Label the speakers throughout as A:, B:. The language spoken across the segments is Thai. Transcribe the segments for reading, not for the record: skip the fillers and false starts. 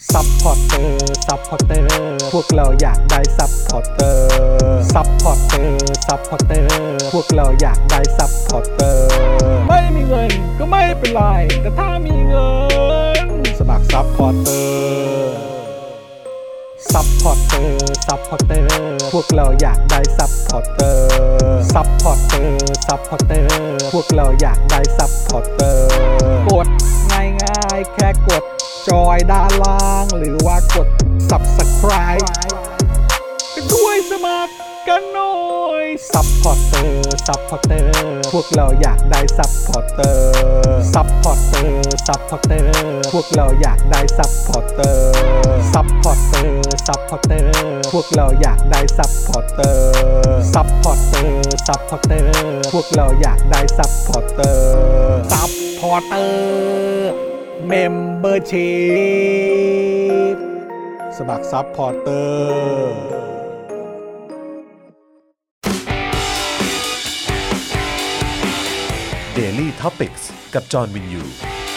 A: ซัพพอร์เตอร์ซัพพอร์เตอร์พวกเราอยากได้ซัพพอร์เตอร์ซัพพอร์เตอร์ซัพพอร์เตอร์พวกเราอยากได้ซัพพอร์เตอร์ไม่มีเงินก็ไม่เป็นไรแต่ถ้ามีเงินสมัครซัพพอร์เตอร์ซัพพอร์เตอร์ซัพพอร์เตอร์พวกเราอยากได้ซัพพอร์เตอร์ซัพพอร์เตอร์ซัพพอร์เตอร์พวกเราอยากได้ซัพพอร์เตอร์กดง่ายๆแค่กดจอยด้านล่างหรือว่ากด Subscribe ไปด้วยสมัครกันหน่อยซัพพอร์เตอร์ซัพพอร์เตอร์พวกเราอยากได้ซัพพอร์เตอร์ซัพพอร์เตอร์ซัพพอร์เตอร์พวกเราอยากได้ซัพพอร์เตอร์ซัพพอร์เตอร์ซัพพอร์เตอร์พวกเราอยากได้ซัพพอร์เตอร์ซัพพอร์เตอร์ซัพพอร์เตอร์พวกเราอยากได้ซัพพอร์เตอร์ซัพพอร์เตอร์เมมเบอร์ชีพสมัครซัพพอร์เตอร์
B: Daily Topics กับจอห์นวินยู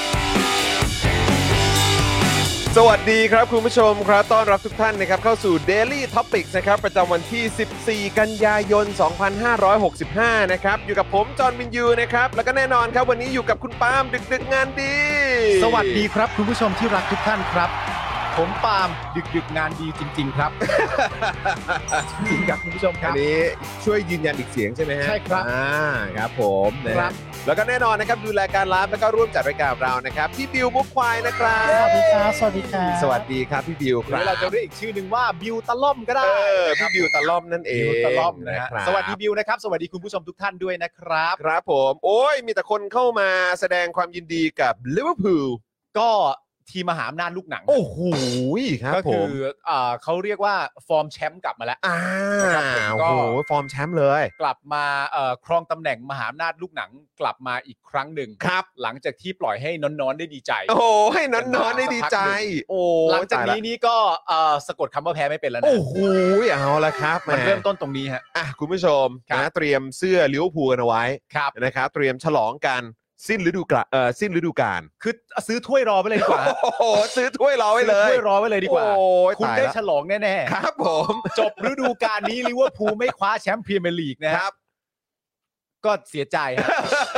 B: สวัสดีครับคุณผู้ชมครับต้อนรับทุกท่านนะครับเข้าสู่ Daily Topics นะครับประจำวันที่14กันยายน2565นะครับอยู่กับผมจอห์นวินยูนะครับแล้วก็แน่นอนครับวันนี้อยู่กับคุณปาล์มดึกๆงานดี
C: สวัสดีครับคุณผู้ชมที่รักทุกท่านครับผมปาล์มดึกงานดีจริงๆครับ จริงครับคุณผู้ชมค
B: อั
C: รั
B: น
C: บ
B: นี้ช่วยยืนยันอีกเสียงใช่ไหมฮะ
C: ใช่ครับ
B: ครับผมนะครับ แล้วก็แน่นอนนะครับดูรายการไลฟ์แล้วก็ร่วมจัดรายการเรานะครับพี่บิวมุกควายนะครับ
C: สวัสดีครับสวัสดีครับ
B: สวัสดีครับพี่บิว
C: ห
B: ค
C: รื
B: รับ
C: อเราจะเรียกอีกชื่อหนึ่งว่าบิวตะล่อมก็ได้
B: พี่บิวตะล่อมนั่นเอง
C: บิวตะล่อมนะฮะ
B: ครับ
C: สวัสดีบิวนะครับสวัสดีคุณผู้ชมทุกท่านด้วยนะครับ
B: ครับผมโอ้ยมีแต่คนเข้ามาแสดงความยินดีกับลิเวอร์พูล
C: ก็ทีมมหาอำนาจลูกหนัง
B: โอ้โหครับ
C: ก็
B: ผ
C: คื
B: ม
C: เขาเรียกว่าฟอร์มแชมป์กลับมาแล้ว ครับผมก็
B: โอ้โหฟอร์มแชมป์เลย
C: กลับมาครองตำแหน่งมหาอำนาจลูกหนังกลับมาอีกครั้งหนึ่ง
B: ครับ
C: หลังจากที่ปล่อยให้น้อนๆได้ดีใจ
B: โอ้โหให้นอนๆได้ดีใจ โอ้
C: หลังจากนี้
B: ตยละ
C: นี่ก็สะกดคำว่าแพ้ไม่เป็นแล้วนะ
B: โอ้โหเอาละครับ
C: มัน
B: แห
C: เริ่มต้นตรงนี้ฮะ
B: อ่ะคุณผู้ชม
C: ครับ
B: นะเตรียมเสื้อลิเวอร์พูลกันเอาไว้
C: ครับ
B: นะครับเตรียมฉลองกันสิ้นฤดูกาลสิ้นฤดูกาล
C: คือซื้อถ้วยรอไว้เลยดีกว่า
B: โอ้โหซื้อถ้วยรอไว้เลย
C: ซื้อถ้วยรอไว้เลยดีกว่า
B: โอ้ย
C: คุณ
B: ตาย
C: ได้
B: ละ
C: ฉลองแน่
B: ครับผม
C: ๆจบฤดูกาลนี้ลิเวอร์พูลไม่คว้าแชมป์พรีเมียร์ลีกนะ
B: ค
C: ค
B: รั
C: รับ บก็เสียใจฮะ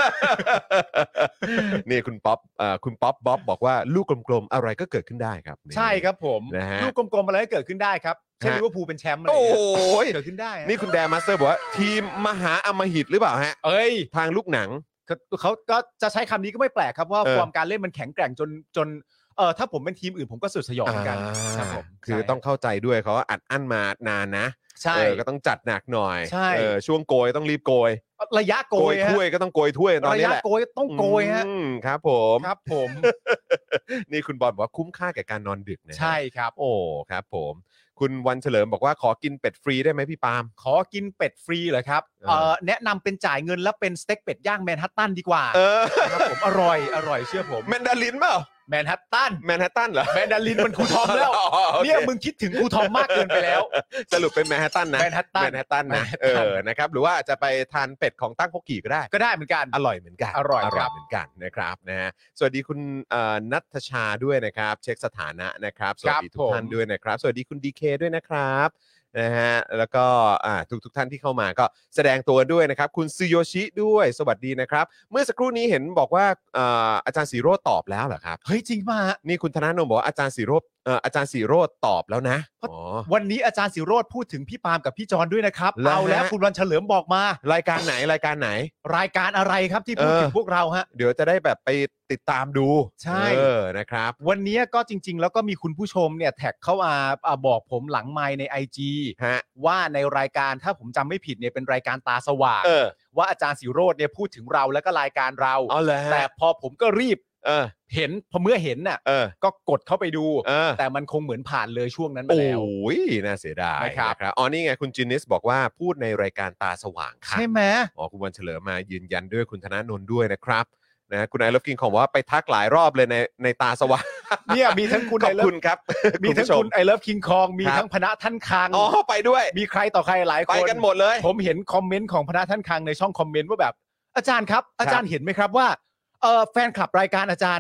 B: นี่คุณป๊อปคุณป๊อปบ๊อบบอกว่าลูกกลมๆอะไรก็เกิดขึ้นได้ครับนี่
C: ใช่ครับผม
B: นะฮะ
C: ลูกกลมๆอะไรก็เกิดขึ้นได้ครับเช่น
B: ฮะ
C: ลิเวอร์พูลเป็นแชมป์อะไร
B: โอ้
C: อย่างเงี้ย
B: ย
C: เกิดขึ้นได้ฮะ
B: นี่คุณแดนมาสเตอร์บอกว่าทีมมหาอำมหิตหรือเปล่าฮะ
C: เอ้ย
B: ทางลูกหนัง
C: เขาก็จะใช้คำนี้ก็ไม่แปลกครับว่า
B: เออ
C: ฟอร์มการเล่นมันแข็งแกร่งจนถ้าผมเป็นทีมอื่นผมก็สุดสยองเหมือนกันครับผม
B: คือ
C: ใช่
B: ต้องเข้าใจด้วยเขาว่าอัดอั้นมานานนะ
C: ใช่
B: ก็ต้องจัดหนักหน่อย
C: ใช่
B: ช่วงโกยต้องรีบโกย
C: ระยะโกยฮะ
B: ถ้วยก็ต้องโกยถ้วยตอน
C: ระ
B: นี้
C: ยะ
B: แหละ
C: โกยต้องโกยฮะ
B: ครับผม
C: ครับผม
B: นี่คุณบอลบอกว่าคุ้มค่าแก่การนอนดึกนะฮะ
C: ใช่ครับ
B: โอ้ครับผมคุณวันเฉลิมบอกว่าขอกินเป็ดฟรีได้ไหมพี่ปาล์ม
C: ขอกินเป็ดฟรีเหรอครับ แนะนำเป็นจ่ายเงินแล้วเป็นสเต็กเป็ดย่างแมนฮัตตันดีกว่าครับผมอร่อยเชื่อผม
B: แมนดารินเปล่า
C: แมนฮัตตัน
B: แมนฮัตตันเหรอ
C: แมนดารินมันครูทอมแล้ว
B: อ๋อโอค
C: เนี่ยมึงคิดถึงครูทอมมากเกินไปแล้ว
B: สรุปเป็นแมนฮัตตันนะ
C: แมนฮัตตัน
B: แมนฮัตตันนะ
C: แมนฮัตตัน
B: นะครับหรือว่าอาจจะไปทานเป็ดของตั้งฮกกี่ก็ได้
C: ก็ได้เหมือนกัน
B: อร่อยเหมือนกัน
C: อร่อยครับ
B: เหมือนกันนะครับนะฮะสวัสดีคุณนัทชาด้วยนะครับเช็คสถานะนะครับสวัสดีทุกท่านด้วยนะครับสวัสดีคุณดีเคด้วยนะครับนะฮะแล้วก็ทุกท่านที่เข้ามาก็แสดงตัวด้วยนะครับคุณซูโยชิด้วยสวัสดีนะครับเมื่อสักครู่นี้เห็นบอกว่าอาจารย์สีโรจน์ตอบแล้วเหรอครับ
C: เฮ้ยจริงมา
B: นี่คุณธนาโนมบอกว่าอาจารย์สีโรจน์ตอบแล้วนะอ๋อ
C: วันนี้อาจารย์สิโรธพูดถึงพี่ปาล์มกับพี่จอนด้วยนะครับ
B: แล้ว
C: เอาแล้ว
B: ฮะ
C: คุณวันเฉลิมบอกมา
B: รายการไหน
C: รายการอะไรครับที่พูดถึงพวกเราฮะ
B: เดี๋ยวจะได้แบบไปติดตามดู
C: ใช่
B: นะครับ
C: วันนี้ก็จริง ๆ แล้วก็มีคุณผู้ชมเนี่ยแท็กเข้ามาบอกผมหลังไมค์ใน IG
B: ฮะ
C: ว่าในรายการถ้าผมจำไม่ผิดเนี่ยเป็นรายการตาสว่างว่าอาจารย์สิโรธเนี่ยพูดถึงเราแล้วก็รายการเรา
B: เอาเลย
C: แต่พอผมก็รีบเมื่อเห็นน่ะก็กดเข้าไปดูแต่มันคงเหมือนผ่านเลยช่วงนั้นมาแล้ว
B: โอ้ยน่าเสียดาย
C: นะครับ
B: อ๋อนี่ไงคุณจินิสบอกว่าพูดในรายการตาสว่างค่ะ
C: ใช่ไหม
B: อ๋อคุณวันเฉลิมมายืนยันด้วยคุณธนาโนนด้วยนะครับนะคุณไอเลิฟกินของว่าไปทักหลายรอบเลยในตาสว่าง
C: เนี่ยมีทั้งคุณ
B: ขอบคุณครับ
C: มีทั้ง
B: ณผู้ช
C: คุณไอเลิฟคิงคองมี
B: ครับ
C: ทั้งพนะท่านคัง
B: อ๋อไปด้วย
C: มีใครต่อใครหลายคน
B: ไปกันหมดเลย
C: ผมเห็นคอมเมนต์ของพนะท่านคังในช่องคอมเมนต์ว่าแบบอาจารย์ครับอาจารย์เห็นไหมครับว่าแฟนคลับรายการอาจารย์เนี่ย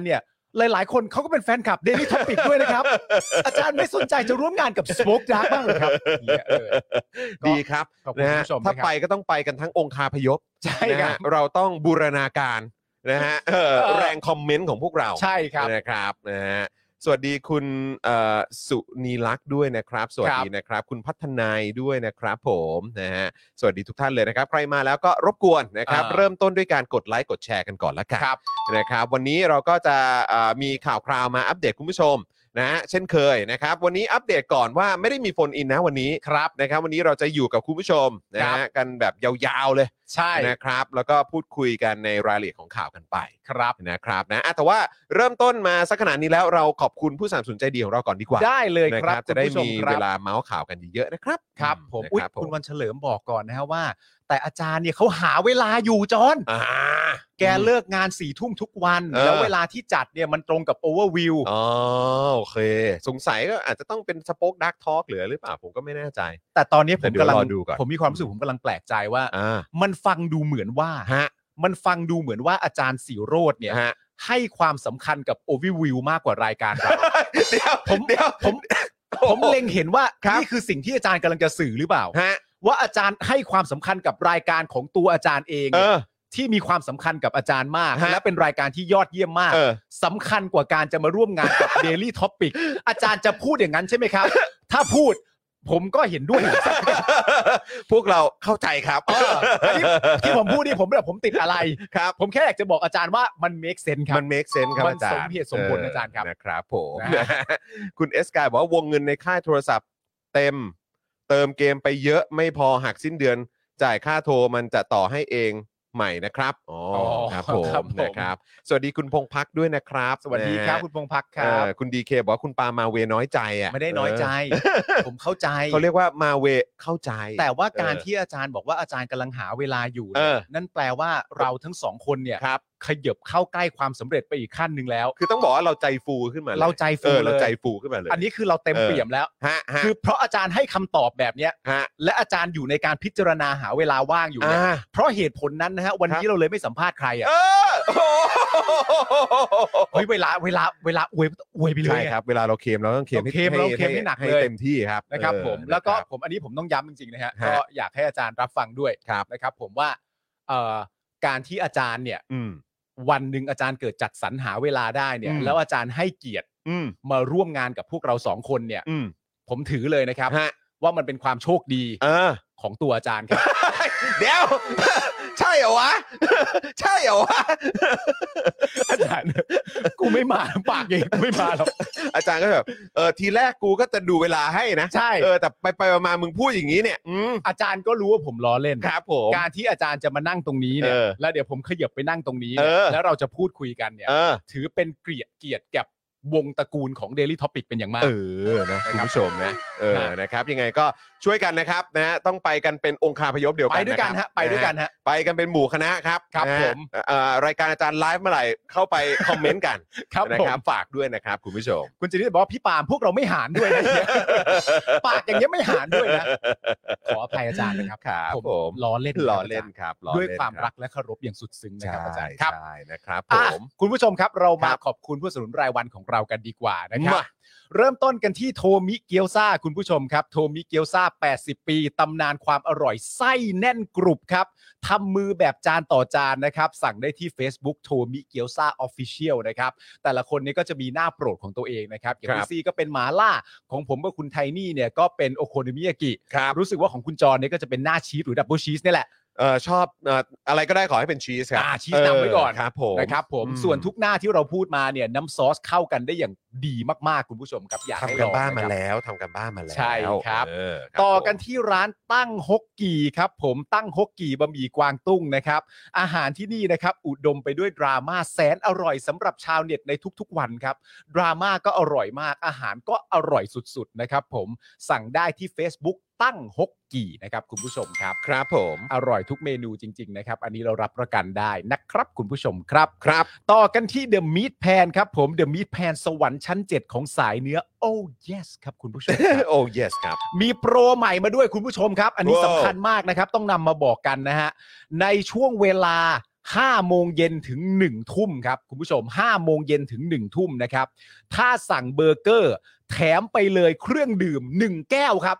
C: หลายๆคนเขาก็เป็นแฟนคลับ Daily Topic ด้วยนะครับ อาจารย์ไม่สนใจจะร่วมงานกับ Spoke Dark บ้างเหรอครับเนี่ย
B: ดีครับ
C: ขอบคุณ
B: นะฮะ
C: ผู้ชม
B: ถ้า
C: นะครับ
B: ไปก็ต้องไปกันทั้งองคาพยพ
C: ใช่
B: นะ
C: ครั
B: ฮะ
C: บ
B: เราต้องบูรณาการนะฮะแรงคอมเมนต์ของพวกเรา
C: ใช่ครับ
B: นะครับนะฮะสวัสดีคุณสุนีลักษณ์ด้วยนะครับสวัสดีนะครับคุณพัฒนายด้วยนะครับผมนะฮะสวัสดีทุกท่านเลยนะครับใครมาแล้วก็รบกวนนะครับเริ่มต้นด้วยการกดไลค์กดแชร์กันก่อนละกันนะครับวันนี้เราก็จะมีข่าวคราวมาอัปเดตคุณผู้ชมนะฮะเช่นเคยนะครับวันนี้อัปเดตก่อนว่าไม่ได้มีโฟนอินนะวันนี้ครับนะครับวันนี้เราจะอยู่กับคุณผู้ชมนะฮะกันแบบยาวๆเลย
C: ใช่
B: นะครับแล้วก็พูดคุยกันในรายละเอียดของข่าวกันไป
C: ครับ
B: นะครับนะแต่ว่าเริ่มต้นมาสักขนาดนี้แล้วเราขอบคุณผู้สนับสนุนใจดีของเราก่อนดีกว่า
C: ได้เลย
B: นะครับ จะได้มีเวลา
C: า
B: เมาส์ข่าวกันเยอะๆนะครับ
C: ครับผม
B: นะ
C: อุ๊ย
B: รับ
C: คุณวันเฉลิมบอกก่อนนะฮะว่า แต่อาจารย์เนี่ยเขาหาเวลาอยู่จอน แกเลิกงาน4 ทุ่มทุกวัน แล้วเวลาที่จัดเนี่ยมันตรงกับโอเวอร์วิว
B: อ๋อโอเคสงสัยก็อาจจะต้องเป็นสป็อคดักทอล์กหรือเปล่าผมก็ไม่แน่ใจ
C: แต่ตอนนี้ผมกำลัง
B: เดี๋ยวรอดูก่อน
C: ผมมีความรู้สึกผมกำลังแปลกใจว่า
B: อ่า
C: มันฟังดูเหมือนว่า
B: ฮะ
C: มันฟังดูเหมือนว่าอาจารย์ศิโรจน์เนี่ย
B: ฮะ
C: ให้ความสำคัญกับโอเวอร์วิวมากกว่ารายการเรา
B: เดี๋ยว
C: ผมเล็งเห็นว่า
B: ครับ
C: นี่คือสิ่งที่อาจารย์กำลังจะสื่อหรือเปล่า
B: ฮะ
C: ว่าอาจารย์ให้ความสำคัญกับรายการของตัวอาจารย์เอง ที่มีความสำคัญกับอาจารย์มาก
B: ฮะ
C: และเป็นรายการที่ยอดเยี่ยมมาก
B: เออ
C: สำคัญกว่าการจะมาร่วมงานกับ Daily Topic อาจารย์จะพูดอย่างนั้นใช่ไหมครับ ถ้าพูดผมก็เห็นด้วย
B: พวกเราเข้าใจครับ
C: อันนี้ที่ผมพูดนี่ผมติดอะไร
B: ครับ
C: ผมแค่อยากจะบอกอาจารย์ว่ามัน make sense ครับ
B: มัน make sense ครับ
C: มัน
B: อาจารย์
C: สมเหตุสมผลอาจารย์ครับ
B: นะครับผม
C: นะฮะ
B: คุณเอสกายบอกว่าวงเงินในค่ายโทรศัพท์เต็มเกมไปเยอะไม่พอหักสิ้นเดือน จ่ายค่าโทรมันจะต่อให้เองใหม่นะครับอ๋อครับผมนะครับสวัสดีคุณพงพักด้วยนะครับ
C: สวัสดีครับ
B: นะฮะ
C: คุณพงษ์พักครับ
B: คุณดีเคบอกว่าคุณปามาเวน้อยใจอ่ะ
C: ไม่ได้น้อยใจ ผมเข้าใจ
B: เขาเรียกว่ามาเวเข้าใจ
C: แต่ว่าการที่อาจารย์บอกว่าอาจารย์กำลังหาเวลาอยู่เนี่ยนั่นแปลว่าเราทั้งสองคนเนี่ย
B: ครับ
C: ขยับเข้าใกล้ความสำเร็จไปอีกขั้นหนึ่งแล้ว
B: คือต้องบอกว่าเราใจฟูขึ้นมาลย
C: เราใจฟู
B: เรา
C: เลย
B: ใจฟูขึ้นมาเลย
C: อันนี้คือเราเต็มเปี่ยมแล้ว
B: ฮะ
C: คือเพราะอาจารย์ให้คำตอบแบบเนี้ย
B: ฮะ
C: และอาจารย์อยู่ในการพิจารณาหาเวลาว่างอยู่เนี่ยเพราะเหตุผลนั้นนะฮะวันนี้เราเลยไม่สัมภาษณ์ใครอ่ะ
B: โอ้โห
C: เฮ้ยเวลาอวยไปเลย
B: ใช่ครับเวลาเราเคมเราต้องเคม
C: เราเคมให้หนักเลย
B: เต็มที่ครับ
C: นะครับผมแล้วก็
B: นะครับ
C: ผมอันนี้ผมต้องย้ำจริงๆนะฮะ
B: ฮะ
C: ก็อยากให้อาจารย์รับฟังด้วย
B: ครับ
C: นะครับ ผมว่าการที่อาจารย์เนี่ย
B: อืม
C: วันหนึ่งอาจารย์เกิดจัดสรรหาเวลาได้เนี่ย
B: อืม
C: แล้วอาจารย์ให้เกียรติ
B: อืม
C: มาร่วมงานกับพวกเราสองคนเนี่ย
B: อืม
C: ผมถือเลยนะครับ
B: ฮะ
C: ว่ามันเป็นความโชคดี ของตัวอาจารย์ครับ
B: เดี๋ยว ใช่เหรอวะ ใช่เหรอวะ
C: อาจารย์กูไม่มาปากเองกูไม่มาหรอก
B: อาจารย์ก็แบบทีแรกกูก็จะดูเวลาให้นะ
C: ใช่
B: แต่ไปมามึงพูดอย่างนี้เนี่ย
C: อาจารย์ก็รู้ว่าผมล้อเล่น
B: ครับผม
C: การที่อาจารย์จะมานั่งตรงนี้เนี่ยแล้วเดี๋ยวผมขยับไปนั่งตรงนี้เนี่ยแล้วเราจะพูดคุยกันเนี่ยถือเป็นเกียรติกับวงตระกูลของ Daily Topic เป็นอย่างมาก
B: นะคุณผู้ชมนะนะครับยังไงก็ช่วยกันนะครับนะต้องไปกันเป็นองคาพยพเดียวกัน
C: ไปด้วยกันฮะไปด้วยกันฮะ
B: ไปกันเป็นหมู่คณะครับ
C: ครับ
B: นะฮะ
C: ผม
B: รายการอาจารย์ไลฟ์เมื่อไหร่เข้าไปคอมเมนต์กัน
C: ครับ
B: นะ
C: ผม
B: ครับฝากด้วยนะครับคุณผู้ชม
C: คุณจิริบอกว่าพี่ปาล์มพวกเราไม่หารด้วยนะเนี่ย ปากอย่างเงี้ยไม่หารด้วยนะ ขออภัยอาจารย์นะครับ
B: ครับผม
C: ล้อเล่น
B: ล้อเล่นครับล้อ
C: ด้วย
B: เล่น
C: ความ
B: บ
C: รักและเคารพอย่างสุดซึ้งนะ
B: ใช่
C: ครับอาจารย์ครับ
B: ใช่นะครับผ
C: อ่ะ
B: ม
C: คุณผู้ชมครับเรามา
B: ครับ
C: ขอบคุณผู้สนับสนุนรายวันของเรากันดีกว่านะครับ
B: มา
C: เริ่มต้นกันที่โทมิเกียวซาคุณผู้ชมครับโทมิเกียวซา80 ปีตำนานความอร่อยไส้แน่นกรุบครับทำมือแบบจานต่อจานนะครับสั่งได้ที่ Facebook โทมิเกียวซา Official นะครับแต่ละคนนี้ก็จะมีหน้าโปรดของตัวเองนะครับอย่าง
B: ครับ
C: พี่ซี่ก็เป็นหมาล่าของผมกับคุณไทนี่เนี่ยก็เป็นโอโคโนมิยากิ
B: ครับ
C: รู้สึกว่าของคุณจรเนี่ยก็จะเป็นหน้าชีสหรือดับเบิลชีสนี่แหละ
B: ชอบอะไรก็ได้ขอให้เป็นชีสครับ
C: ชีสนำไว้ก่อน
B: ครับผม
C: นะครับผมส่วนทุกหน้าที่เราพูดมาเนี่ยน้ำซอสเข้ากันได้อย่างดีมากๆคุณผู้ชมครับอยากให้
B: ทำ
C: ล
B: กัน
C: อง
B: บ้านมา
C: นะครับ
B: แล้วทำกันบ้านมาแล้ว
C: ใช่ครับ
B: ครับ
C: ต่อกัน
B: ผม
C: ที่ร้านตั้งฮกกี่ครับผมตั้งฮกกี่บะหมี่กวางตุ้งนะครับอาหารที่นี่นะครับอุดมไปด้วยดราม่าแสนอร่อยสำหรับชาวเน็ตในทุกๆวันครับดราม่าก็อร่อยมากอาหารก็อร่อยสุดๆนะครับผมสั่งได้ที่ Facebook ตั้งฮกกี่นะครับคุณผู้ชมครับ
B: ครับผม
C: อร่อยทุกเมนูจริงๆนะครับอันนี้เรารับประกันได้นะครับคุณผู้ชมครับ
B: ครับ
C: ต่อกันที่ The Meat Pan ครับผม The Meat Pan สวรรค์ชั้น 7 ของสายเนื้อ Oh yes ครับคุณผู้ชมครับ
B: โอ้ yes ครับ
C: มีโปรใหม่มาด้วยคุณผู้ชมครับ อันนี้
B: ว้าว
C: สำคัญมากนะครับ ต้องนำมาบอกกันนะฮะ ในช่วงเวลา 5 โมงเย็นถึง 1 ทุ่มครับคุณผู้ชม5 โมงเย็นถึง 1 ทุ่มนะครับถ้าสั่งเบอร์เกอร์แถมไปเลยเครื่องดื่ม1แก้วครับ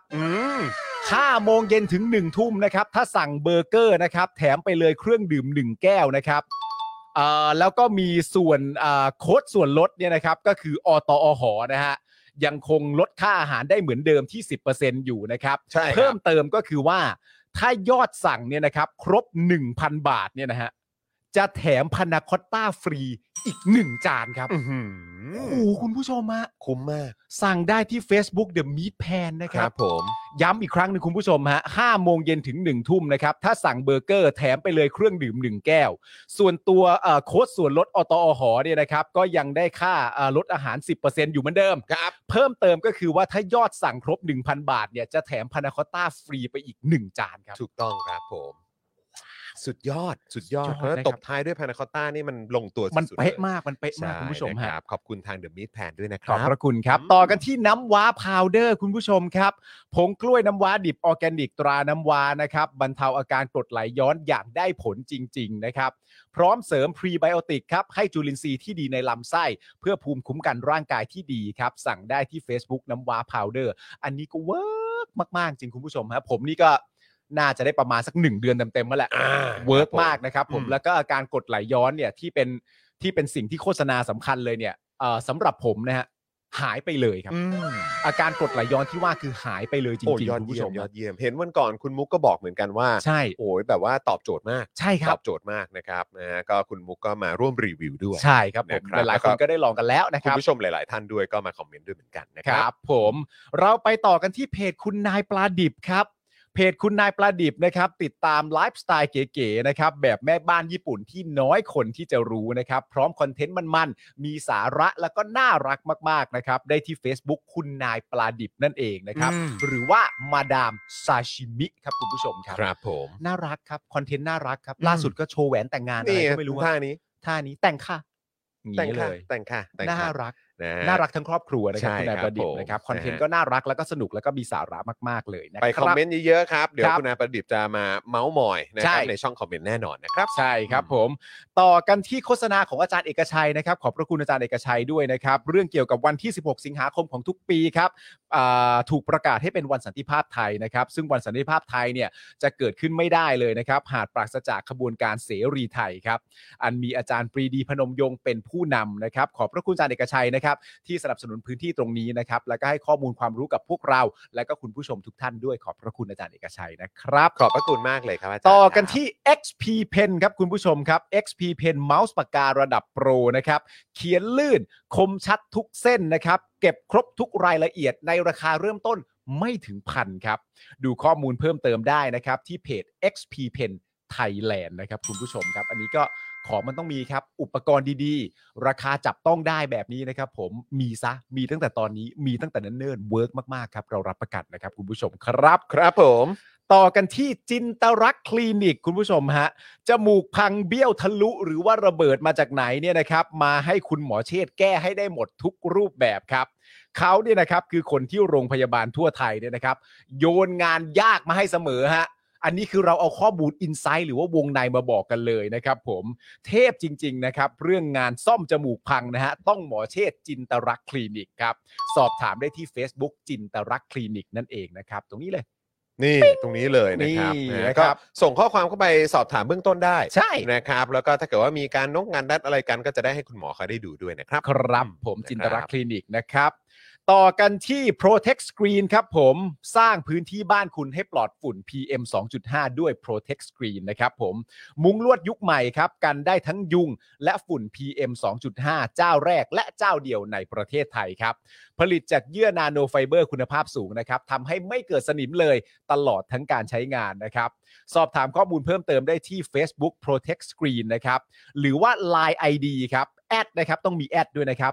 C: 5 โมงเย็นถึง 1 ทุ่มนะครับถ้าสั่งเบอร์เกอร์นะครับแถมไปเลยเครื่องดื่ม1แก้วนะครับแล้วก็มีส่วนโค้ดส่วนลดเนี่ยนะครับก็คืออตอหนะฮะยังคงลดค่าอาหารได้เหมือนเดิมที่ 10% อยู่นะครับเพิ่มเติมก็คือว่าถ้ายอดสั่งเนี่ยนะครับครบ 1,000 บาทเนี่ยนะฮะจะแถมพานาคอตต้าฟรีอีก1จานครับโอ้โหคุณผู้ชมฮะ
B: คุ้มมาก
C: สั่งได้ที่ Facebook The Meat Pan นะครับ
B: ผม
C: ย้ำอีกครั้งนึงคุณผู้ชมฮะ5 โมงเย็นถึง 1 ทุ่มนะครับถ้าสั่งเบอร์เกอร์แถมไปเลยเครื่องดื่ม1แก้วส่วนตัวโค้ดส่วนลดอตอหเนี่ยนะครับก็ยังได้ค่าลดอาหาร 10% อยู่เหมือนเดิมครับเพิ่มเติมก็คือว่าถ้ายอดสั่งครบ 1,000 บาทเนี่ยจะแถมพานาคอตต้าฟรีไปอีก1จานครับ
B: ถูกต้องครับผมสุดยอดแล้วตบท้ายด้วยพานาคอตต้านี่มันลงตัวสุดๆ
C: มันเป๊ะมากคุณผู้ชม
B: ครับขอบคุณทาง The Meat Pan ด้วยนะค
C: รั
B: บ
C: ขอบพระคุณครับต่อกันที่น้ำว้าพาวเดอร์คุณผู้ชมครับผงกล้วยน้ำว้าดิบออร์แกนิกตราน้ำว้านะครับบรรเทาอาการกรดไหลย้อนอย่างได้ผลจริงๆนะครับพร้อมเสริมพรีไบโอติกครับให้จุลินทรีย์ที่ดีในลำไส้เพื่อภูมิคุ้มกันร่างกายที่ดีครับสั่งได้ที่ Facebook น้ำว้าพาวเดอร์อันนี้ก็เวิร์กมากๆจริงคุณผู้ชมครับผมนี่ก็น่าจะได้ประมาณสัก1เดือนเต็มๆแล้วแหละเวิร์กมากนะครับผมแล้วก็อาการกรดไหลย้อนเนี่ยที่เป็นสิ่งที่โฆษณาสำคัญเลยเนี่ยสำหรับผมนะฮะหายไปเลยครับอาการกรดไหลย้อนที่ว่าคือหายไปเลยจริงๆคุณผู้ชม
B: ยอดเยี่ยมเห็นวันก่อนคุณมุกก็บอกเหมือนกันว่า
C: ใช่
B: โอ้ยแบบว่าตอบโจทย์มาก
C: ใช่ครับ
B: ตอบโจทย์มากนะครับนะฮะก็คุณมุกก็มาร่วมรีวิวด้วย
C: ใช่ครับผมหลายคนก็ได้ลองกันแล้วนะครับ
B: คุณผู้ชมหลายๆท่านด้วยก็มาคอมเมนต์ด้วยเหมือนกันนะครับ
C: ผมเราไปต่อกันที่เพจคุณนายปลาดิบครับเพจคุณนายปลาดิบนะครับติดตามไลฟ์สไตล์เก๋ๆนะครับแบบแม่บ้านญี่ปุ่นที่น้อยคนที่จะรู้นะครับพร้อมคอนเทนต์มันๆมีสาระแล้วก็น่ารักมากๆนะครับได้ที่ Facebook คุณนายปลาดิบนั่นเองนะครับหรือว่ามาดามซาชิมิครับคุณผู้ชมครับ
B: ครับผม
C: น่ารักครับคอนเทนต์น่ารักครับล่าสุดก็โชว์แหวนแต่งงานอะไรก็ไม่รู้
B: ท่า
C: นี้แต่งค่ะ
B: แต่งค่ะ
C: น่ารักทั้งครอบครัวนะครับคุณนายประดิษฐ์นะครับคอนเทนต์ก็น่ารักแล้วก็สนุกแล้วก็มีสาระมากๆเลยนะครับ
B: ไปคอมเมนต์เยอะๆครับเดี๋ยวคุณนายประดิษฐ์จะมาเมาส์มอยนะครับในช่องคอมเมนต์แน่นอนนะครับ
C: ใช่ครับผมต่อกันที่โฆษณาของอาจารย์เอกชัยนะครับขอบพระคุณอาจารย์เอกชัยด้วยนะครับเรื่องเกี่ยวกับวันที่16สิงหาคมของทุกปีครับถูกประกาศให้เป็นวันสันติภาพไทยนะครับซึ่งวันสันติภาพไทยเนี่ยจะเกิดขึ้นไม่ได้เลยนะครับหากปราศจากขบวนการเสรีไทยครับอันมีอาจารย์ปรีดีพนมยงค์เป็นผู้นำนะครับขอบพระคุณอาจารย์เอกชัยนะครับที่สนับสนุนพื้นที่ตรงนี้นะครับแล้วก็ให้ข้อมูลความรู้กับพวกเราและก็คุณผู้ชมทุกท่านด้วยขอบพระคุณอาจารย์เอกชัยนะครับ
B: ขอบพระคุณมากเลยครับอาจารย์
C: ต่อกันที่ XP Pen ครับคุณผู้ชมครับ XP Pen เมาส์ปากการะดับโปรนะครับเขียนลื่นคมชัดทุกเส้นนะครับเก็บครบทุกรายละเอียดในราคาเริ่มต้นไม่ถึงพันครับดูข้อมูลเพิ่มเติมได้นะครับที่เพจ XP Pen Thailand นะครับคุณผู้ชมครับอันนี้ก็ของมันต้องมีครับอุปกรณ์ดีๆราคาจับต้องได้แบบนี้นะครับผมมีตั้งแต่ตอนนี้มีตั้งแต่เนิ่นๆเวิร์กมากๆครับเรารับประกันนะครับคุณผู้ชมครับ
B: ผม
C: ต่อกันที่จินตรักษณ์คลินิกคุณผู้ชมฮะจมูกพังเบี้ยวทะลุหรือว่าระเบิดมาจากไหนเนี่ยนะครับมาให้คุณหมอเชษฐ์แก้ให้ได้หมดทุกรูปแบบครับเขาเนี่ยนะครับคือคนที่โรงพยาบาลทั่วไทยเนี่ยนะครับโยนงานยากมาให้เสมอฮะอันนี้คือเราเอาข้อมูลอินไซต์หรือว่าวงในมาบอกกันเลยนะครับผมเทพจริงๆนะครับเรื่องงานซ่อมจมูกพังนะฮะต้องหมอเชษฐ์จินตรักษณ์คลินิกครับสอบถามได้ที่ Facebook จินตรักษณ์คลินิกนั่นเองนะครับตรงนี้เลย
B: นี่ตรงนี้เลยนะครับก็ส่งข้อความเข้าไปสอบถามเบื้องต้นได้
C: ใช่
B: นะครับแล้วก็ถ้าเกิดว่ามีการนกงานดัดอะไรกันก็จะได้ให้คุณหมอเขาได้ดูด้วยนะครับ
C: ครับผมจินตรักษณ์คลินิกนะครับต่อกันที่ Protect Screen ครับผมสร้างพื้นที่บ้านคุณให้ปลอดฝุ่น PM 2.5 ด้วย Protect Screen นะครับผมมุ้งลวดยุคใหม่ครับกันได้ทั้งยุงและฝุ่น PM 2.5 เจ้าแรกและเจ้าเดียวในประเทศไทยครับผลิตจากเยื่อนาโนไฟเบอร์คุณภาพสูงนะครับทำให้ไม่เกิดสนิมเลยตลอดทั้งการใช้งานนะครับสอบถามข้อมูลเพิ่มเติมได้ที่ Facebook Protect Screen นะครับหรือว่า Line ID ครับแอดนะครับต้องมีแอดด้วยนะครับ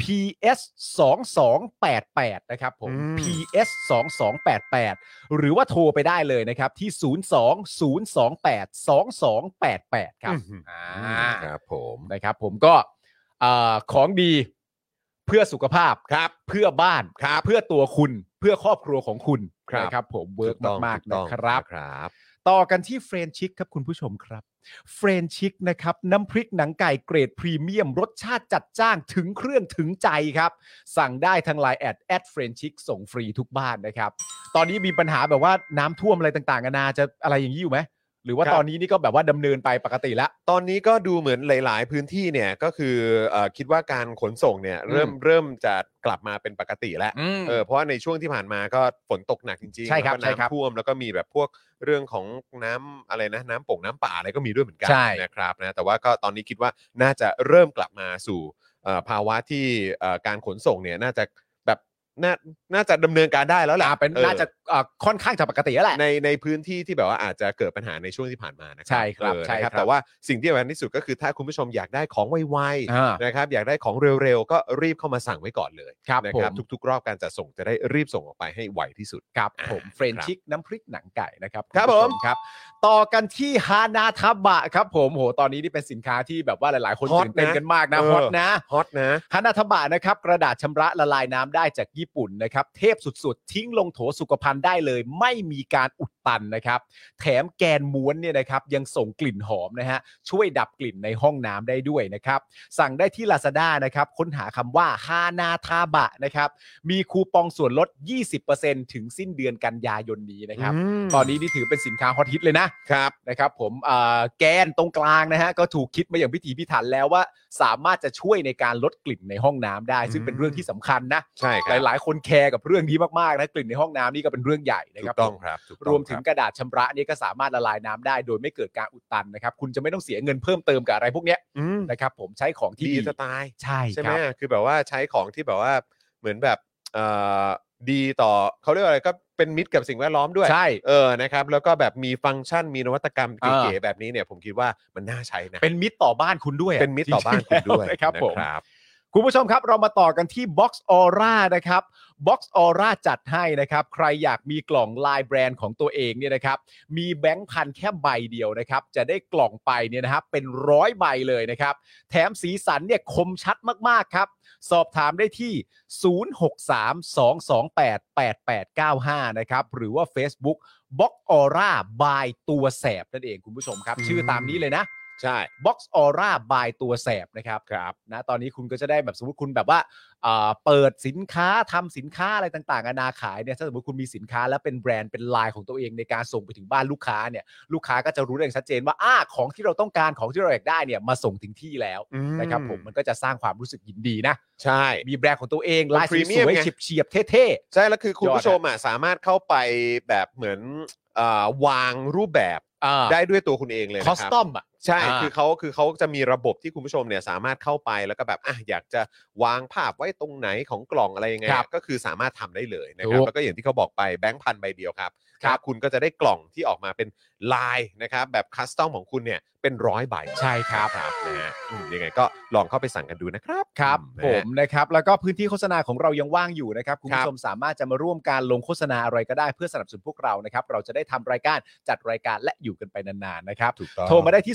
C: PS 2288นะครับผม PS 2288หรือว่าโทรไปได้เลยนะครับที่02-028-2288ครับ
B: ครับผม
C: นะครับผมก็ของดีเพื่อสุขภาพ
B: ครับ
C: เพื่อบ้านครับเพื่อตัวคุณเพื่อครอบครัวของคุณนะครับผมเวิร์กมากๆนะครับต่อกันที่เฟรนชิกครับคุณผู้ชมครับเฟรนชิกนะครับน้ำพริกหนังไก่เกรดพรีเมียมรสชาติจัดจ้านถึงเครื่องถึงใจครับสั่งได้ทาง LINE แอดเฟรนชิกส่งฟรีทุกบ้านนะครับตอนนี้มีปัญหาแบบว่าน้ำท่วมอะไรต่างๆนานาจะอะไรอย่างนี้อยู่ไหมหรือว่าตอนนี้นี่ก็แบบว่าดำเนินไปปกติแล้ว
B: ตอนนี้ก็ดูเหมือนหลายๆพื้นที่เนี่ยก็คือคิดว่าการขนส่งเนี่ยเริ่มจะกลับมาเป็นปกติแล้วเพราะว่าในช่วงที่ผ่านมาก็ฝนตกหนักจริงๆ
C: ใช่ครับ
B: แล้วก็น้ำท่วมแล้วก็มีแบบพวกเรื่องของน้ำอะไรนะน้ำน้ำป่าอะไรก็มีด้วยเหมือนกันนะครับนะแต่ว่าก็ตอนนี้คิดว่าน่าจะเริ่มกลับมาสู่ภาวะที่การขนส่งเนี่ยน่าจะแบบน่าจะดำเนินการได้แล้วแหละ
C: เป็นน่าจะค่อนข้างจะปกติแล้วแหละ
B: ในพื้นที่ที่แบบว่าอาจจะเกิดปัญหาในช่วงที่ผ่านมานะ
C: ใช่ครับใช่ครับ
B: แต่ว่าสิ่งที่สำคัญที่สุดก็คือถ้าคุณผู้ชมอยากได้ของไวๆนะครับอยากได้ของเร็วๆก็รีบเข้ามาสั่งไว้ก่อนเลยนะครับทุกๆรอบการจัดส่งจะได้รีบส่งออกไปให้ไวที่สุด
C: ครับผมเฟรนชิกน้ำพริกหนังไก่นะครับ
B: ครับผม
C: ครับต่อกันที่ฮานาทาบะครับผมโหตอนนี้นี่เป็นสินค้าที่แบบว่าหลายๆคนตื่นเต้นกันมากนะฮอตนะฮานาทาบะนะครับกระดาษชำระละลายน้ำได้จากญี่ปุ่นนะครับเทพสุดๆทิ้งลงโถสุขภัณฑ์ได้เลยไม่มีการอุดตันนะครับแถมแกนม้วนเนี่ยนะครับยังส่งกลิ่นหอมนะฮะช่วยดับกลิ่นในห้องน้ำได้ด้วยนะครับสั่งได้ที่ Lazada นะครับค้นหาคำว่าฮานาทาบะนะครับมีคูปองส่วนลด 20% ถึงสิ้นเดือนกันยายนนี้นะครับตอนนี้นี่ถือเป็นสินค้าฮอตฮิตเลยนะครับผมแกนตรงกลางนะฮะก็ถูกคิดมาอย่างพิถีพิถันแล้วว่าสามารถจะช่วยในการลดกลิ่นในห้องน้ำได้ซึ่งเป็นเรื่องที่สำคัญนะ
B: ใช่
C: หลายๆคนแคร์กับเรื่องนี้มากๆนะกลิ่นในห้องน้ำนี่ก็เป็นเรื่องใหญ่นะครับรวมถึงกระดาษชำระนี่ก็สามารถละลายน้ำได้โดยไม่เกิดการอุดตันนะครับคุณจะไม่ต้องเสียเงินเพิ่มเติมกับอะไรพวกนี้นะครับผมใช้ของที่ดี
B: สไตล์
C: ใช่
B: ไหมคือแบบว่าใช้ของที่แบบว่าเหมือนแบบดีต่อเขาเรียกอะไรก็เป็นมิตรกับสิ่งแวดล้อมด้วย
C: ใช่
B: นะครับแล้วก็แบบมีฟังก์ชันมีนวัตกรรมเก๋ๆแบบนี้เนี่ยผมคิดว่ามันน่าใช้นะ
C: เป็นมิตรต่อบ้านคุณด้วย
B: เป็นมิตรต่อบ้านคุณด้วย
C: นะครับผมคุณผู้ชมครับเรามาต่อกันที่ Box Aura นะครับ Box Aura จัดให้นะครับใครอยากมีกล่องลายแบรนด์ของตัวเองเนี่ยนะครับมีแบงค์พันแค่ใบเดียวนะครับจะได้กล่องไปเนี่ยนะครับเป็น100ใบเลยนะครับแถมสีสันเนี่ยคมชัดมากๆครับสอบถามได้ที่ 0632288895 นะครับหรือว่า Facebook Box Aura by ตัวแสบนั่นเองคุณผู้ชมครับชื่อตามนี้เลยนะ
B: ใช่
C: Box Aura by ตัวแสบนะครับนะตอนนี้คุณก็จะได้แบบสมมติคุณแบบว่าเปิดสินค้าทำสินค้าอะไรต่างๆนานาขายเนี่ยถ้าสมมติคุณมีสินค้าแล้วเป็นแบรนด์เป็นลายของตัวเองในการส่งไปถึงบ้านลูกค้าเนี่ยลูกค้าก็จะรู้ได้อย่างชัดเจนว่าของที่เราต้องการของที่เราอยากได้เนี่ยมาส่งถึงที่แล้วนะครับผมมันก็จะสร้างความรู้สึกยินดีนะ
B: ใช่
C: มีแบรนด์ของตัวเองลายสวยๆเฉียบๆเท่
B: ๆใช่แล้วคือคุณผู้ชมสามารถเข้าไปแบบเหมือนวางรูปแบบได้ด้วยตัวคุณเองเลยนะครับ
C: คอสตอม
B: ใช่คือเขาจะมีระบบที่คุณผู้ชมเนี่ยสามารถเข้าไปแล้วก็แบบอยากจะวางภาพไว้ตรงไหนของกล่องอะไรยังไงก็คือสามารถทำได้เลยนะครับแล้วก็อย่างที่เขาบอกไปแบงค์พันใบเดียวครับคุณก็จะได้กล่องที่ออกมาเป็นลายนะครับแบบคัสตอมของคุณเนี่ยเป็น100ใบ
C: ใช่ครับ
B: นะฮะยังไงก็ลองเข้าไปสั่งกันดูนะครับ
C: ครับผมนะครับแล้วก็พื้นที่โฆษณาของเรายังว่างอยู่นะครับคุณผู้ชมสามารถจะมาร่วมการลงโฆษณาอะไรก็ได้เพื่อสนับสนุนพวกเรานะครับเราจะได้ทำรายการจัดรายการและอยู่กันไปนานๆนะครับโทรมาได้ที่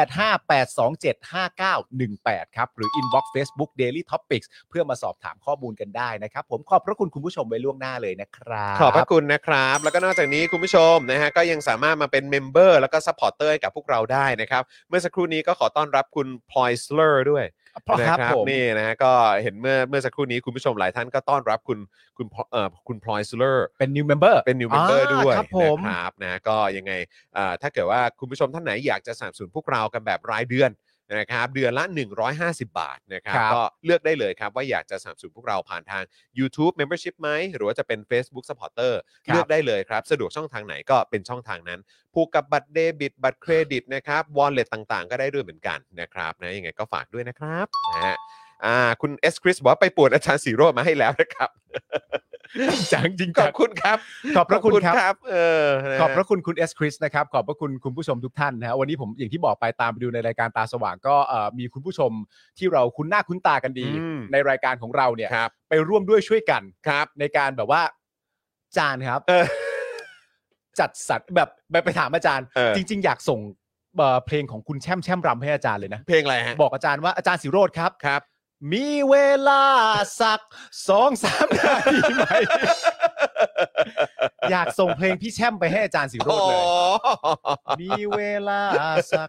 C: 0858275918 ครับหรือ inbox Facebook Daily Topics เพื่อมาสอบถามข้อมูลกันได้นะครับผมขอบพระคุณคุณผู้ชมไว้ล่วงหน้าเลยนะครับ
B: ขอบพระคุณนะครับแล้วก็นอกจากนี้คุณผู้ชมนะฮะก็ยังสามารถมาเป็นเมมเบอร์แล้วก็ซัพพอร์ตเตอร์ให้กับพวกเราได้นะครับเมื่อสักครู่นี้ก็ขอต้อนรับคุณพลอยสเลอร์ด้วยนะครับนี่นะฮะก็เห็นเมื่อสักครู่นี้คุณผู้ชมหลายท่านก็ต้อนรับคุณพลอยสเลอร์
C: เป็น new member
B: ด้วยนะครับนะก็ยังไงถ้าเกิดว่าคุณผู้ชมท่านไหนอยากจะสนับสนุนพวกเรากันแบบรายเดือนนะครับเดือนละ150 บาทนะครับก็เลือกได้เลยครับว่าอยากจะสนับสนุนพวกเราผ่านทาง YouTube Membership ไหมหรือว่าจะเป็น Facebook Supporter เลือกได้เลยครับสะดวกช่องทางไหนก็เป็นช่องทางนั้นผูกกับบัตรเดบิตบัตรเครดิตนะครับ Wallet ต่างๆก็ได้ด้วยเหมือนกันนะครับนะยังไงก็ฝากด้วยนะครับนะฮะคุณเอสคริสบอกว่าไปปวดอาจารย์สีโรจน์มาให้แล้วนะครับ
C: จังจริง
B: ขอบคุณครับ
C: ขอบพระคุณครับขอบพระคุณคุณเอสคริสนะครับขอบพระคุณคุณผู้ชมทุกท่านนะฮะวันนี้ผมอย่างที่บอกไปตามไปดูในรายการตาสว่างก็มีคุณผู้ชมที่เราคุ้นหน้าคุ้นตากันดีในรายการของเราเนี่ยไปร่วมด้วยช่วยกันในการแบบว่าจานครับจัดสรรแบบไปถามอาจารย์จริงๆอยากส่งเพลงของคุณแช่มรำให้อาจารย์เลยนะ
B: เพลงอะไรฮะ
C: บอกอาจารย์ว่าอาจารย์ศิโรจน์ครับมีเวลาสัก 2-3 นาทีไหมอยากส่งเพลงพี่แช่มไปให้อาจารย์สิโรจน์เลย มีเวลาสัก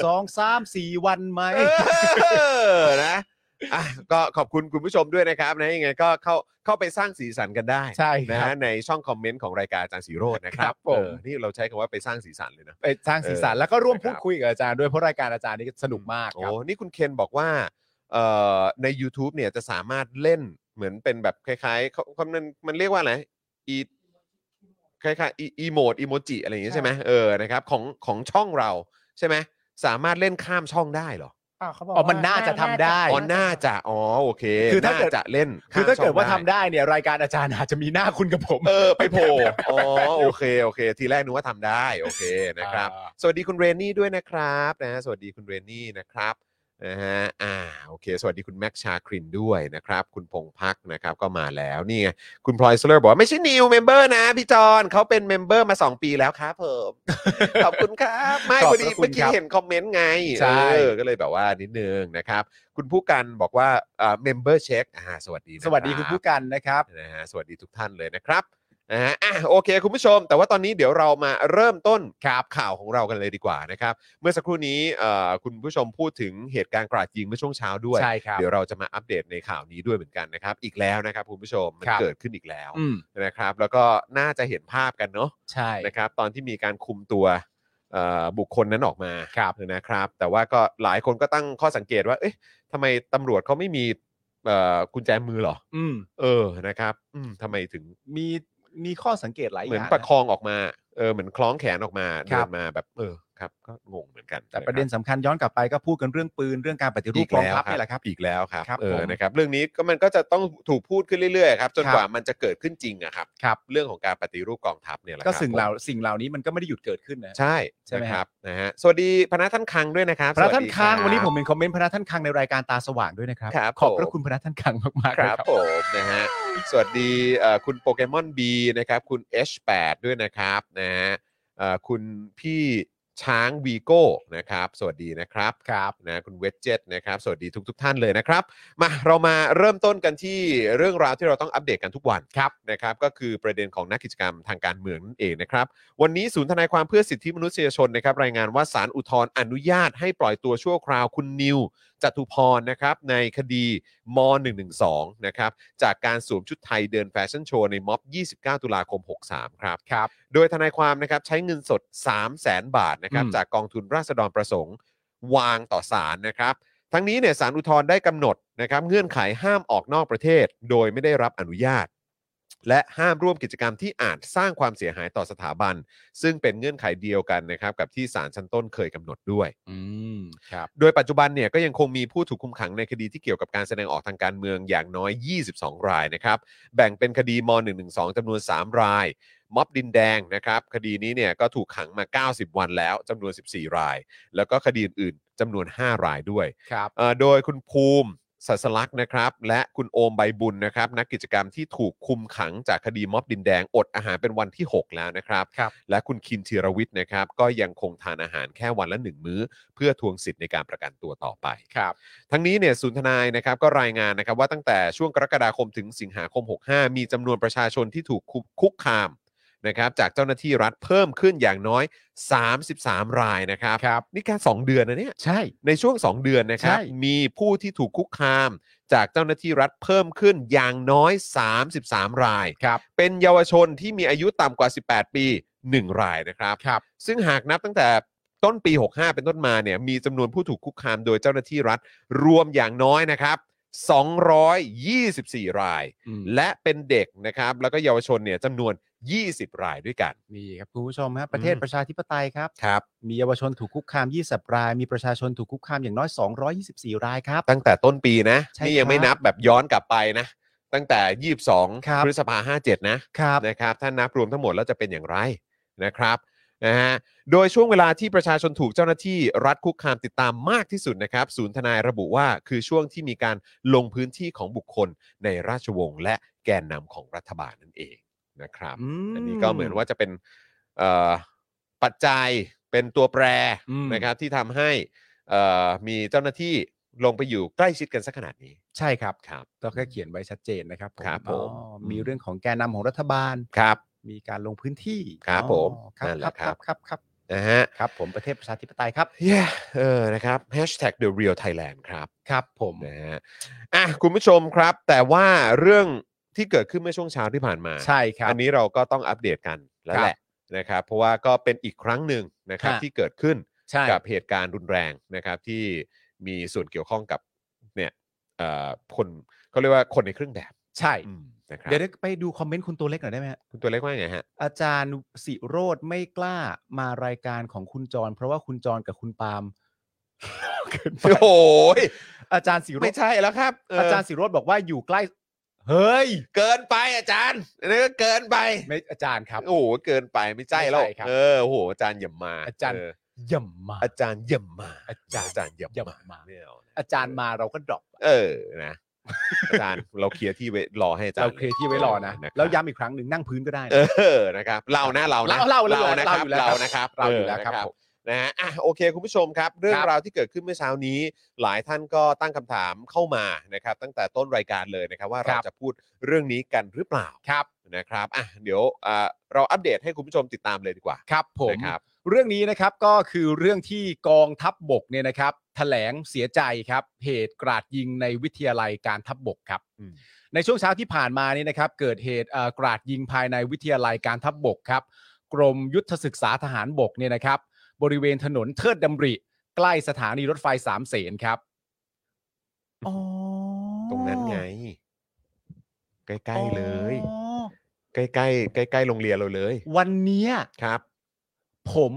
C: 2-3-4 วันไหม
B: นะอ่ะก็ขอบคุณคุณผู้ชมด้วยนะครับนะยังไงก็เข้าไปสร้างสีสันกันได้
C: ใช่ค
B: นะ
C: รับ
B: ฮะในช่องคอมเมนต์ของรายการอาจารย์สีโรจน์นะครั
C: ครับ บผม
B: นี่เราใช้คำว่าไปสร้างสีสันเลยนะ
C: ไปสร้างสีสันแล้วก็ร่วม
B: นะครับ
C: พูดคุยกับอาจารย์ด้วยเพราะรายการอาจารย์นี่สนุกมาก
B: โอ้
C: ครับ
B: นี่คุณเคนบอกว่าใน YouTube เนี่ยจะสามารถเล่นเหมือนเป็นแบบคล้ายๆเขามันเรียกว่าอะไรอีคล้ายๆอีโมดอีโมจิอะไรอย่างเงี้ยใช่ไหมนะครับของช่องเราใช่ไหมสามารถเล่นข้ามช่องได้เหรอ
D: เขาบอก
C: อ๋อมันน่าจะทำได้
B: อ๋อน่าจะโอเค
C: คือถ้าเกิด
B: น่จะเล่น
C: คือถ้าเกิดว่า
B: ข้
C: ทำได้เนี่ยรายการอาจารย์อาจจะมีหน้าคุณกับผม
B: ไปโผล่โอเคทีแรกนึกว่าทำได้โอเคนะครับ สวัสดีคุณเรนนี่ด้วยนะครับนะสวัสดีคุณเรนนี่นะครับนะฮะโอเคสวัสดีคุณแม็กชาครินด้วยนะครับคุณพงพักนะครับก็มาแล้วนี่ไงคุณพลอยสเลอร์บอกว่าไม่ใช่นิวเมมเบอร์นะพี่จอนเขาเป็นเมมเบอร์มา2 ปีแล้วครับผม ขอบคุณครับไม่
C: ขอบ
B: พอดี
C: พระคุณ
B: เมื่อกี้
C: ครับ
B: เห็นคอมเมนต์ไง
C: ใช่
B: ก็เลยแบบว่านิดนึงนะครับคุณผู้กันบอกว่าเมมเบอร์เช็คสวัสดีนะ
C: สวัสดี
B: รับ
C: คุณผู้กันนะครับ
B: นะฮะสวัสดีทุกท่านเลยนะครับนะฮะโอเคคุณผู้ชม แต่ว่าตอนนี้เดี๋ยวเรามาเริ่มต้นข่าวของเรากันเลยดีกว่านะครับเมื่อสักครู่นี้คุณผู้ชมพูดถึงเหตุการณ์กราดยิงเมื่อช่วงเช้าด้วย
C: ใช่ครับ
B: เดี๋ยวเราจะมาอัปเดตในข่าวนี้ด้วยเหมือนกันนะครับอีกแล้วนะครับคุณผู้ชมมัน
C: ครับ
B: เกิดขึ้นอีกแล้ว
C: อืม
B: นะครับแล้วก็น่าจะเห็นภาพกันเนาะ
C: ใช่
B: นะครับตอนที่มีการคุมตัวบุคคลนั้นออกมา
C: ครับ
B: นะครับแต่ว่าก็หลายคนก็ตั้งข้อสังเกตว่าเอ๊ะทำไมตำรวจเขาไม่มีกุญแจมือเหรอ
C: อืม
B: นะครับทำไมถึง
C: มีข้อสังเกตหลายอ
B: เหมือน
C: ย่าง
B: ประคองออกมาเหมือนคล้องแขนออกมา
C: ครั
B: เดิ
C: บ
B: นมาแบบครับก็งงเหมือนกัน
C: แต่ประเด็นสำคัญย้อนกลับไปก็พูดกันเรื่องปืนเรื่องการปฏิรู
B: อี
C: ป
B: ก
C: กอง
B: แล้ว
C: ทัพนี่แหละครับ
B: อีกแล้วครับ
C: ครับผม
B: นะครับเรื่องนี้ก็มันก็จะต้องถูกพูดขึ้นเรื่อยๆครับจน
C: ครับ
B: กว่ามันจะเกิดขึ้นจริงอะครับ
C: ครับ
B: เรื่องของการปฏิรูปกองทัพเนี่ยแหละ
C: ก็
B: ครับ
C: สิ่ง
B: ผม
C: เหล่านี้มันก็ไม่ได้หยุดเกิดขึ้นนะ
B: ใช่
C: ใช่ไหม
B: นะครับนะฮะสวัสดีพนักท่านคังด้วยนะครับ
C: พระท่าน
B: สสดี
C: คัง
B: รับ
C: วันนี้ผมเป็นคอมเมนต์พระท่านคังในรายการตาสว่างด้วยนะครับ
B: ครับ
C: ขอบพระ
B: ผม
C: คุณพระท่านคังมากๆ
B: ค
C: เลย
B: รับผมนะฮะสวัสดีคุณโปเกมอน B นะครับคุณ H8 ด้วยนะครับนะฮะคุณพี่ช้างวีโก้นะครับสวัสดีนะครับ
C: ครับ
B: นะคุณเวจเจ็ตนะครับสวัสดีทุกท่านเลยนะครับมาเรามาเริ่มต้นกันที่เรื่องราวที่เราต้องอัปเดตกันทุกวัน
C: ครับ
B: นะครับก็คือประเด็นของนักกิจกรรมทางการเมืองนั่นเองนะครับวันนี้ศูนย์ทนายความเพื่อสิทธิมนุษยชนนะครับรายงานว่าศาลอุทธรณ์อนุญาตให้ปล่อยตัวชั่วคราวคุณนิวจตุพรนะครับในคดีม.112 นะครับจากการสวมชุดไทยเดินแฟชั่นโชว์ในม็อบ 29 ตุลาคม 63 ครับ
C: ครับ
B: โดยทนายความนะครับใช้เงินสด 300,000 บาทนะครับ
C: อืม
B: จากกองทุนราษฎรประสงค์วางต่อศาลนะครับทั้งนี้เนี่ยศาลอุทธรณ์ได้กำหนดนะครับเงื่อนไขห้ามออกนอกประเทศ โดยไม่ได้รับอนุญาต และห้ามร่วมกิจกรรมที่อาจสร้างความเสียหายต่อสถาบัน ซึ่งเป็นเงื่อนไขเดียวกันนะครับกับที่ศาลชั้นต้นเคยกำหนดด้วย
C: ครับ
B: โดยปัจจุบันเนี่ยก็ยังคงมีผู้ถูกคุมขังในคดีที่เกี่ยวกับการแสดงออกทางการเมืองอย่างน้อย 22 รายนะครับแบ่งเป็นคดีม.112 จำนวน 3 รายม็อบดินแดงนะครับคดีนี้เนี่ยก็ถูกขังมา 90 วันแล้วจำนวน 14 ราย แล้วก็คดีอื่นๆจำนวน 5 รายด้วย
C: ครับ
B: โดยคุณภูมิสัสลักษณ์นะครับและคุณโอมใบบุญนะครับนักกิจกรรมที่ถูกคุมขังจากคดีม็อบดินแดงอดอาหารเป็นวันที่ 6 แล้วนะครับ
C: ครับ
B: และคุณคินธีรวิทย์นะครับก็ยังคงทานอาหารแค่วันละ 1 มื้อ เพื่อทวงสิทธิ์ในการประกันตัวต่อไป
C: ครับ
B: ทั้งนี้เนี่ยศูนย์ทนายนะครับก็รายงานนะครับว่าตั้งแต่ช่วงกรกฎาคมถึงสิงหาคม 65 มีจำนวนประชาชนที่ถูกคุกคามนะครับจากเจ้าหน้าที่รัฐเพิ่มขึ้นอย่างน้อย 33 รายนะครับ
C: ครับ
B: นี่แค่2 เดือนนะเนี่ย
C: ใช่
B: ในช่วง 2 เดือนนะครับ
C: ใช่
B: มีผู้ที่ถูกคุกคามจากเจ้าหน้าที่รัฐเพิ่มขึ้นอย่างน้อย 33 ราย
C: ครับ
B: เป็นเยาวชนที่มีอายุต่ำกว่า 18 ปี 1 รายนะครับ
C: ครับ
B: ซึ่งหากนับตั้งแต่ต้นปี 65 เป็นต้นมาเนี่ยมีจำนวนผู้ถูกคุกคามโดยเจ้าหน้าที่รัฐรวมอย่างน้อยนะครับ 224 ราย
C: อืม
B: และเป็นเด็กนะครับแล้วก็เยาวชนเนี่ยจำนวน 20 รายด้วยกัน
C: นี่ครับคุณผู้ชมครับประเทศ
B: อืม
C: ประชาธิปไตยครับ
B: ครับ
C: มีเยาวชนถูกคุกคาม20 ราย มีประชาชนถูกคุกคามอย่างน้อย 224 รายครับ
B: ตั้งแต่ต้นปีนะ
C: ใช่
B: นี่ยังไม่
C: ครับ
B: นับแบบย้อนกลับไปนะ ตั้งแต่
C: ครับ
B: 22 พฤษภาคม 57 นะครับถ้านับรวมทั้งหมดแล้วจะเป็นอย่างไรนะครับนะฮะโดยช่วงเวลาที่ประชาชนถูกเจ้าหน้าที่รัฐคุกคามติดตามมากที่สุดนะครับศูนย์ทนายระบุว่าคือช่วงที่มีการลงพื้นที่ของบุคคลในราชวงศ์และแกนนำของรัฐบาลนั่นเองนะครับ อันนี้ก็เหมือนว่าจะเป็นปัจจัยเป็นตัวแปร
C: อืม
B: นะครับที่ทำให้มีเจ้าหน้าที่ลงไปอยู่ใกล้ชิดกันสักขนาดนี้
C: ใช่ครับ
B: ครับ
C: ก็แค่เขียนไว้ชัดเจนนะครับผม
B: ครับผม
C: มีเรื่องของแกนนำของรัฐบาล
B: ครับ
C: มีการลงพื้นที่
B: ครับผม
C: ครับ
B: นั่นแห
C: ครั
B: ละ
C: บ
B: ค
C: ค
B: รั
C: รับ บครับครับ
B: นะฮะ
C: ครับผมประเทศประชาธิปไตยครับ
B: นะครับ #The Real Thailand ครับ
C: ครับผม
B: นะฮะคุณผู้ชมครับ แต่ว่าเรื่องที่เกิดขึ้นเมื่อช่วงเช้าที่ผ่านมา
C: ใช่ครับ
B: อันนี้เราก็ต้องอัปเดตกันแล้วแหละนะครับ เพราะว่าก็เป็นอีกครั้งหนึ่งนะครับ
C: ฮะ
B: ที่เกิดขึ้น
C: ใช่
B: กับเหตุการณ์รุนแรงนะครับที่มีส่วนเกี่ยวข้องกับเนี่ยคนเขาเรียกว่าคนในเครื่องแบบ
C: ใช่
B: นะครับ
C: เดี๋ยวไปดูคอมเมนต์คุณตัวเล็กหน่อยได้ไหมฮะ
B: คุณตัวเล็กว่าไงฮะ
C: อาจารย์สิโรจน์ไม่กล้ามารายการของคุณจร เพราะว่าคุณจรกับคุณปาล์ม
B: โอ้ย
C: อาจารย์สิโร
B: ไม่
C: จน์
B: ใช่แล้วครับ
C: อาจารย์สิโรจน์บอกว่าอยู่ใกล้ เฮ้ย
B: เกินไปอาจารย์อันนี้ก็เกินไป
C: ไม่อาจารย์ครับ
B: โอ้โหเกินไปไม่ใช่แล้ว
C: ไม่ใช่ครับ
B: โอ้โหอาจารย์อย่ามา
C: อาจารย์ ย่ำมา
B: อาจารย์อย่ามา
C: อาจารย์
B: อย่า
C: อย่า
B: มา
C: มา
B: ไม่เอานะ
C: อาจารย์มาเราก็ดรอป
B: นะ อาจารย์เราเคลียร์ที่ไว้รอให้อาจารย์
C: เราเคลียร์ที่ไว้รอนะ
B: ครับ
C: แล้วย้ำอีกครั้งหนึ่งนั่งพื้นก็ได้นะ
B: นะครับเรานะเรานะ
C: เรา
B: นะครับ
C: อยู่แล้ว
B: เรานะครับ
C: เราอยู่แล้วครับ
B: นะ
C: ผม
B: นะฮะโอเคคุณผู้ชมครับ เรื่อง
C: ครับ
B: ราวที่เกิดขึ้นเมื่อเช้านี้ หลายท่านก็ตั้งคำถามเข้ามานะครับตั้งแต่ต้นรายการเลยนะครับว่าเราจะพูดเรื่องนี้กันหรือเปล่า
C: ครับ
B: นะครับเดี๋ยวเราอัปเดตให้คุณผู้ชมติดตามเลยดีกว่า
C: ครับผม
B: นะครับ
C: เรื่องนี้นะครับก็คือเรื่องที่กองทัพบกเนี่ยนะครับแถลงเสียใจครับเหตุกราดยิงในวิทยาลัยการทัพบกครับในช่วงเช้าที่ผ่านมานี่นะครับเกิดเหตุกราดยิงภายในวิทยาลัยการทัพบกครับกรมยุทธศึกษาทหารบกเนี่ยนะครับบริเวณถนนเทิดดำริใกล้สถานีรถไฟสามเสนครับอ๋อ
B: ตรงนั้นไง ใกล้ๆเลย ใกล้ๆใกล้ๆโรงเรียนเราเลย
C: วันเนี้ย
B: ครับ
C: ผม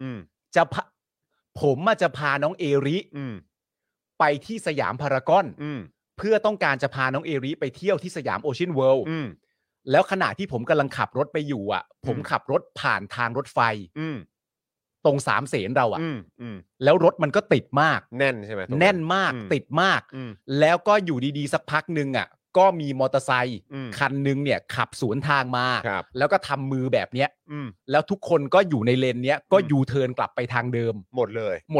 C: จะพาน้องเอริไปที่สยามพารากอนเพื่อต้องการจะพาน้องเอริไปเที่ยวที่สยามโอเชียนเวิลด์แล้วขณะที่ผมกำลังขับรถไปอยู่ผมขับรถผ่านทางรถไฟตรงสามเสนเราแล้วรถมันก็ติดมาก
B: แน่นใช่ไหม
C: แน่นมากติดมากแล้วก็อยู่ดีๆสักพักนึงก็มีมอเตอร์ไซค์คันนึงเนี่ยขับสวนทางมาแล้วก็ทำมือแบบเนี้ยแล้วทุกคนก็อยู่ในเลนเนี้ยก็ยูเทิร์นกลับไปทางเดิม
B: หมดเลย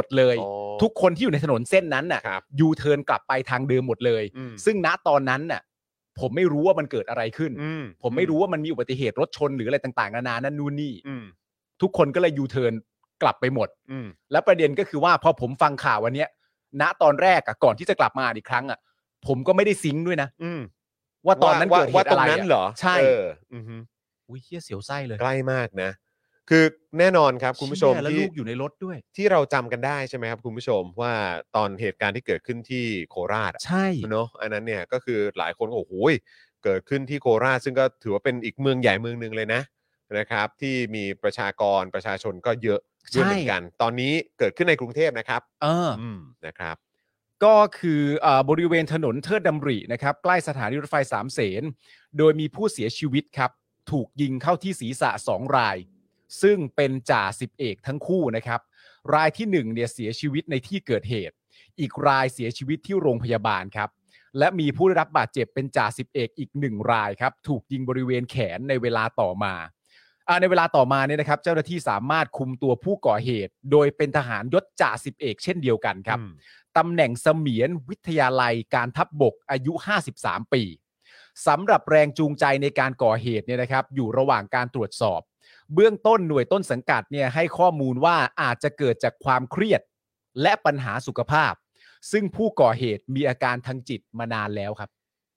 C: ทุกคนที่อยู่ในถนนเส้นนั้นน่ะยูเทิร์นกลับไปทางเดิมหมดเลยซึ่งณตอนนั้นน่ะผมไม่รู้ว่ามันเกิดอะไรขึ้นผมไม่รู้ว่ามันมีอุบัติเหตุรถชนหรืออะไรต่างๆนานานั่นนู่นนี่ทุกคนก็เลยยูเทิร์นกลับไปหมดแล้วประเด็นก็คือว่าพอผมฟังข่าววันเนี้ยณตอนแรกก่อนที่จะกลับมาอีกครั้งผมก็ไม่ได้ซิงค์ด้วยนะว่าตอนนั้นเกิดเหตุอะไร
B: ว่าตรงนั้นเหรอ
C: ใช่อุ้ยเหี้ยเสียวไส้เลย
B: ใกล้มากนะคือแน่นอนครับคุณผู้ชม
C: แล้วลูกอยู่ในรถด้วย
B: ที่เราจำกันได้ใช่ไหมครับคุณผู้ชมว่าตอนเหตุการณ์ที่เกิดขึ้นที่โคราช
C: ใช่
B: เนาะอันนั้นเนี่ยก็คือหลายคนโอ้โหเกิดขึ้นที่โคราชซึ่งก็ถือว่าเป็นอีกเมืองใหญ่เมืองนึงเลยนะครับที่มีประชาชนก็เยอะด้วยเหมือนกันตอนนี้เกิดขึ้นในกรุงเทพนะครับนะครับ
C: ก็คือบริเวณถนนเทิดดำรินะครับใกล้สถานีรถไฟสามเสนโดยมีผู้เสียชีวิตครับถูกยิงเข้าที่ศีรษะ2รายซึ่งเป็นจ่าสิบเอกทั้งคู่นะครับรายที่1เนี่ยเสียชีวิตในที่เกิดเหตุอีกรายเสียชีวิตที่โรงพยาบาลครับและมีผู้ได้รับบาดเจ็บเป็นจ่าสิบเอกอีก1รายครับถูกยิงบริเวณแขนในเวลาต่อมาเนี่ยนะครับเจ้าหน้าที่สามารถคุมตัวผู้ก่อเหตุโดยเป็นทหารยศจ่าสิบเอกเช่นเดียวกันครับตำแหน่งเสมียนวิทยาลัยการทัพบกอายุ53ปีสำหรับแรงจูงใจในการก่อเหตุเนี่ยนะครับอยู่ระหว่างการตรวจสอบเบื้องต้นหน่วยต้นสังกัดเนี่ยให้ข้อมูลว่าอาจจะเกิดจากความเครียดและปัญหาสุขภาพซึ่งผู้ก่อเหตุมีอาการทางจิตมานานแล้วครับ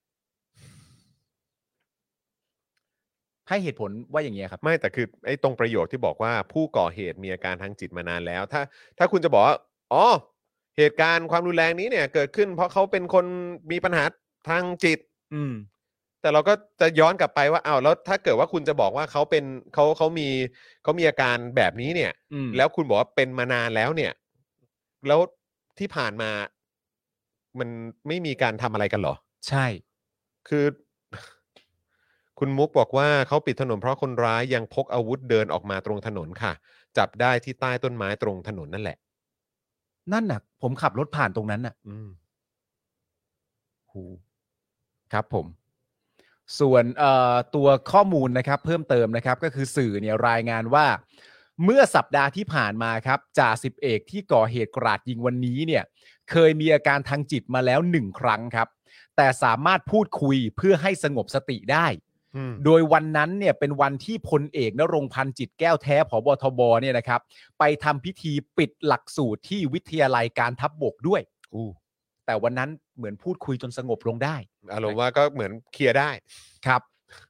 C: ให้เหตุผลว่าอย่างเงี้ยครับ
B: ไม่แต่คือไอ้ตรงประโยคที่บอกว่าผู้ก่อเหตุมีอาการทางจิตมานานแล้วถ้าคุณจะบอกว่าอ๋อเหตุการณ์ความรุนแรงนี้เนี่ยเกิดขึ้นเพราะเขาเป็นคนมีปัญหาทางจิตแต่เราก็จะย้อนกลับไปว่าอ้าวแล้วถ้าเกิดว่าคุณจะบอกว่าเขามีอาการแบบนี้เนี่ยแล้วคุณบอกว่าเป็นมานานแล้วเนี่ยแล้วที่ผ่านมามันไม่มีการทำอะไรกันเหรอ
C: ใช่
B: คือคุณมุกบอกว่าเขาปิดถนนเพราะคนร้ายยังพกอาวุธเดินออกมาตรงถนนค่ะจับได้ที่ใต้ต้นไม้ตรงถนนนั่นแหละ
C: นั่นน่ะผมขับรถผ่านตรงนั้นน่ะครับผมส่วนตัวข้อมูลนะครับเพิ่มเติมนะครับก็คือสื่อเนี่ยรายงานว่าเมื่อสัปดาห์ที่ผ่านมาครับจ่าสิบเอกที่ก่อเหตุกราดยิงวันนี้เนี่ยเคยมีอาการทางจิตมาแล้ว1ครั้งครับแต่สามารถพูดคุยเพื่อให้สงบสติได้โดยวันนั้นเนี่ยเป็นวันที่พลเอกณรงค์พันธ์จิตแก้วแท้ผบทบเนี่ยนะครับไปทำพิธีปิดหลักสูตรที่วิทยาลัยการทัพบกด้วยแต่วันนั้นเหมือนพูดคุยจนสงบลงได้
B: อารมณ์ว่าก็เหมือนเคลียร์ได้
C: ครับ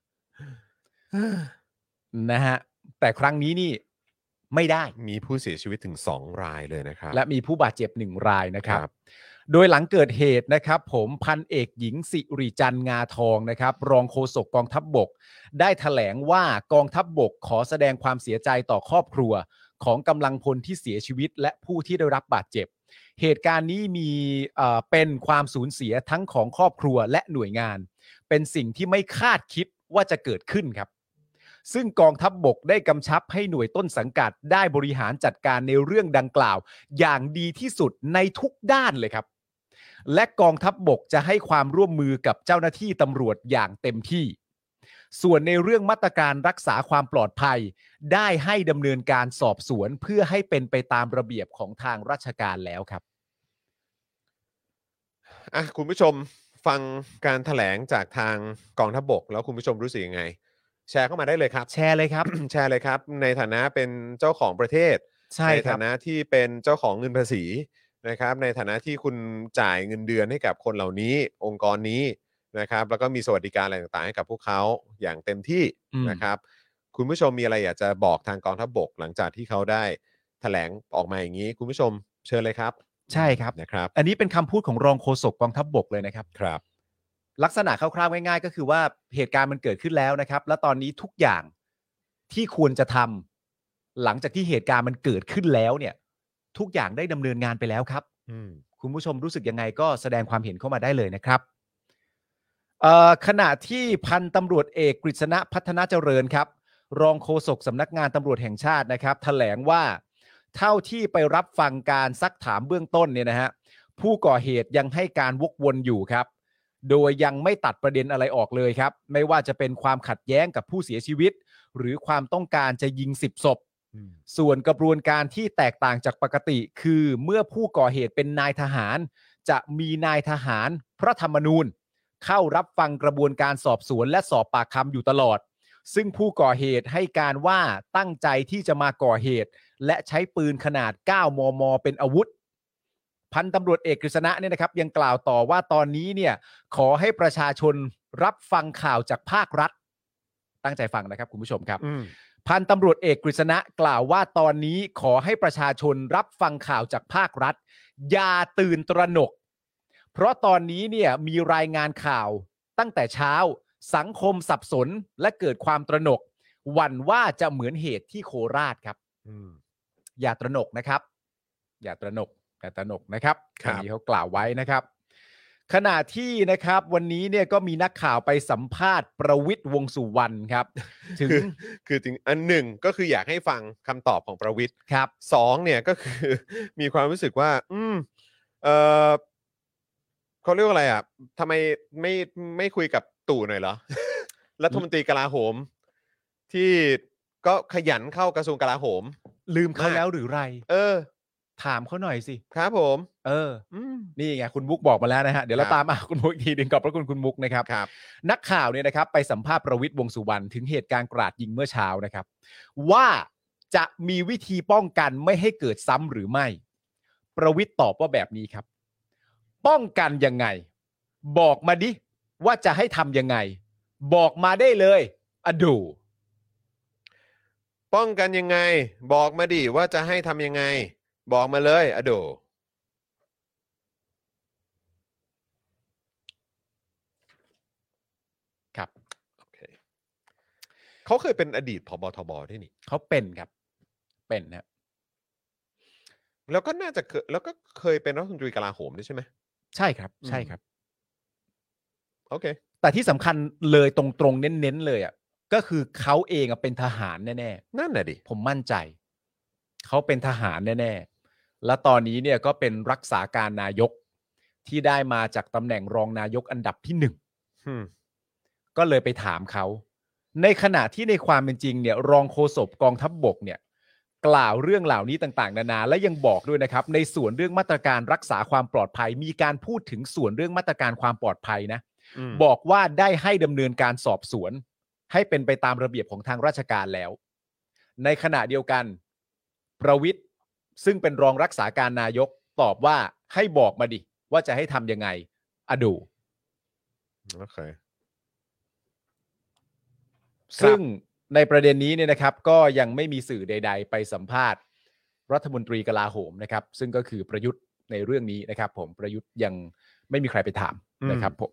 C: นะฮะแต่ครั้งนี้นี่ไม่ได้
B: มีผู้เสียชีวิตถึง2 รายเลยนะครับ
C: และมีผู้บาดเจ็บ1 รายนะครับโดยหลังเกิดเหตุนะครับผมพันเอกหญิงสิริจันทร์งาทองนะครับรองโฆษกกองทัพบกได้แถลงว่ากองทัพบกขอแสดงความเสียใจต่อครอบครัวของกำลังพลที่เสียชีวิตและผู้ที่ได้รับบาดเจ็บเหตุการณ์นี้มีเป็นความสูญเสียทั้งของครอบครัวและหน่วยงานเป็นสิ่งที่ไม่คาดคิดว่าจะเกิดขึ้นครับซึ่งกองทัพบกได้กำชับให้หน่วยต้นสังกัดได้บริหารจัดการในเรื่องดังกล่าวอย่างดีที่สุดในทุกด้านเลยครับและกองทัพบกจะให้ความร่วมมือกับเจ้าหน้าที่ตำรวจอย่างเต็มที่ส่วนในเรื่องมาตรการรักษาความปลอดภัยได้ให้ดำเนินการสอบสวนเพื่อให้เป็นไปตามระเบียบของทางราชการแล้วครับ
B: คุณผู้ชมฟังการแถลงจากทางกองทัพบกแล้วคุณผู้ชมรู้สึกยังไงแชร์เข้ามาได้เลยครับ
C: แชร์เลยครับ
B: แชร์เลยครับในฐานะเป็นเจ้าของประเทศ ในฐานะที่เป็นเจ้าของเงินภาษีนะครับในฐานะที่คุณจ่ายเงินเดือนให้กับคนเหล่านี้องค์กรนี้นะครับแล้วก็มีสวัสดิการอะไรต่างๆให้กับพวกเขาอย่างเต็มที่นะครับคุณผู้ชมมีอะไรอยากจะบอกทางกองทัพบกหลังจากที่เขาได้แถลงออกมาอย่างนี้คุณผู้ชมเชิญเลยครับ
C: ใช่ครับ
B: นะครับ
C: อันนี้เป็นคำพูดของรองโฆษกกองทัพบกเลยนะครับ
B: ครับ
C: ลักษณะคร่าวๆง่ายๆก็คือว่าเหตุการณ์มันเกิดขึ้นแล้วนะครับและตอนนี้ทุกอย่างที่ควรจะทำหลังจากที่เหตุการณ์มันเกิดขึ้นแล้วเนี่ยทุกอย่างได้ดำเนินงานไปแล้วครับคุณผู้ชมรู้สึกยังไงก็แสดงความเห็นเข้ามาได้เลยนะครับขณะที่พันตำรวจเอกกฤษณะพัฒนาเจริญครับรองโฆษกสำนักงานตำรวจแห่งชาตินะครับแถลงว่าเท่าที่ไปรับฟังการซักถามเบื้องต้นเนี่ยนะฮะผู้ก่อเหตุยังให้การวกวนอยู่ครับโดยยังไม่ตัดประเด็นอะไรออกเลยครับไม่ว่าจะเป็นความขัดแย้งกับผู้เสียชีวิตหรือความต้องการจะยิง10 ศพส่วนกระบวนการที่แตกต่างจากปกติคือเมื่อผู้ก่อเหตุเป็นนายทหารจะมีนายทหารพระธรรมนูญเข้ารับฟังกระบวนการสอบสวนและสอบปากคำอยู่ตลอดซึ่งผู้ก่อเหตุให้การว่าตั้งใจที่จะมาก่อเหตุและใช้ปืนขนาด 9 มม. เป็นอาวุธพันตำรวจเอกกฤษณะเนี่ยนะครับยังกล่าวต่อว่าตอนนี้เนี่ยขอให้ประชาชนรับฟังข่าวจากภาครัฐตั้งใจฟังนะครับคุณผู้ชมครับพันตำรวจเอกกฤษณะกล่าวว่าตอนนี้ขอให้ประชาชนรับฟังข่าวจากภาครัฐอย่าตื่นตระหนกเพราะตอนนี้เนี่ยมีรายงานข่าวตั้งแต่เช้าสังคมสับสนและเกิดความตระหนกหวั่นว่าจะเหมือนเหตุที่โคราชครับอย่าตระหนกนะครับอย่าตระหนกนะครับอันนี้เขากล่าวไว้นะครับขณะที่นะครับวันนี้เนี่ยก็มีนักข่าวไปสัมภาษณ์ประวิตรวงษ์สุวรรณครับถึง
B: คือถึงอันหนึ่งก็คืออยากให้ฟังคำตอบของประวิตร
C: ครับ
B: 2เนี่ยก็คือมีความรู้สึกว่าเขาเรียกว่าอะไรอ่ะทำไมไม่คุยกับตู่หน่อยเหรอ รัฐมนตรีกลาโหมที่ก็ขยันเข้ากระทรวงกลาโหม
C: ลืมเขาแล้วหรือไรถามเขาหน่อยสิ
B: ครับผม
C: นี่ไงคุณมุกบอกมาแล้วนะฮะเดี๋ยวเราตามคุณมุกอีกทีนึงขอบพระคุณมุกนะครับนักข่าวเนี่ยนะครับไปสัมภาษณ์ประวิตรวงษ์สุวรรณถึงเหตุการณ์กราดยิงเมื่อเช้านะครับว่าจะมีวิธีป้องกันไม่ให้เกิดซ้ำหรือไม่ประวิตรตอบว่าแบบนี้ครับป้องกันยังไงบอกมาดิว่าจะให้ทำยังไงบอกมาได้เลยอะดู
B: ป้องกันยังไงบอกมาดิว่าจะให้ทำยังไงบอกมาเลยอะดู
C: ครับ
B: โอเคเขาเคยเป็นอดีตผบ.ทบ.ด้วยนี่
C: เขาเป็นครับเป็นนะ
B: แล้วก็น่าจะแล้วก็เคยเป็นรัฐมนตรีกลาโหมด้วยใช่ไหม
C: ใช่ครับใช่ครับ
B: โอเค
C: แต่ที่สำคัญเลยตรงๆเน้นๆเลยอ่ะก็คือเขาเองเป็นทหารแน่
B: ๆนั่นน่ะดิ
C: ผมมั่นใจเขาเป็นทหารแน่ๆและตอนนี้เนี่ยก็เป็นรักษาการนายกที่ได้มาจากตำแหน่งรองนายกอันดับที่1ก็เลยไปถามเขาในขณะที่ในความเป็นจริงเนี่ยรองโฆษกกองทัพบกเนี่ยกล่าวเรื่องเหล่านี้ต่างๆนานาและยังบอกด้วยนะครับในส่วนเรื่องมาตรการรักษาความปลอดภัยมีการพูดถึงส่วนเรื่องมาตรการความปลอดภัยนะบอกว่าได้ให้ดำเนินการสอบสวนให้เป็นไปตามระเบียบของทางราชการแล้วในขณะเดียวกันประวิตรซึ่งเป็นรองรักษาการนายกตอบว่าให้บอกมาดิว่าจะให้ทำยังไงดู
B: โอเค
C: ซึ่งในประเด็นนี้เนี่ยนะครับก็ยังไม่มีสื่อใดๆไปสัมภาษณ์รัฐมนตรีกลาโหมนะครับซึ่งก็คือประยุทธ์ในเรื่องนี้นะครับผมประยุทธ์ยังไม่มีใครไปถามนะครับผม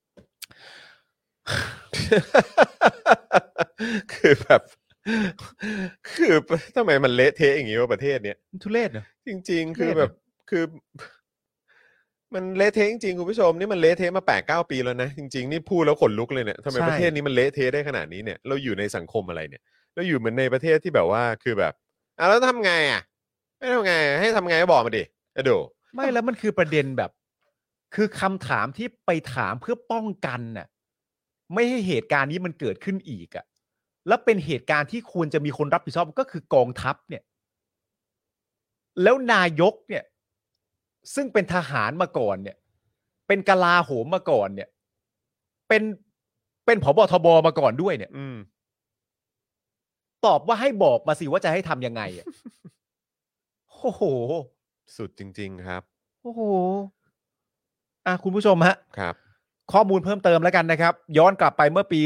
B: คือแบบคือทำไมมันเละเทะอย่างนี้ว่าประเทศเนี้ย
C: ทุเรศเนอะ
B: จริงๆ คือแบบคือมันเละเทะจริงๆคุณผู้ชมนี่มันเละเทะมา 8-9 ปีแล้วนะจริงๆนี่พูดแล้วขนลุกเลยเนี่ยทำไมประเทศนี้มันเละเทะได้ขนาดนี้เนี่ยเราอยู่ในสังคมอะไรเนี่ยเราอยู่เหมือนในประเทศที่แบบว่าคือแบบแล้วทำไงไม่ทำไงให้ทำไงก็บอกมาดิดู
C: ไม่แล้วมันคือประเด็นแบบคือคำถามที่ไปถามเพื่อป้องกันน่ะไม่ให้เหตุการณ์นี้มันเกิดขึ้นอีกอ่ะแล้วเป็นเหตุการณ์ที่ควรจะมีคนรับผิดชอบก็คือกองทัพเนี่ยแล้วนายกเนี่ยซึ่งเป็นทหารมาก่อนเนี่ยเป็นกลาโหมมาก่อนเนี่ยเป็นผบทบมาก่อนด้วยเนี่ยตอบว่าให้บอกมาสิว่าจะให้ทำยังไงอ่ะ โอ้โห
B: สุดจริงๆครับ
C: โอ้โหคุณผู้ชมฮะ
B: ครับ
C: ข้อมูลเพิ่มเติมแล้วกันนะครับย้อนกลับไปเมื่อปี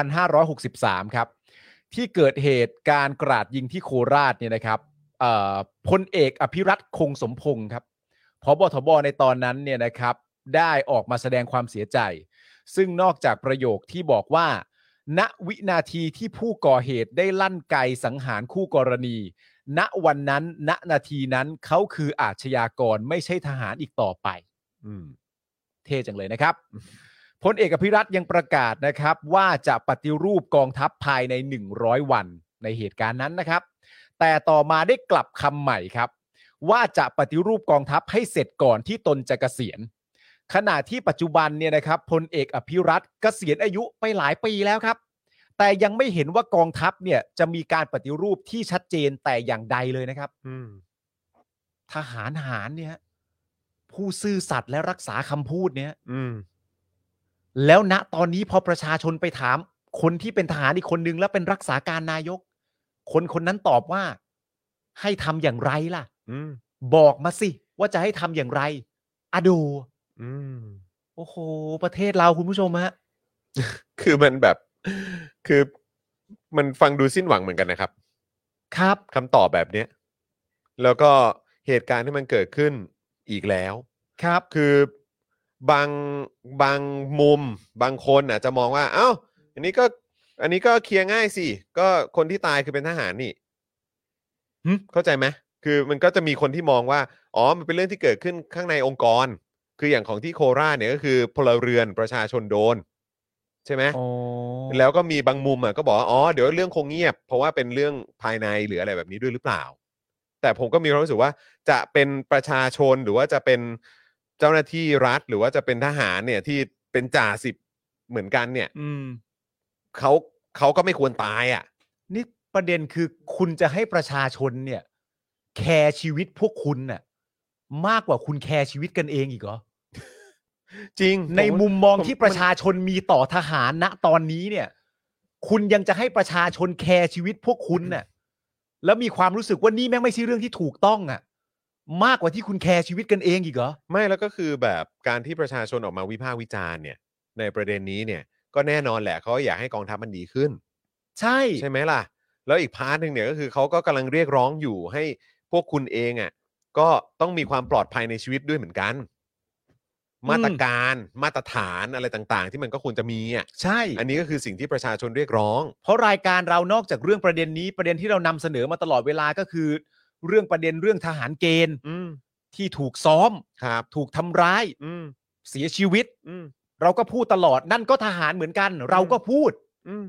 C: 2563 ครับที่เกิดเหตุการกราดยิงที่โคราชเนี่ยนะครับพลเอกอภิรัตคงสมพงศ์ครับผบทบในตอนนั้นเนี่ยนะครับได้ออกมาแสดงความเสียใจซึ่งนอกจากประโยคที่บอกว่าณวินาทีที่ผู้ก่อเหตุได้ลั่นไกสังหารคู่กรณีณวันนั้นณนาทีนั้นเขาคืออาชญากรไม่ใช่ทหารอีกต่อไปเท่จังเลยนะครับพลเอกอภิรัตน์ยังประกาศนะครับว่าจะปฏิรูปกองทัพภายใน100วันในเหตุการณ์นั้นนะครับแต่ต่อมาได้กลับคำใหม่ครับว่าจะปฏิรูปกองทัพให้เสร็จก่อนที่ตนจะเกษียณขณะที่ปัจจุบันเนี่ยนะครับพลเอกอภิรัตน์เกษียณอายุไปหลายปีแล้วครับแต่ยังไม่เห็นว่ากองทัพเนี่ยจะมีการปฏิรูปที่ชัดเจนแต่อย่างใดเลยนะครับทหารเนี่ยผู้ซื่อสัตย์และรักษาคำพูดเนี่ยแล้วณตอนนี้พอประชาชนไปถามคนที่เป็นทหารอีกคนนึงแล้วเป็นรักษาการนายกคนนั้นตอบว่าให้ทำอย่างไรล่ะบอกมาสิว่าจะให้ทำอย่างไรดูโอ้โหประเทศเราคุณผู้ชมฮะ
B: คือมันแบบคือมันฟังดูสิ้นหวังเหมือนกันนะครับ
C: ครับ
B: คำตอบแบบนี้แล้วก็เหตุการณ์ที่มันเกิดขึ้นอีกแล้ว
C: ครับ
B: คือบางมุมบางคนอาจจะมองว่าเอ้าอันนี้ก็เคลียร์ง่ายสิก็คนที่ตายคือเป็นทหารนี่เข้าใจไหมคือมันก็จะมีคนที่มองว่าอ๋อมันเป็นเรื่องที่เกิดขึ้นข้างในองค์กรคืออย่างของที่โคราชเนี่ยก็คือพลเรือนประชาชนโดนใช่ไหมแล้วก็มีบางมุมก็บอกว่าอ๋อเดี๋ยวเรื่องคงเงียบเพราะว่าเป็นเรื่องภายในหรืออะไรแบบนี้ด้วยหรือเปล่าแต่ผมก็มีความรู้สึกว่าจะเป็นประชาชนหรือว่าจะเป็นเจ้าหน้าที่รัฐหรือว่าจะเป็นทหารเนี่ยที่เป็นจ่าสิบเหมือนกันเนี่ยเขาก็ไม่ควรตาย
C: นี่ประเด็นคือคุณจะให้ประชาชนเนี่ยแคร์ชีวิตพวกคุณน่ะมากกว่าคุณแคร์ชีวิตกันเองอีกเหรอ
B: จริง
C: ในมุมมองที่ประชาชนมีต่อทหารณตอนนี้เนี่ยคุณยังจะให้ประชาชนแคร์ชีวิตพวกคุณน่ะแล้วมีความรู้สึกว่านี่แม่งไม่ใช่เรื่องที่ถูกต้องมากกว่าที่คุณแคร์ชีวิตกันเองอีกเหรอ
B: ไม่แล้วก็คือแบบการที่ประชาชนออกมาวิพากษ์วิจารณ์เนี่ยในประเด็นนี้เนี่ยก็แน่นอนแหละเขาอยากให้กองทัพมันดีขึ้นใช่ไหมล่ะแล้วอีกพาร์ทนึงเนี่ยก็คือเขาก็กำลังเรียกร้องอยู่ให้พวกคุณเองก็ต้องมีความปลอดภัยในชีวิตด้วยเหมือนกันมาตรการมาตรฐานอะไรต่างๆที่มันก็ควรจะมี
C: ใช่
B: อันนี้ก็คือสิ่งที่ประชาชนเรียกร้อง
C: เพราะรายการเรานอกจากเรื่องประเด็นนี้ประเด็นที่เรานำเสนอมาตลอดเวลาก็คือเรื่องประเด็นเรื่องทหารเกณฑ์ที่ถูกซ้อมถูกทำร้ายเสียชีวิตเราก็พูดตลอดนั่นก็ทหารเหมือนกันเราก็พูด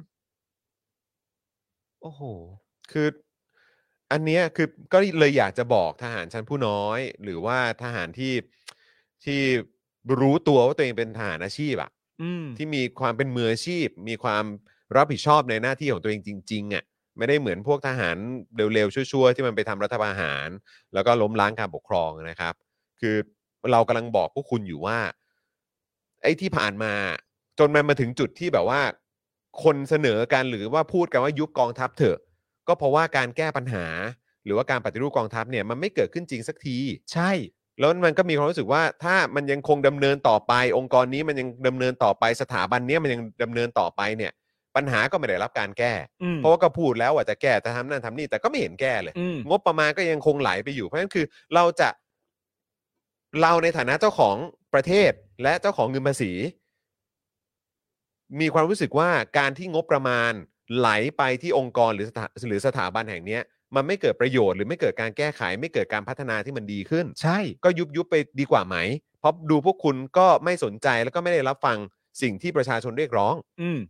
C: โอ้โห
B: คืออันเนี้ยคือก็เลยอยากจะบอกทหารชั้นผู้น้อยหรือว่าทหารที่รู้ตัวว่าตัวเองเป็นทหารอาชีพที่มีความเป็นมืออาชีพมีความรับผิดชอบในหน้าที่ของตัวเองจริงๆไม่ได้เหมือนพวกทหารเร็วๆชั่วๆที่มันไปทำรัฐประหารแล้วก็ล้มล้างการปกครองนะครับคือเรากำลังบอกพวกคุณอยู่ว่าไอ้ที่ผ่านมาจนมันมาถึงจุดที่แบบว่าคนเสนอกันหรือว่าพูดกันว่ายุบกองทัพเถอะก็เพราะว่าการแก้ปัญหา หรือว่าการปฏิรูปกองทัพเนี่ยมันไม่เกิดขึ้นจริงสักที
C: ใช่
B: แล้วมันก็มีความรู้สึกว่าถ้ามันยังคงดำเนินต่อไปองค์กรนี้มันยังดำเนินต่อไปสถาบันนี้มันยังดำเนินต่อไปเนี่ยปัญหาก็ไม่ได้รับการแก้เพราะว่าก็พูดแล้วว่าจะแก้จะทำนั่นทำนี่แต่ก็ไม่เห็นแก้เลยงบประมาณก็ยังคงไหลไปอยู่เพราะฉะนั้นคือเราในฐานะเจ้าของประเทศและเจ้าของเงินภาษีมีความรู้สึกว่าการที่งบประมาณไหลไปที่องค์กรหรือสถาบันแห่งนี้มันไม่เกิดประโยชน์หรือไม่เกิดการแก้ไขไม่เกิดการพัฒนาที่มันดีขึ้น
C: ใช่
B: ก็ยุบไปดีกว่าไหมเพราะดูพวกคุณก็ไม่สนใจแล้วก็ไม่ได้รับฟังสิ่งที่ประชาชนเรียกร้อง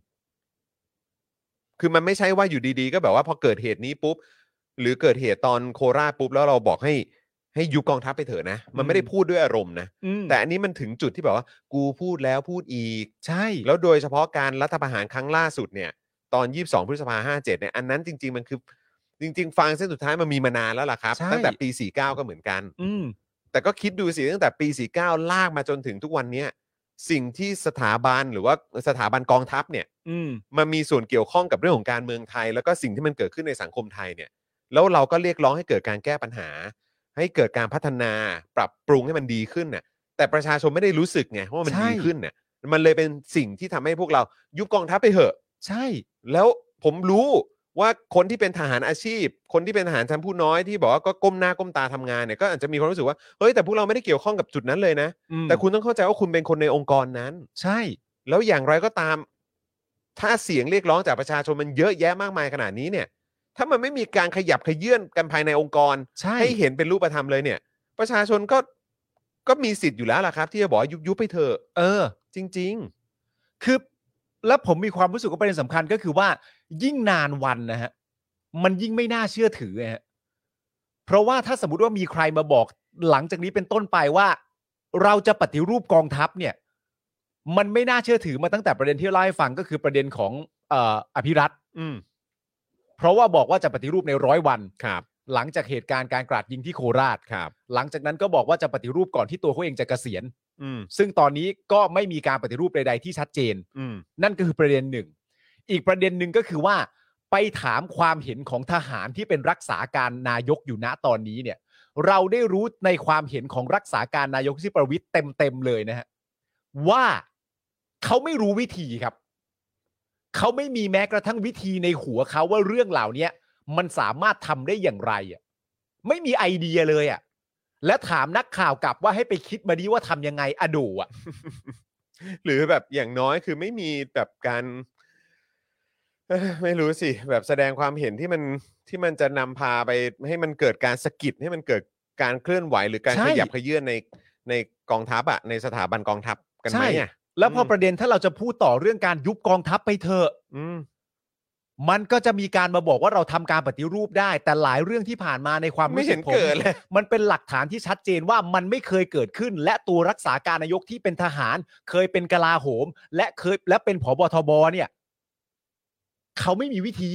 B: คือมันไม่ใช่ว่าอยู่ดีๆก็แบบว่าพอเกิดเหตุนี้ปุ๊บหรือเกิดเหตุตอนโคราชปุ๊บแล้วเราบอกให้ยุบกองทัพไปเถอะนะมันไม่ได้พูดด้วยอารมณ์นะแต่อันนี้มันถึงจุดที่แบบว่ากูพูดแล้วพูดอีก
C: ใช่
B: แล้วโดยเฉพาะการรัฐประหารครั้งล่าสุดเนี่ยตอน22พฤษภาคม57เนี่ยอันนั้นจริงๆมันคือจริงๆฟังเส้นสุดท้ายมันมีมานานแล้วล่ะครับตั้งแต่ปี49ก็เหมือนกันแต่ก็คิดดูสิตั้งแต่ปี49ลากมาจนถึงทุกวันนี้สิ่งที่สถาบันหรือว่าสถาบันกองทัพเนี่ยมันมีส่วนเกี่ยวข้องกับเรื่องของการเมืองไทยแล้วก็สิ่งที่มันเกิดขึ้นในสังคมไทยเนี่ยแล้วเราก็เรียกร้องให้เกิดการแก้ปัญหาให้เกิดการพัฒนาปรับปรุงให้มันดีขึ้นน่ะแต่ประชาชนไม่ได้รู้สึกไงว่ามันดีขึ้นเนี่ยมันเลยเป็นสิ่งที่ทำให้พวกเรายุบกองทัพไปเหอะ
C: ใช่
B: แล้วผมรู้ว่าคนที่เป็นทหารอาชีพคนที่เป็นทหารชั้นผู้น้อยที่บอกว่าก็ก้มหน้าก้มตาทำงานเนี่ยก็อาจจะมีความรู้สึกว่าเฮ้ยแต่พวกเราไม่ได้เกี่ยวข้องกับจุดนั้นเลยนะแต่คุณต้องเข้าใจว่าคุณเป็นคนในองค์กรนั้น
C: ใช่
B: แล้วอย่างไรก็ตามถ้าเสียงเรียกร้องจากประชาชนมันเยอะแยะมากมายขนาดนี้เนี่ยถ้ามันไม่มีการขยับขยื่นกันภายในองค์กรให้เห็นเป็นรูปธรรมเลยเนี่ยประชาชนก็มีสิทธิ์อยู่แล้วล่ะครับที่จะบอกยุบไปเถอะจริง
C: ๆคือแล้วผมมีความรู้สึกว่าประเด็นสำคัญก็คือว่ายิ่งนานวันนะฮะมันยิ่งไม่น่าเชื่อถือฮะเพราะว่าถ้าสมมุติว่ามีใครมาบอกหลังจากนี้เป็นต้นไปว่าเราจะปฏิรูปกองทัพเนี่ยมันไม่น่าเชื่อถือมาตั้งแต่ประเด็นที่เล่าให้ฟังก็คือประเด็นของอภิรัตน์เพราะว่าบอกว่าจะปฏิรูปใน100 วันหลังจากเหตุการณ์การกราดยิงที่โคราชหลังจากนั้นก็บอกว่าจะปฏิรูปก่อนที่ตัวเขาเองจะเกษียณซึ่งตอนนี้ก็ไม่มีการปฏิรูปใดๆที่ชัดเจนนั่นก็คือประเด็นหนึ่งอีกประเด็นหนึ่งก็คือว่าไปถามความเห็นของทหารที่เป็นรักษาการนายกอยู่ณตอนนี้เนี่ยเราได้รู้ในความเห็นของรักษาการนายกที่ประวิตรเต็มๆเลยนะฮะว่าเขาไม่รู้วิธีครับเขาไม่มีแม้กระทั่งวิธีในหัวเขาว่าเรื่องเหล่านี้มันสามารถทำได้อย่างไรอ่ะไม่มีไอเดียเลยอ่ะและถามนักข่าวกลับว่าให้ไปคิดมาดีว่าทำยังไงอดูอ่ะ
B: หรือแบบอย่างน้อยคือไม่มีแบบการไม่รู้สิแบบแสดงความเห็นที่มันจะนำพาไปให้มันเกิดการสะกิดให้มันเกิดการเคลื่อนไหวหรือการขยับขยื่นในกองทัพอ่ะในสถาบันกองทัพกันไหมอ่ะ
C: แล้วพอประเด็นถ้าเราจะพูดต่อเรื่องการยุบกองทัพไปเถอะมันก็จะมีการมาบอกว่าเราทำการปฏิรูปได้แต่หลายเรื่องที่ผ่านมาในความรู้สึกผมมันเป็นหลักฐานที่ชัดเจนว่ามันไม่เคยเกิดขึ้นและตัวรักษาการนายกที่เป็นทหารเคยเป็นกลาโหมและเป็นผบทบเนี่ยเขาไม่มีวิธี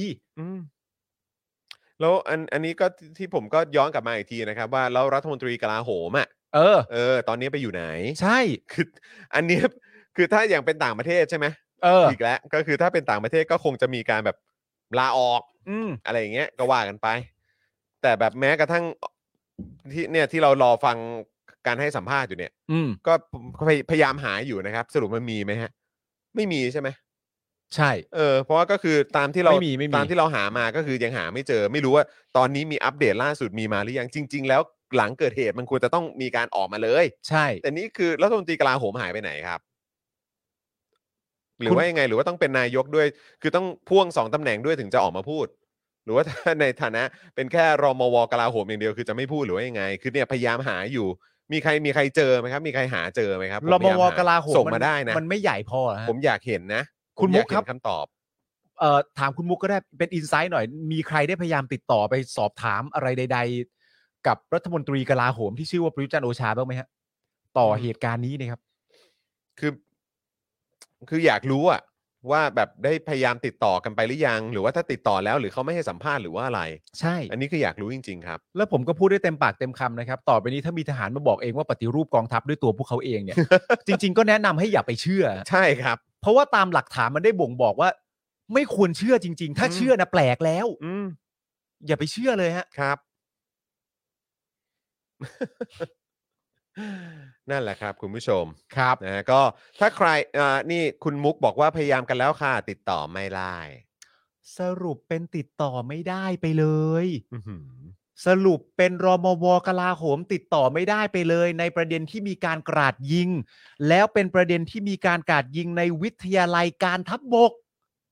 B: แล้วอันนี้ก็ที่ผมก็ย้อนกลับมาอีกทีนะครับว่าแล้วรัฐมนตรีกลาโหมอ่ะตอนนี้ไปอยู่ไหน
C: ใช่
B: คืออันนี้คือถ้าอย่างเป็นต่างประเทศใช่ไหมอีกแล้วก็คือถ้าเป็นต่างประเทศก็คงจะมีการแบบลาออกอะไรอย่างเงี้ยก็ว่ากันไปแต่แบบแม้กระทั่งที่เรารอฟังการให้สัมภาษณ์อยู่เนี่ยก็พยายามหาอยู่นะครับสรุปมันมีไหมฮะไม่มีใช่ไหม
C: ใช่
B: เพราะว่าก็คือตามที่เราหามาก็คือยังหาไม่เจอไม่รู้ว่าตอนนี้มีอัปเดตล่าสุดมีมาหรือยังจริงๆแล้วหลังเกิดเหตุมันควรจะต้องมีการออกมาเลย
C: ใช่
B: แต่นี่คือรัฐมนตรีกลาโหมหายไปไหนครับหรือว่ายังไงหรือว่าต้องเป็นนายกด้วยคือต้องพ่วง2ตำแหน่งด้วยถึงจะออกมาพูดหรือว่าในฐานะเป็นแค่รมวกลาโหมอย่างเดียวคือจะไม่พูดหรือว่ายังไงคือเนี่ยพยายามหาอยู่มีใครเจอไหมครับมีใครหาเจอไหมครับ
C: รมวกลาโหม
B: ส่งมาได้นะ
C: มันไม่ใหญ่พอ
B: ผมอยากเห็นนะ
C: คุณมุกครับ
B: คำตอบ
C: ถามคุณมุกก็ได้เป็นอินไซต์หน่อยมีใครได้พยายามติดต่อไปสอบถามอะไรใดๆกับรัฐมนตรีกลาโหมที่ชื่อว่าประยุทธ์จันทร์โอชาบ้างไหมฮะต่อเหตุการณ์นี้นะครับ
B: คืออยากรู้อะว่าแบบได้พยายามติดต่อกันไปหรือยังหรือว่าถ้าติดต่อแล้วหรือเขาไม่ให้สัมภาษณ์หรือว่าอะไร
C: ใช่
B: อันนี้คืออยากรู้จริงๆครับ
C: แล้วผมก็พูดได้เต็มปากเต็มคำนะครับต่อไปนี้ถ้ามีทหารมาบอกเองว่าปฏิรูปกองทัพด้วยตัวพวกเขาเองเนี่ย จริงๆก็แนะนำให้อย่าไปเชื่อ
B: ใช่ครับ
C: เพราะว่าตามหลักฐานมันได้บ่งบอกว่าไม่ควรเชื่อจริงๆถ้าเชื่อนะแปลกแล้ว
B: อืม
C: อย่าไปเชื่อเลยฮะ
B: ครับ นั่นแหละครับคุณผู้ชม
C: ครับ
B: นะก็ถ้าใครนี่คุณมุกบอกว่าพยายามกันแล้วค่ะ ติดต่อไม่ได้
C: สรุปเป็นติดต่อไม่ได้ไปเลย
B: อื้อหือ
C: สรุปเป็นรมวกลาโหมติดต่อไม่ได้ไปเลยในประเด็นที่มีการกราดยิง แล้วเป็นประเด็นที่มีการกราดยิงในวิทยาลัยการทัพบก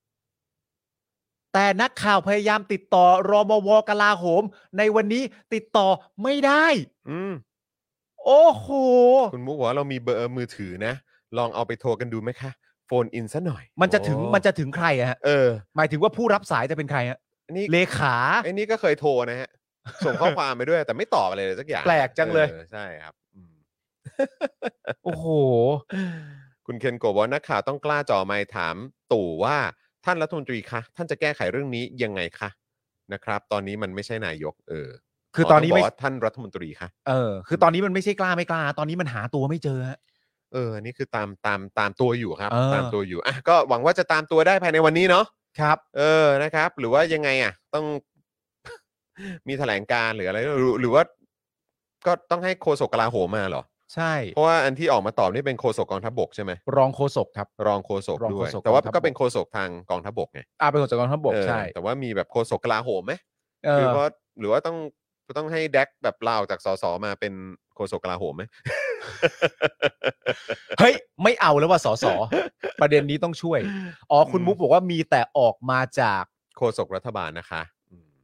C: แต่นักข่าวพยายามติดต่อรมวกลาโหมในวันนี้ติดต่อไม่ได้
B: อืม
C: โอ้โห
B: คุณมุกบอกว่าเรามีเบอร์มือถือนะ ลองเอาไปโทรกันดูไหมคะโฟนอินซะหน่อย
C: มันจะถึง
B: โอ้
C: มันจะถึงใครอะฮะ
B: เออ
C: หมายถึงว่าผู้รับสายจะเป็นใครฮะ
B: อันนี้
C: เลขา
B: ไอ้นี่ก็เคยโทรนะฮะ ส่งข้อความไปด้วยแต่ไม่ตอบอะไรเลยสักอย่าง
C: แปลกจังเลย
B: ใช่ครับอืม
C: โอ้โห
B: คุณเคนโกะบอกว่านักข่าวต้องกล้าจ่อไมค์ถามตู่ว่าท่านรัฐมนตรีคะท่านจะแก้ไขเรื่องนี้ยังไงคะนะครับ ตอนนี้มันไม่ใช่นายก
C: คือตอนนี้
B: ต้งบ
C: ไม่
B: กว่าท่านรัฐมนตรีคะ
C: คือตอนนี้มันไม่ใช่กล้าไม่กล้า ตอนนี้มันหาตัวไม่เจอฮะ
B: อันนี้คือตามตัวอยู่ครับ
C: เออ
B: ตามตัวอยู่อ่ะก็หวังว่าจะตามตัวได้ภายในวันนี้เนาะ
C: ครับ
B: นะครับ หรือว่ายังไงอ่ะต้อง มีแถลงการณ์หรืออะไรหรือว่า ก็ต้องให้โฆษกกลาโหมมาเหรอ
C: ใช่
B: เพราะว่าอันที่ออกมาตอบนี่เป็นโฆษกกองทัพบกใช่ไหม
C: รองโฆษกครับ
B: รองโฆษก
C: รอง
B: ด้
C: โฆ
B: วย
C: ษก
B: แต่ว่า
C: กองทัพบก
B: ก็เป็นโฆษกทางกองทัพบกไง
C: เป็นโฆษกกองทัพบกใช่
B: แต่ว่ามีแบบโฆษกกลาโหมไหม
C: เอ
B: คือ
C: อ
B: เพราะหรือว่าต้องให้แดกแบบลาออกจากสสมาเป็นโฆษกกลาโหมไหม
C: เฮ้ย ไม่เอาแล้วว่าสส ประเด็นนี้ต้องช่วย คุณมุกบอกว่ามีแต่ออกมาจาก
B: โฆษกรัฐบาลนะคะอืม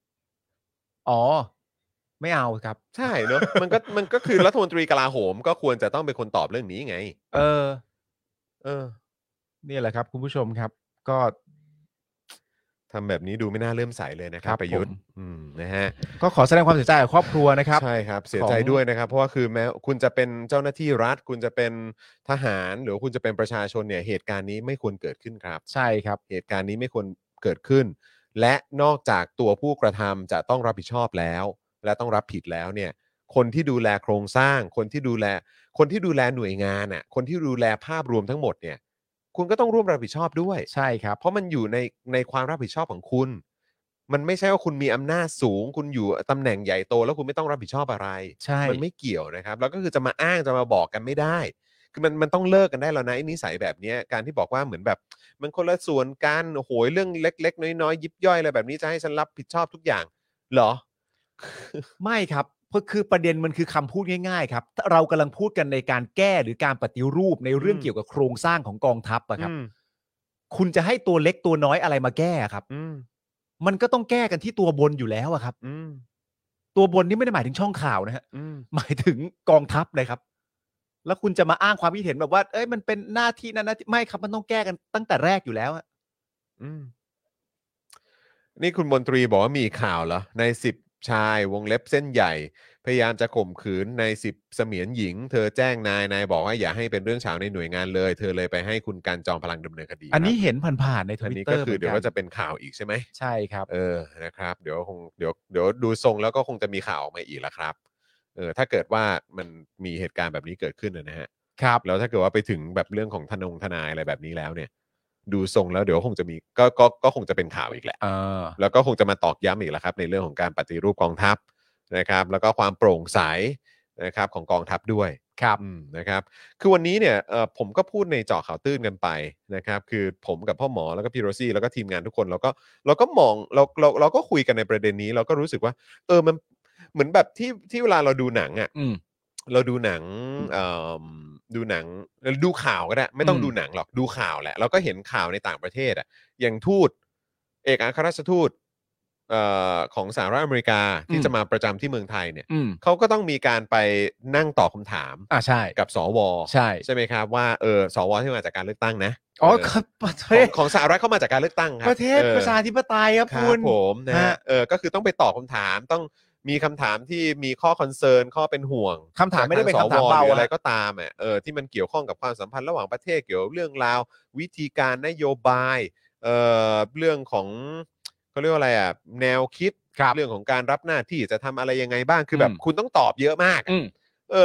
C: ไม่เอาครับ
B: ใช่เนอะ มันก็คือรัฐมนตรีกลาโหมก็ควรจะต้องเป็นคนตอบเรื่องนี้ไง
C: เออ
B: เออ
C: นี่แหละครับคุณผู้ชมครับ ก็
B: ทำแบบนี้ดูไม่น่าเลื่อมใสเลยนะครั
C: ครับ บ
B: ประยุทธ์
C: ผม
B: นะฮะ
C: ก็ขอแสดงความเสียใจกับครอบครัวนะครับ
B: ใช่ครับเสียใจ
C: ของ
B: ด้วยนะครับ เพราะว่าคือแม้คุณจะเป็นเจ้าหน้าที่รัฐ คุณจะเป็นทหารหรือว่าคุณจะเป็นประชาชนเนี่ยเหตุการณ์นี้ไม่ควรเกิดขึ้นครับ
C: ใช่ครับ
B: เหตุการณ์นี้ไม่ควรเกิดขึ้น และนอกจากตัวผู้กระทำจะต้องรับผิดชอบแล้ว และต้องรับผิดแล้วเนี่ยคนที่ดูแลโครงสร้าง คนที่ดูแลหน่วยงานอ่ะคนที่ดูแลภาพรวมทั้งหมดเนี่ยคุณก็ต้องร่วมรับผิดชอบด้วย
C: ใช่ครับ
B: เพราะมันอยู่ในความรับผิดชอบของคุณ มันไม่ใช่ว่าคุณมีอำนาจสูง คุณอยู่ตำแหน่งใหญ่โตแล้วคุณไม่ต้องรับผิดชอบอะไร
C: ใช่
B: มันไม่เกี่ยวนะครับ แล้วก็คือจะมาอ้างจะมาบอกกันไม่ได้ คือมันต้องเลิกกันได้แล้วนะไอ้นิสัยแบบเนี้ยการที่บอกว่าเหมือนแบบมันคนละส่วนกันโอ้โหเรื่องเล็กๆน้อยๆยิบย่อยอะไรแบบนี้จะให้ฉันรับผิดชอบทุกอย่างเหรอ
C: ไม่ครับเพราะคือประเด็นมันคือคำพูดง่ายๆครับเรากำลังพูดกันในการแก้หรือการปฏิรูปในเรื่องเกี่ยวกับโครงสร้างของกองทัพอะครับ คุณจะให้ตัวเล็กตัวน้อยอะไรมาแก้ครับ มันก็ต้องแก้กันที่ตัวบนอยู่แล้วอะครับ ตัวบนนี่ไม่ได้หมายถึงช่องข่าวนะฮะ หมายถึงกองทัพเลยครับ แล้วคุณจะมาอ้างความคิดเห็นแบบว่า เอ้ยมันเป็นหน้าที่นั้นนะไม่ครับมันต้องแก้กันตั้งแต่แรกอยู่แล้วอะ
B: นี่คุณมนตรีบอกว่ามีข่าวเหรอใน10ชายวงเล็บเส้นใหญ่ พยายามจะข่มขืนใน10เสมียนหญิง เธอแจ้งนายบอกว่าอย่าให้เป็นเรื่องเฉาในหน่วยงานเลย เธอเลยไปให้คุณการจอมพลังดำเนินคดี
C: อันนี้
B: ครับ
C: เห็นผ่านๆใน
B: อันนี้
C: Twitter
B: ก็คือเดี๋ยว
C: หมื
B: ก็
C: น
B: จะเป็นข่าวอีกใช่ไหม
C: ใช่ครับ
B: นะครับเดี๋ยวดูทรงแล้วก็คงจะมีข่าวออกมาอีกแล้วครับถ้าเกิดว่ามันมีเหตุการณ์แบบนี้เกิดขึ้นนะฮะ
C: ครับ
B: แล้วถ้าเกิดว่าไปถึงแบบเรื่องของทนายอะไรแบบนี้แล้วเนี่ย ดูทรงแล้วเดี๋ยวคงจะมีก็คงจะเป็นข่าวอีกแหละ แล้วก็คงจะมาตอกย้ำอีกแล้วครับในเรื่องของการปฏิรูปกองทัพนะครับแล้วก็ความโปร่งใสนะครับของกองทัพด้วย
C: ครับ
B: นะครับคือวันนี้เนี่ยผมก็พูดในเจาะข่าวตื้นกันไปนะครับคือผมกับพ่อหมอแล้วก็พี่โรซี่แล้วก็ทีมงานทุกคนเราก็มองเราก็คุยกันในประเด็นนี้เราก็รู้สึกว่ามันเหมือนแบบที่เวลาเราดูหนังอ่ะเราดูหนังดูข่าวก็ได้ไม่ต้องดูหนังหรอกดูข่าวแหละเราก็เห็นข่าวในต่างประเทศอ่ะอย่างทูตเอกอัครราชทูตของสหรัฐอเมริกาที่จะมาประจำที่เมืองไทยเนี่ยเขาก็ต้องมีการไปนั่งตอบคำถาม
C: ใช่
B: กับสวใช่ไหมครับว่าสวที่มาจากการเลือกตั้งนะ
C: ประเทศ
B: ของสหรัฐเข้ามาจากการเลือกตั้งครับ
C: ประเทศประชาธิปไตยครับคุณ
B: ผมนะฮะก็คือต้องไปตอบคำถามต้องมีคำถามที่มีข้อคอนเซิร์นข้อเป็นห่วง
C: คำถามไม่ได้เป็นคำถามเบา
B: อะไรก็ตามที่มันเกี่ยวข้องกับความสัมพันธ์ระหว่างประเทศเกี่ยวกับเรื่องราววิธีการนโยบายเรื่องของเขาเรียกว่าอะไรแนวคิดเรื่องของการรับหน้าที่จะทำอะไรยังไงบ้างคือแบบคุณต้องตอบเยอะมาก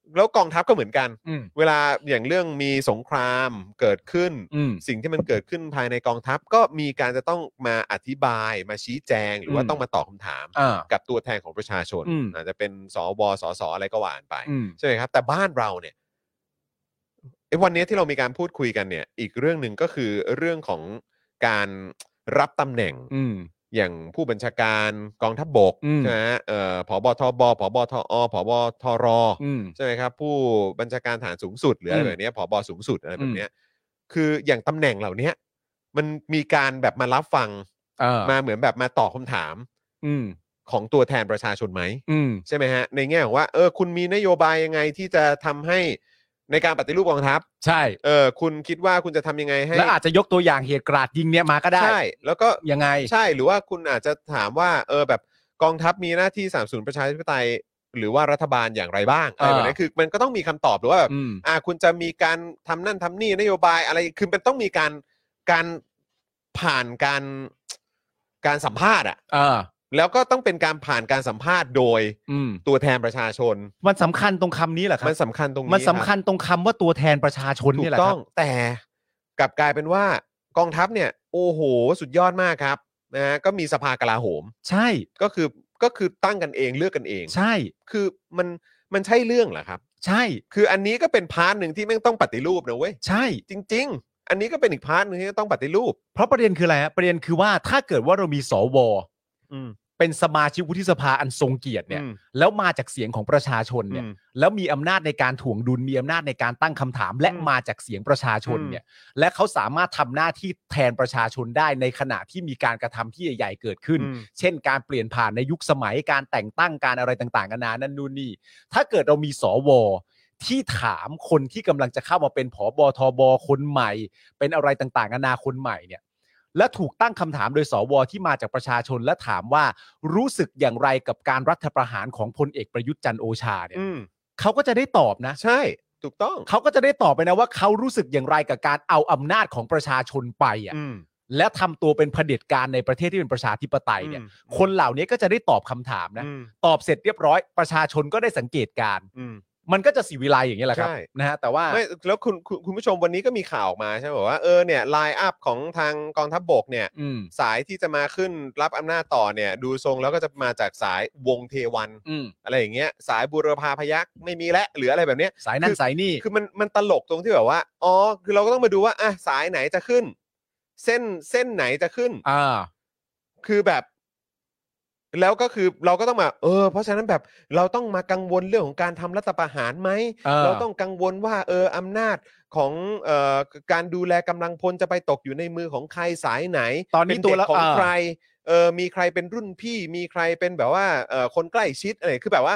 B: แล้วกองทัพก็เหมือนกัน
C: อืม
B: เวลาอย่างเรื่องมีสงครามเกิดขึ้น
C: อืม
B: สิ่งที่มันเกิดขึ้นภายในกองทัพก็มีการจะต้องมาอธิบายมาชี้แจง หรือว่า
C: อืม
B: ต้องมาตอบคำถาม
C: อ่า
B: กับตัวแทนของประชาชน
C: อืม
B: อาจจะเป็นสวสสอะไรก็ว่ากันไป
C: อืม
B: ใช่ไหมครับแต่บ้านเราเนี่ยไอ้วันนี้ที่เรามีการพูดคุยกันเนี่ยอีกเรื่องหนึ่งก็คือเรื่องของการรับตำแหน่ง
C: อืม
B: อย่างผู้บัญชาการกองทัพบก
C: อืม
B: ใช่ไหมผบทบผบทอผบทร
C: อืม
B: ใช่ไหมครับผู้บัญชาการฐานสูงสุดหรืออะไร
C: อืม
B: แบบเนี้ยผบสูงสุดอะไรแบบเนี้ยคืออย่างตำแหน่งเหล่านี้มันมีการแบบมารับฟัง มาเหมือนแบบมาตอบคำถาม
C: อืม
B: ของตัวแทนประชาชนไหม
C: อืม
B: ใช่ไหมฮะในแง่ของว่าคุณมีนโยบายยังไงที่จะทำให้ในการปฏิรูปกองทัพ
C: ใช่
B: คุณคิดว่าคุณจะทำยังไงให้
C: แล้วอาจจะยกตัวอย่างเหตุกราดยิงเนี่ยมาก็ได้
B: ใช่แล้วก็
C: ยังไง
B: ใช่หรือว่าคุณอาจจะถามว่าแบบกองทัพมีหน้าที่สนับสนุนประชาธิปไตยหรือว่ารัฐบาลอย่างไรบ้างอะไรแบบนี้คือมันก็ต้องมีคำตอบหรือว่าแบบ
C: อืม
B: คุณจะมีการทำนั่นทำนี่นโยบายอะไรคือมันต้องมีการผ่านการสัมภาษณ์อ่ะ แล้วก็ต้องเป็นการผ่านการสัมภาษณ์โดย
C: อืม
B: ตัวแทนประชาชน
C: มันสำคัญตรงคำนี้แหละครั
B: มันสำคัญตรงนี้
C: มันสำคั
B: รับ
C: ญตรงคำว่าตัวแทนประชาชน
B: ถู
C: นี่
B: ก
C: แหละ
B: ต้
C: ค
B: อ
C: รั
B: ง
C: บ
B: แต่กลับกลายเป็นว่ากองทัพเนี่ยโอ้โหสุดยอดมากครับนะฮะก็มีสภากลาโหม
C: ใช่
B: ก็คือตั้งกันเองเลือกกันเอง
C: ใช่
B: คือมันใช่เรื่องเหรอครับ
C: ใช่
B: คืออันนี้ก็เป็นพาร์ทหนึ่งที่แม่งต้องปฏิรูปนะเว้ย
C: ใช่
B: จริง ๆ อันนี้ก็เป็นอีกพาร์ทหนึงที่ต้องปฏิรูป
C: เพราะประเด็นคืออะไรฮะประเด็นคือว่าถ้าเกิดว่าเรามีสว
B: อืม
C: เป็นสมาชิกวุฒิสภาอันทรงเกียรติเนี่ย
B: อืม
C: แล้วมาจากเสียงของประชาชนเนี่ย
B: อืม
C: แล้วมีอำนาจในการถ่วงดุลมีอำนาจในการตั้งคำถาม และ
B: อืม
C: มาจากเสียงประชาชนเนี่ยและเขาสามารถทำหน้าที่แทนประชาชนได้ในขณะที่มีการกระทำที่ใหญ่ๆเกิดขึ้น
B: อืม
C: เช่นการเปลี่ยนผ่านในยุคสมัยการแต่งตั้งการอะไรต่างๆกันานานั่นนู่นนี่ถ้าเกิดเรามีสวที่ถามคนที่กำลังจะเข้ามาเป็นผบทบคนใหม่ เป็นอะไรต่างๆกันานาคนใหม่เนี่ยและถูกตั้งคำถามโดยสวที่มาจากประชาชนและถามว่ารู้สึกอย่างไรกับการรัฐประหารของพลเอกประยุทธ์จันทร์โอชาเนี่ย
B: อืม
C: เขาก็จะได้ตอบนะ
B: ใช่ถูกต้อง
C: เขาก็จะได้ตอบไปนะว่าเขารู้สึกอย่างไรกับการเอาอำนาจของประชาชนไปอ่ะ
B: อืม
C: และทำตัวเป็นเผด็จการในประเทศที่เป็นประชาธิปไตยเนี่ย คนเหล่านี้ก็จะได้ตอบคำถามนะ
B: อืม
C: ตอบเสร็จเรียบร้อยประชาชนก็ได้สังเกตการณ์
B: อืม
C: มันก็จะสีวิไลอย่างเงี้ยแหละครับ
B: ใช่
C: นะฮะแต่ว่า
B: ไม่แล้วคุณผู้ชมวันนี้ก็มีข่าวออกมาใช่ไหมบอกว่าเนี่ยไลน์อัพของทางกองทัพบกเนี่ย
C: อืม
B: สายที่จะมาขึ้นรับอำนาจต่อเนี่ย ดูทรงแล้วก็จะมาจากสายวงเทวัน
C: อืม
B: อะไรอย่างเงี้ยสายบุรพาพยัคฆ์ไม่มีแล้วหรืออะไรแบบเนี้ย
C: สายนั่นสายนี่
B: คือมันตลกตรงที่แบบว่าคือเราก็ต้องมาดูว่าสายไหนจะขึ้น เส้นไหนจะขึ้น คือแบบ แล้วก็คือเราก็ต้องมาเพราะฉะนั้นแบบเราต้องมากังวลเรื่องของการทำรัฐประหารไหม เราต้องกังวลว่าอำนาจของการดูแลกำลังพลจะไปตกอยู่ในมือของใครสายไหน
C: ตอนนี้
B: เป็
C: ตัว
B: เด็ก
C: ละ
B: ของใครมีใครเป็นรุ่นพี่มีใครเป็นแบบว่าคนใกล้ชิดอะไรคือแบบว่า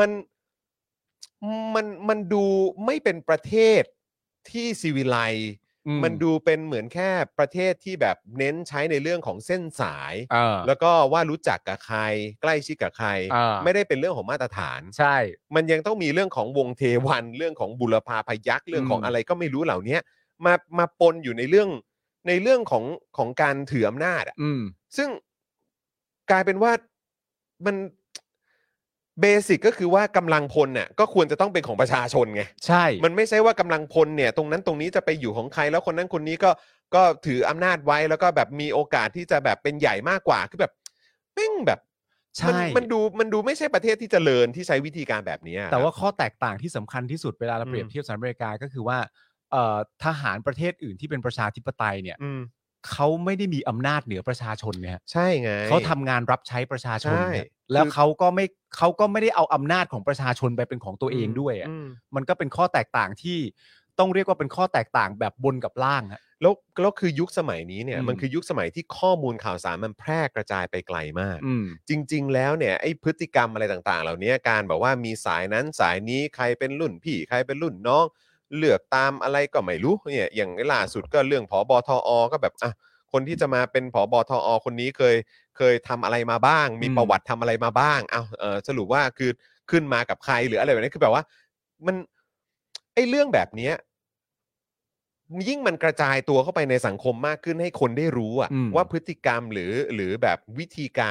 B: มันดูไม่เป็นประเทศที่ซีวิไลซ์ มันดูเป็นเหมือนแค่ประเทศที่แบบเน้นใช้ในเรื่องของเส้นสาย แล้วก็ว่ารู้จักกับใครใกล้ชิดกับใคร ไม่ได้เป็นเรื่องของมาตรฐาน
C: ใช่
B: มันยังต้องมีเรื่องของวงเทวันเรื่องของบุรพาพยัคฆ์เรื่องของอะไรก็ไม่รู้เหล่านี้มาปนอยู่ในเรื่องของการถืออำนาจอ่ะซึ่งกลายเป็นว่ามันเบสิกก็คือว่ากำลังพลเนี่ยก็ควรจะต้องเป็นของประชาชนไง
C: ใช่
B: มันไม่ใช่ว่ากำลังพลเนี่ยตรงนั้นตรงนี้จะไปอยู่ของใครแล้วคนนั้นคนนี้ก็ถืออำนาจไว้แล้วก็แบบมีโอกาสที่จะแบบเป็นใหญ่มากกว่าคือแบบแม่งแบบ
C: ใช่
B: มันดูไม่ใช่ประเทศที่เจริญที่ใช้วิธีการแบบนี้
C: แต่ว่าข้อแตกต่างที่สำคัญที่สุดเวลาเราเปรียบเทียบสหรัฐอเมริกาก็คือว่าทหารประเทศอื่นที่เป็นประชาธิปไตยเนี่ยเขาไม่ได้มีอำนาจเหนือประชาชนเนี่ย
B: ใช่ไง
C: เขาทำงานรับใช้ประชาชน
B: ใช่
C: แล้วเขาก็ไม่ได้เอาอำนาจของประชาชนไปเป็นของตัวเองด้วยมันก็เป็นข้อแตกต่างที่ต้องเรียกว่าเป็นข้อแตกต่างแบบบนกับล่างฮะ
B: แล้วคือยุคสมัยนี้เนี่ยมันคือยุคสมัยที่ข้อมูลข่าวสารมันแพร่กระจายไปไกลมาก จริงๆแล้วเนี่ยไอ้พฤติกรรมอะไรต่างๆเหล่านี้การแบบว่ามีสายนั้นสายนี้ใครเป็นรุ่นพี่ใครเป็นรุ่นน้องเลือกตามอะไรก็ไม่รู้เนี่ยอย่างล่าสุดก็เรื่องผบทอก็แบบคนที่จะมาเป็นผบทอคนนี้เคยทำอะไรมาบ้างมีประวัติทำอะไรมาบ้างสรุปว่าคือขึ้นมากับใครหรืออะไรแบบนี้คือแบบว่ามันไอ้เรื่องแบบนี้ยิ่งมันกระจายตัวเข้าไปในสังคมมากขึ้นให้คนได้รู้ว่าพฤติกรรมหรือแบบวิธีการ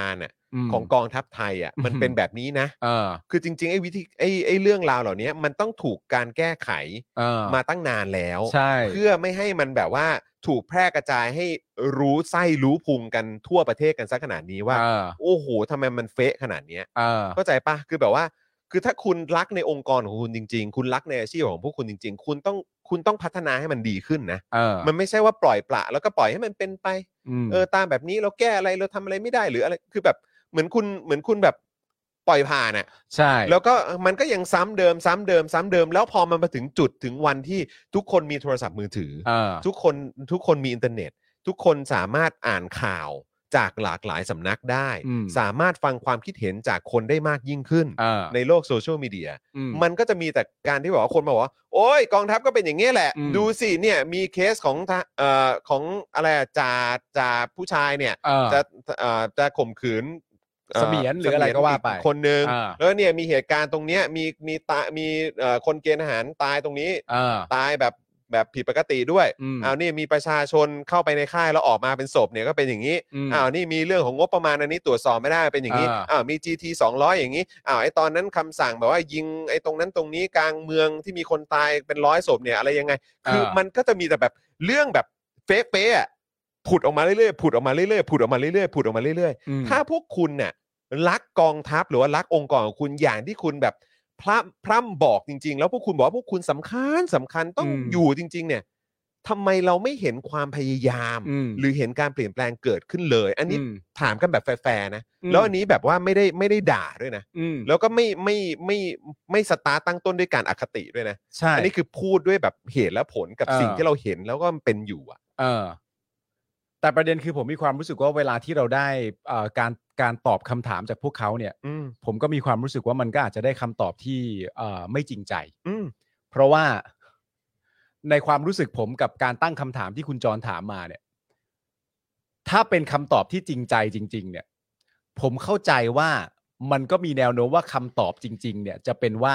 B: ของกองทัพไทยอ่ะมันเป็นแบบนี้นะ
C: เออ
B: คือจริงๆไอ้วิธีไอ้เรื่องราวเหล่านี้มันต้องถูกการแก้ไข
C: เออ
B: มาตั้งนานแล้ว
C: ใช่
B: เพื่อไม่ให้มันแบบว่าถูกแพร่กระจายให้รู้ไส้รู้พุงกันทั่วประเทศกันซะขนาดนี้ว่า
C: เออ
B: โอ้โหทำไมมันเฟะขนาดเนี้ย
C: เออ
B: เข้าใจปะคือแบบว่า คือถ้าคุณรักในองค์กรของคุณจริงๆ คุณรักในอาชีพของพวกคุณจริงๆ คุณต้องพัฒนาให้มันดีขึ้นนะ
C: เออ
B: มันไม่ใช่ว่าปล่อยปละแล้วก็ปล่อยให้มันเป็นไป
C: ม
B: ตามแบบนี้เราแก้อะไรเราทำอะไรไม่ได้หรืออะไรคือแบบเหมือนคุณแบบปล่อยผ่านอ่ะ
C: ใช่
B: แล้วก็มันก็ยังซ้ำเดิมแล้วพอมันมาถึงจุดถึงวันที่ทุกคนมีโทรศัพท์มือถือ
C: เออ
B: ทุกคนมีอินเทอร์เน็ต ทุกคนสามารถอ่านข่าวจากหลากหลายสำนักได้
C: อืม
B: สามารถฟังความคิดเห็นจากคนได้มากยิ่งขึ้น
C: เออ
B: ในโลกโซเชียลมีเดีย
C: อืม
B: มันก็จะมีแต่การที่บอกว่าคนมาบอกว่าโอ้ยกองทัพก็เป็นอย่างนี้แหละ
C: อืม
B: ดูสิเนี่ยมีเคสของอะไรจ่าผู้ชายเนี่ย
C: เออ
B: จะข่มขืน
C: เสมียนหรืออะไรก็ว่าไป
B: อีคนนึง
C: อ่า
B: แล้วเนี่ยมีเหตุการณ์ตรงเนี้ยมีคนเกณฑ์ทหารตายตรงนี้
C: เออ
B: ตายแบบผิดปกติด้วย
C: อืม
B: นี่มีประชาชนเข้าไปในค่ายแล้วออกมาเป็นศพเนี่ยก็เป็นอย่างนี้
C: อืม
B: นี่มีเรื่องของงบประมาณอันนี้ตรวจสอบไม่ได้เป็นอย่างนี้ มี GT 200อย่างนี้ไอ้ตอนนั้นคำสั่งแบบว่ายิงไอ้ตรงนั้นตรงนี้กลางเมืองที่มีคนตายเป็น100 ศพเนี่ยอะไรยังไง คือมันก็จะมีแต่แบบเรื่องแบบเป๊ะๆอะผุดออกมาเรื่อยๆผุดออกมาเรื่อยๆผุดออกมาเรื่อยๆผุดออกมาเรื่อย
C: อืม
B: ๆถ้าพวกคุณเนี่ยรักกองทัพหรือว่ารักองค์กรของคุณอย่างที่คุณแบบพร่ำบอกจริงๆแล้วพวกคุณบอกว่าพวกคุณสำคัญต้องอยู่จริงๆเนี่ยทำไมเราไม่เห็นความพยายาม
C: อืม
B: หรือเห็นการเปลี่ยนแปลงเกิดขึ้นเลย อันนี้
C: อืม
B: ถามกันแบบแฟร์ๆนะ
C: อืม
B: แล้วอันนี้แบบว่าไม่ได้ด่าด้วยนะ
C: อืม
B: แล้วก็ไม่สตาร์ตตั้งต้นด้วยการอคติด้วยนะ
C: ใช่
B: อันนี้คือพูดด้วยแบบเหตุและผลกับ
C: เออ
B: สิ่งที่เราเห็นแล้วก็มันเป็นอยู่อ่ะ
C: เออ แต่ประเด็นคือผมมีความรู้สึกว่าเวลาที่เราได้การตอบคำถามจากพวกเขาเนี่ย
B: อืม
C: ผมก็มีความรู้สึกว่ามันก็อาจจะได้คำตอบที่ไม่จริงใจ
B: อืม
C: เพราะว่าในความรู้สึกผมกับการตั้งคำถามที่คุณจรถามมาเนี่ย ถ้าเป็นคำตอบที่จริงใจจริง ๆ เนี่ย ผมเข้าใจว่ามันก็มีแนวโน้มว่าคำตอบจริง ๆ เนี่ย จะเป็นว่า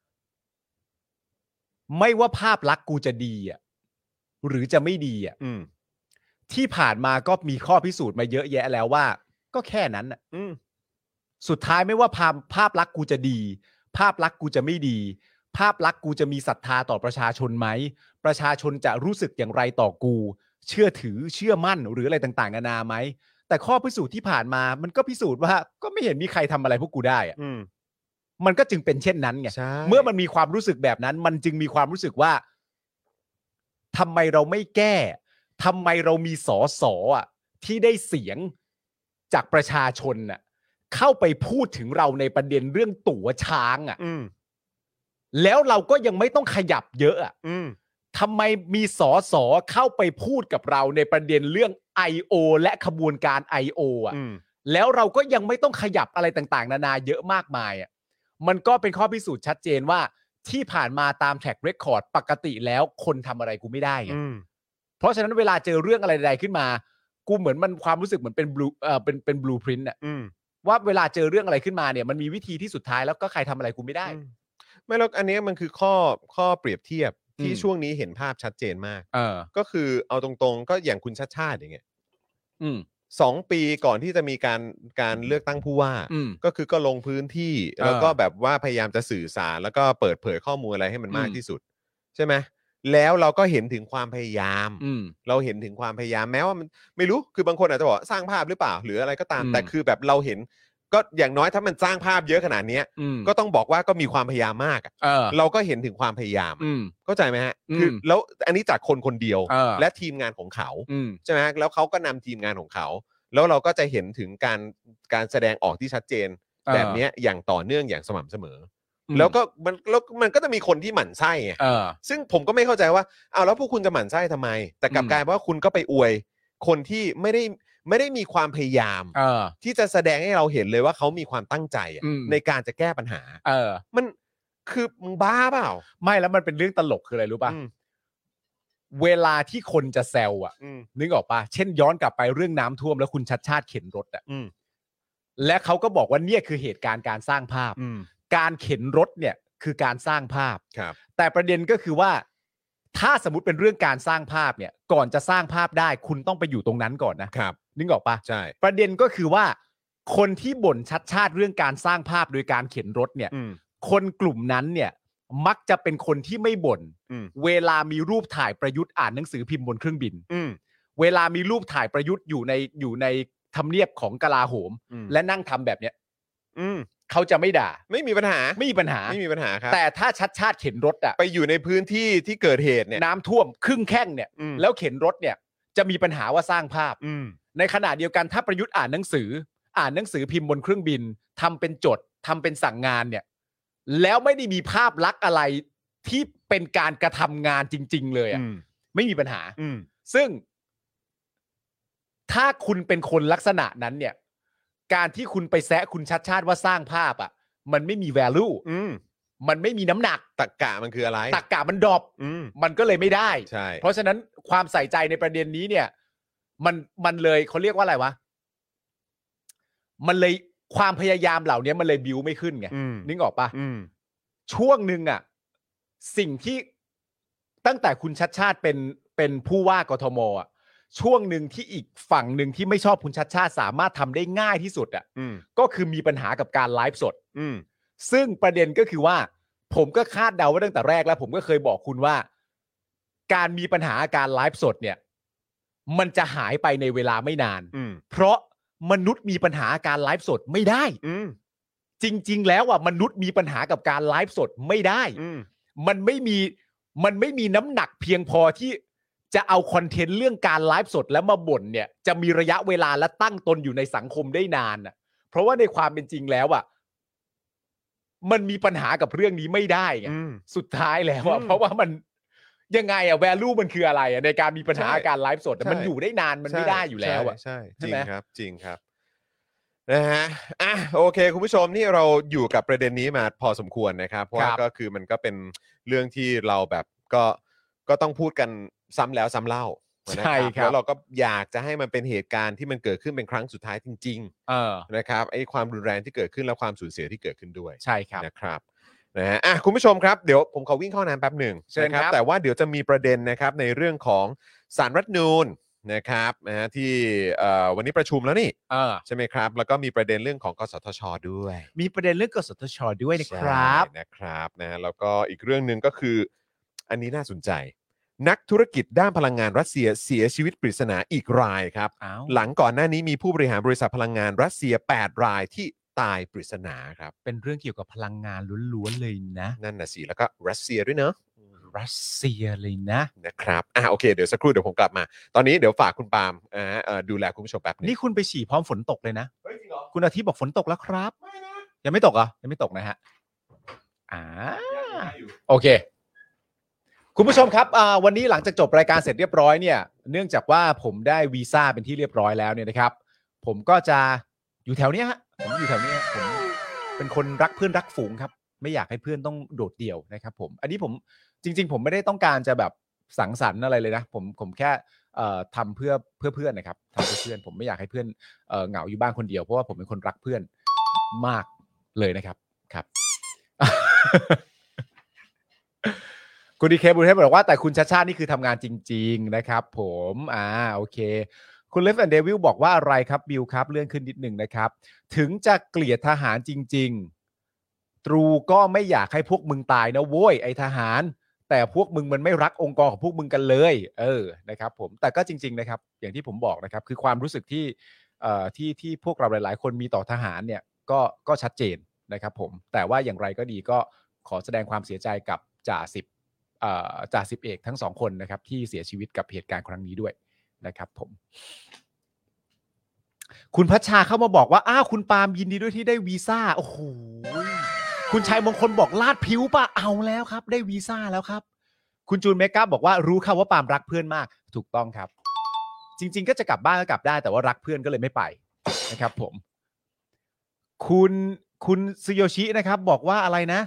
C: ไม่ว่าภาพลักษณ์กูจะดีอ่ะหรือจะไม่ดีอ่ะ
B: อืม
C: ที่ผ่านมาก็มีข้อพิสูจน์มาเยอะแยะแล้วว่า ก็แค่นั้นน่ะ
B: อืม
C: สุดท้ายไม่ว่าภาพลักษณ์กูจะดี ภาพลักษณ์กูจะไม่ดี ภาพลักษณ์กูจะมีศรัทธาต่อประชาชนไหมประชาชนจะรู้สึกอย่างไรต่อกู เชื่อถือเชื่อมั่นหรืออะไรต่างๆนานาไหมแต่ข้อพิสูจน์ที่ผ่านมามันก็พิสูจน์ว่าก็ไม่เห็นมีใครทำอะไรพวกกูได้อะ
B: อืม
C: มันก็จึงเป็นเช่นนั้นไง
B: ใช่
C: เมื่อมันมีความรู้สึกแบบนั้น มันจึงมีความรู้สึกว่าทำไมเราไม่แก้ทำไมเรามีสสอ่ะที่ได้เสียงจากประชาชนน่ะเข้าไปพูดถึงเราในประเด็นเรื่องตั๋วช้างอ่ะ
B: อืม
C: แล้วเราก็ยังไม่ต้องขยับเยอะอ่ะ
B: อืม
C: ทำไมมีสสเข้าไปพูดกับเราในประเด็นเรื่อง I.O. และขบวนการ I.O. อ่ะ
B: อืม
C: แล้วเราก็ยังไม่ต้องขยับอะไรต่างๆนานาเยอะมากมายอ่ะมันก็เป็นข้อพิสูจน์ชัดเจนว่าที่ผ่านมาตามแท็กเรคคอร์ดปกติแล้วคนทำอะไรกูไม่ได้ไง
B: อืม
C: เพราะฉะนั้นเวลาเจอเรื่องอะไรใดๆขึ้นมา กูเหมือนมันความรู้สึกเหมือนเป็นเป็นบลูพรินต์อ่ะ
B: อืม
C: ว่าเวลาเจอเรื่องอะไรขึ้นมาเนี่ยมันมีวิธีที่สุดท้ายแล้วก็ใครทำอะไรกูไม่ได้
B: ไม่แล้วอันนี้มันคือข้อเปรียบเทียบที่
C: อืม
B: ช่วงนี้เห็นภาพชัดเจนมาก
C: เออ
B: ก็คือเอาตรงๆ ก็อย่างคุณชาติชาติอย่างเงี้ย
C: อืม
B: 2 ปีก่อนที่จะมีการเลือกตั้งผู้ว่า
C: อืม
B: ก็คือก็ลงพื้นที่ แล้วก็แบบว่าพยายามจะสื่อสารแล้วก็เปิดเผยข้อมูลอะไรให้มันมาก
C: อืม
B: ที่สุด ใช่ไหมแล้วเราก็เห็นถึงความพยายาม
C: อืม
B: เราเห็นถึงความพยายามแม้ว่ามันไม่รู้คือบางคนอาจจะบอกว่าสร้างภาพหรือเปล่า หรืออะไรก็ตาม
C: อืม
B: แต่คือแบบเราเห็นก็อย่างน้อยถ้ามันสร้างภาพเยอะขนาดเนี้ย
C: อืม
B: ก็ต้องบอกว่าก็มีความพยายามมากอะ
C: เออ
B: เราก็เห็นถึงความพยายามอะ
C: อืม
B: เข้าใจไหมฮะ
C: อืม
B: คือแล้วอันนี้จากคนคนเดียว
C: เออ
B: และทีมงานของเขา
C: อืม
B: ใช่ไหมแล้วเขาก็นำทีมงานของเขา แล้วเราก็จะเห็นถึงการแสดงออกที่ชัดเจน
C: เออ
B: แบบเนี้ยอย่างต่อเนื่องอย่างสม่ำเสมออ
C: ม
B: แล้วมันก็จะมีคนที่หมั่นไส้ไง
C: เออ
B: ซึ่งผมก็ไม่เข้าใจว่าอ้าวแล้วพวกคุณจะหมั่นไส้ทำไม แต่กลับ
C: อืม
B: กลายเป็นว่าคุณก็ไปอวยคนที่ไม่ได้มีความพยายาม
C: เออ
B: ที่จะแสดงให้เราเห็นเลยว่าเขามีความตั้งใจอะ
C: อืม
B: ในการจะแก้ปัญหา
C: เออ
B: มันคือมึงบ้าเปล่า
C: ไม่แล้วมันเป็นเรื่องตลกคืออะไรรู้ป่ะ
B: อืม
C: เวลาที่คนจะแซวอ่ะ
B: อืม
C: นึกออกป่ะเช่นย้อนกลับไปเรื่องน้ำท่วมแล้วคุณชัดชาติเข็นรถอ่ะ
B: อืม
C: และเขาก็บอกว่าเนี่ยคือเหตุการณ์การสร้างภาพ
B: อืม
C: การเข็นรถเนี่ยคือการสร้างภาพ
B: ครับ
C: แต่ประเด็นก็คือว่า ถ้าสมมติเป็นเรื่องการสร้างภาพเนี่ย ก่อนจะสร้างภาพได้คุณต้องไปอยู่ตรงนั้นก่อนนะครับ นึกออกป่ะ
B: ใช่
C: ประเด็นก็คือว่าคนที่บ่นชัดชาติเรื่องการสร้างภาพโดยการเข็นรถเนี่ยคนกลุ่มนั้นเนี่ยมักจะเป็นคนที่ไม่บ่นเวลามีรูปถ่ายประยุทธ์อ่านหนังสือพิมพ์บนเครื่องบินเวลามีรูปถ่ายประยุทธ์อยู่ในทำเนียบของกลาโหมและนั่งทำแบบเนี้ยเขาจะไม่ด่าไม่มีปัญหาครับแต่ถ้าชัดชาติเข็นรถอะไปอยู่ในพื้นที่ที่เกิดเหตุเนี่ยน้ำท่วมครึ่งแข้งเนี่ยแล้วเข็นรถเนี่ยจะมีปัญหาว่าสร้างภาพในขณะเดียวกันถ้าประยุทธ์อ่านหนังสือพิมพ์บนเครื่องบินทำเป็นจดทำเป็นสั่งงานเนี่ยแล้วไม่ได้มีภาพลักษณ์อะไรที่เป็นการกระทำงานจริงๆเลยอ่ะไม่มีปัญหาซึ่งถ้าคุณเป็นคนลักษณะนั้นเนี่ยการที่คุณไปแซะคุณชัดชาติว่าสร้างภาพอ่ะมันไม่มี value มันไม่มีน้ำหนักตรรกะมันคืออะไรตรรกะมันดรอปมันก็เลยไม่ได้เพราะฉะนั้นความใส่ใจในประเด็นนี้เนี่ยมันเลยเขาเรียกว่าอะไรวะมันเลยความพยายามเหล่านี้มันเลยบิวไม่ขึ้นไงนึกออกปะช่วงหนึ่งอ่ะสิ่งที่ตั้งแต่คุณชัดชาติเป็นผู้ว่ากทมอ่ะช่วงหนึ่งที่อีกฝั่งหนึ่งที่ไม่ชอบคุณชัดชาติสามารถทำได้ง่ายที่สุดอ่ะก็คือมีปัญหากับการไลฟ์สดซึ่งประเด็นก็คือว่าผมก็คาดเดาไว้ตั้งแต่แรกแล้วผมก็เคยบอกคุณว่าการมีปัญหาการไลฟ์สดเนี่ยมันจะหายไปในเวลาไม่นานเพราะมนุษย์มีปัญหาการไลฟ์สดไม่ได้จริงๆแล้วอ่ะมนุษย์มีปัญหากับการไลฟ์สดไม่ได้มันไม่มีน้ำหนักเพียงพอที่จะเอาคอนเทนต์เรื่องการไลฟ์สดแล้วมาบ่นเนี่ยจะมีระยะเวลาและตั้งตนอยู่ในสังคมได้นานอ่ะเพราะว่าในความเป็นจริงแล้วอ่ะมันมีปัญหากับเรื่องนี้ไม่ได้ไงสุดท้ายแล้วอ่ะเพราะว่ามันยังไงอ่ะ value มันคืออะไรอ่ะในการมีปัญหาการไลฟ์สดมันอยู่ได้นานมันไม่ได้อยู่แล้วอ่ะ
B: ใช่จริงครับจริงครับนะฮะโอเคคุณผู้ชมนี่เราอยู่กับประเด็นนี้มาพอสมควรนะครับเพราะว่าก็คือมันก็เป็นเรื่องที่เราแบบก็ต้องพูดกันซ้ำแล้วซ้ำเล่านะครับแล้วเราก็อยากจะให้มันเป็นเหตุการณ์ที่มันเกิดขึ้นเป็นครั้งสุดท้ายจริงๆนะครับไอ้ความรุนแรงที่เกิดขึ้นและความสูญเสียที่เกิดขึ้นด้วย
C: ใช่ครับ
B: นะครับนะฮะคุณผู้ชมครับเดี๋ยวผมขอวิ่งเข้าน้ำแป๊บหนึ่งนะครับแต่ว่าเดี๋ยวจะมีประเด็นนะครับในเรื่องของศาลรัฐธรรมนูญนะครับนะฮะที่วันนี้ประชุมแล้วนี่ใช่ไหมครับแล้วก็มีประเด็นเรื่องของกสทช.ด้วย
C: มีประเด็นเรื่องกสทช.ด้วยนะครับ
B: นะแล้วก็อีกเรื่องนึงก็คืออันนี้น่าสนใจนักธุรกิจด้านพลังงานรัสเซียเสียชีวิตปริศนาอีกรายครับหลังก่อนหน้านี้มีผู้บริหารบริษัทพลังงานรัสเซีย8รายที่ตายปริศนาครับ
C: เป็นเรื่องเกี่ยวกับพลังงานล้วนๆเลยนะ
B: นั่นน่ะสิแล้วก็รัสเซียด้วยเนอะ
C: รัสเซียเลย
B: นะครับโอเคเดี๋ยวสักครู่เดี๋ยวผมกลับมาตอนนี้เดี๋ยวฝากคุณปาล์มดูแลคุณผู้ชมแป๊บนึง
C: นี่คุณไปฉี่พร้อมฝนตกเลยนะ
B: เฮ้ยจริงเหรอ
C: คุณอาทิตย์บอกฝนตกแล้วครับไม่นะยังไม่ตกเหรอยังไม่ตกนะฮะโอเคคุณผู้ชมครับวันนี้หลังจากจบรายการเสร็จเรียบร้อยเนี่ยเนื่องจากว่าผมได้วีซ่าเป็นที่เรียบร้อยแล้วเนี่ยนะครับผมก็จะอยู่แถวนี้ฮะผมอยู่แถวนี้ผมเป็นคนรักเพื่อนรักฝูงครับไม่อยากให้เพื่อนต้องโดดเดี่ยวนะครับผมอันนี้ผมจริงๆผมไม่ได้ต้องการจะแบบสังสรรค์อะไรเลยนะผมแค่ทำเพื่อเพื่อนนะครับทำเพื่อเพื่อนผมไม่อยากให้เพื่อนเหงาอยู่บ้านคนเดียวเพราะว่าผมเป็นคนรักเพื่อนมากเลยนะครับครับ คุณดีเคบุญเทพบอกว่าแต่คุณชาชานี่คือทำงานจริงๆนะครับผมโอเคคุณเลฟแอนด์เดวิลบอกว่าอะไรครับบิลครับเลื่อนขึ้นนิดหนึ่งนะครับถึงจะเกลียดทหารจริงๆตรูก็ไม่อยากให้พวกมึงตายนะโว้ยไอ้ทหารแต่พวกมึงมันไม่รักองค์กรของพวกมึงกันเลยนะครับผมแต่ก็จริงๆนะครับอย่างที่ผมบอกนะครับคือความรู้สึกที่พวกเราหลายๆคนมีต่อทหารเนี่ยก็ชัดเจนนะครับผมแต่ว่าอย่างไรก็ดีก็ขอแสดงความเสียใจกับจ่าสิบเอกทั้ง2คนนะครับที่เสียชีวิตกับเหตุการณ์ครั้งนี้ด้วยนะครับผมคุณพัชชาเข้ามาบอกว่าคุณปาล์มยินดีด้วยที่ได้วีซ่าโอ้โหคุณชัยมงคลบอกลาดผิวป่ะเอาแล้วครับได้วีซ่าแล้วครับคุณจูนเมกาบอกว่ารู้ครับว่าปาล์มรักเพื่อนมากถูกต้องครับจริงๆก็จะกลับบ้านก็กลับได้แต่ว่ารักเพื่อนก็เลยไม่ไปนะครับผมคุณซึโยชินะครับบอกว่าอะไรนะ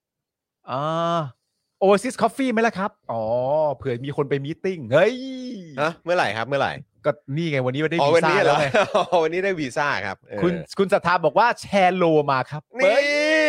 C: Oasis Coffee ไหมล่ะครับเผื่อมีคนไปมีตติ้งเฮ้ย
B: เมื่อไหร่ครับเมื่อไหร่
C: ก็นี่ไงวันนี้ได้วีซ่าแล้วไง
B: วันนี้ได้วีซ่าครับ
C: คุณศรัทธาบอกว่าแชร์โลมาครับ
B: นี่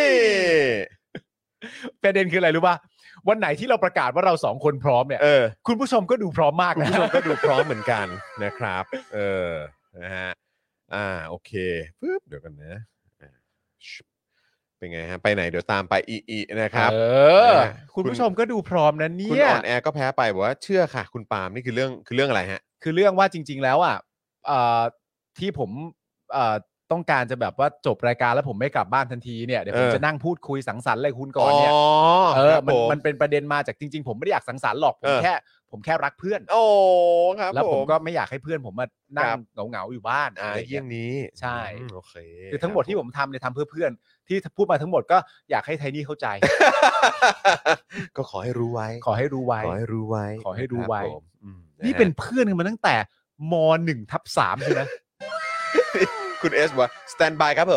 C: ประเด็นคืออะไรรู้ป่ะวันไหนที่เราประกาศว่าเรา2คนพร้อมเนี่ยคุณผู้ชมก็ดูพร้อมมากนะ
B: คุณผู้ชมก็ดูพร้อมเหมือนกันนะครับนะฮะโอเคปึ๊บเดี๋ยวกันนะอ่าชุบเป็นไงฮะไปไหนเดี๋ยวตามไปอีนะครับ นะฮะ
C: คุณผู้ชมก็ดูพร้อมนะ
B: คุณ
C: เนี่ย
B: อ่อนแอก็แพ้ไปบอกว่าเชื่อค่ะคุณปาล์มนี่คือเรื่องอะไรฮะ
C: คือเรื่องว่าจริง ๆ แล้วอ่ะที่ผมต้องการจะแบบว่าจบรายการแล้วผมไม่กลับบ้านทันทีเนี่ยเดี๋ยวผมจะนั่งพูดคุยสังสรรค์อะไรคุณก่อนเนี่ย
B: ครับผม
C: มันเป็นประเด็นมาจากจริง ๆ ผมไม่ได้อยากสังสรรค์หรอกผมแค่รักเพื่อน
B: โอ้ครับ
C: แล้วผมก็ไม่อยากให้เพื่อนผมมานั่
B: ค
C: ง
B: รับ
C: เหงาๆอยู่บ้านอะไร
B: เยี่ยงนี้
C: ใช่
B: โอเค
C: คือทั้งหมดที่ผมทำเนี่ยทำเพื่อเพื่อนที่พูดมาทั้งหมดก็อยากให้ไทนี่เข้าใจ
B: ก็ขอให้รู้ไว้
C: ขอให้รู้ไว้
B: ขอให้รู้ไว้
C: ขอให้รู้ไว้
B: นะครับผมะ
C: นี่เป็นเพื่อนกันมาตั้งแต่ม1/3ใช่ไหม
B: คุณเอสบอกว่า stand by ครับผม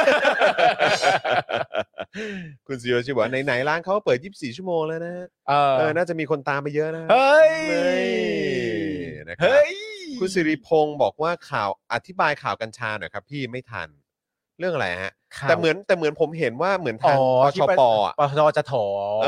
B: คุณซีโรชิบอกว่าไหนๆร้านเขาเปิด24 ชั่วโมงแล้วนะ น่าจะมีคนตามไปเยอะนะ
C: เฮ้ย
B: นะครับ
C: เฮ้ย
B: คุณสิริพงศ์บอกว่าข่าวอธิบายข่าวกัญชาหน่อยครับพี่ไม่ทันเรื่องอะไรฮะ แต่เหมือนผมเห็นว่าเหมือนทางปชปอ่ะ
C: ปชจะถอน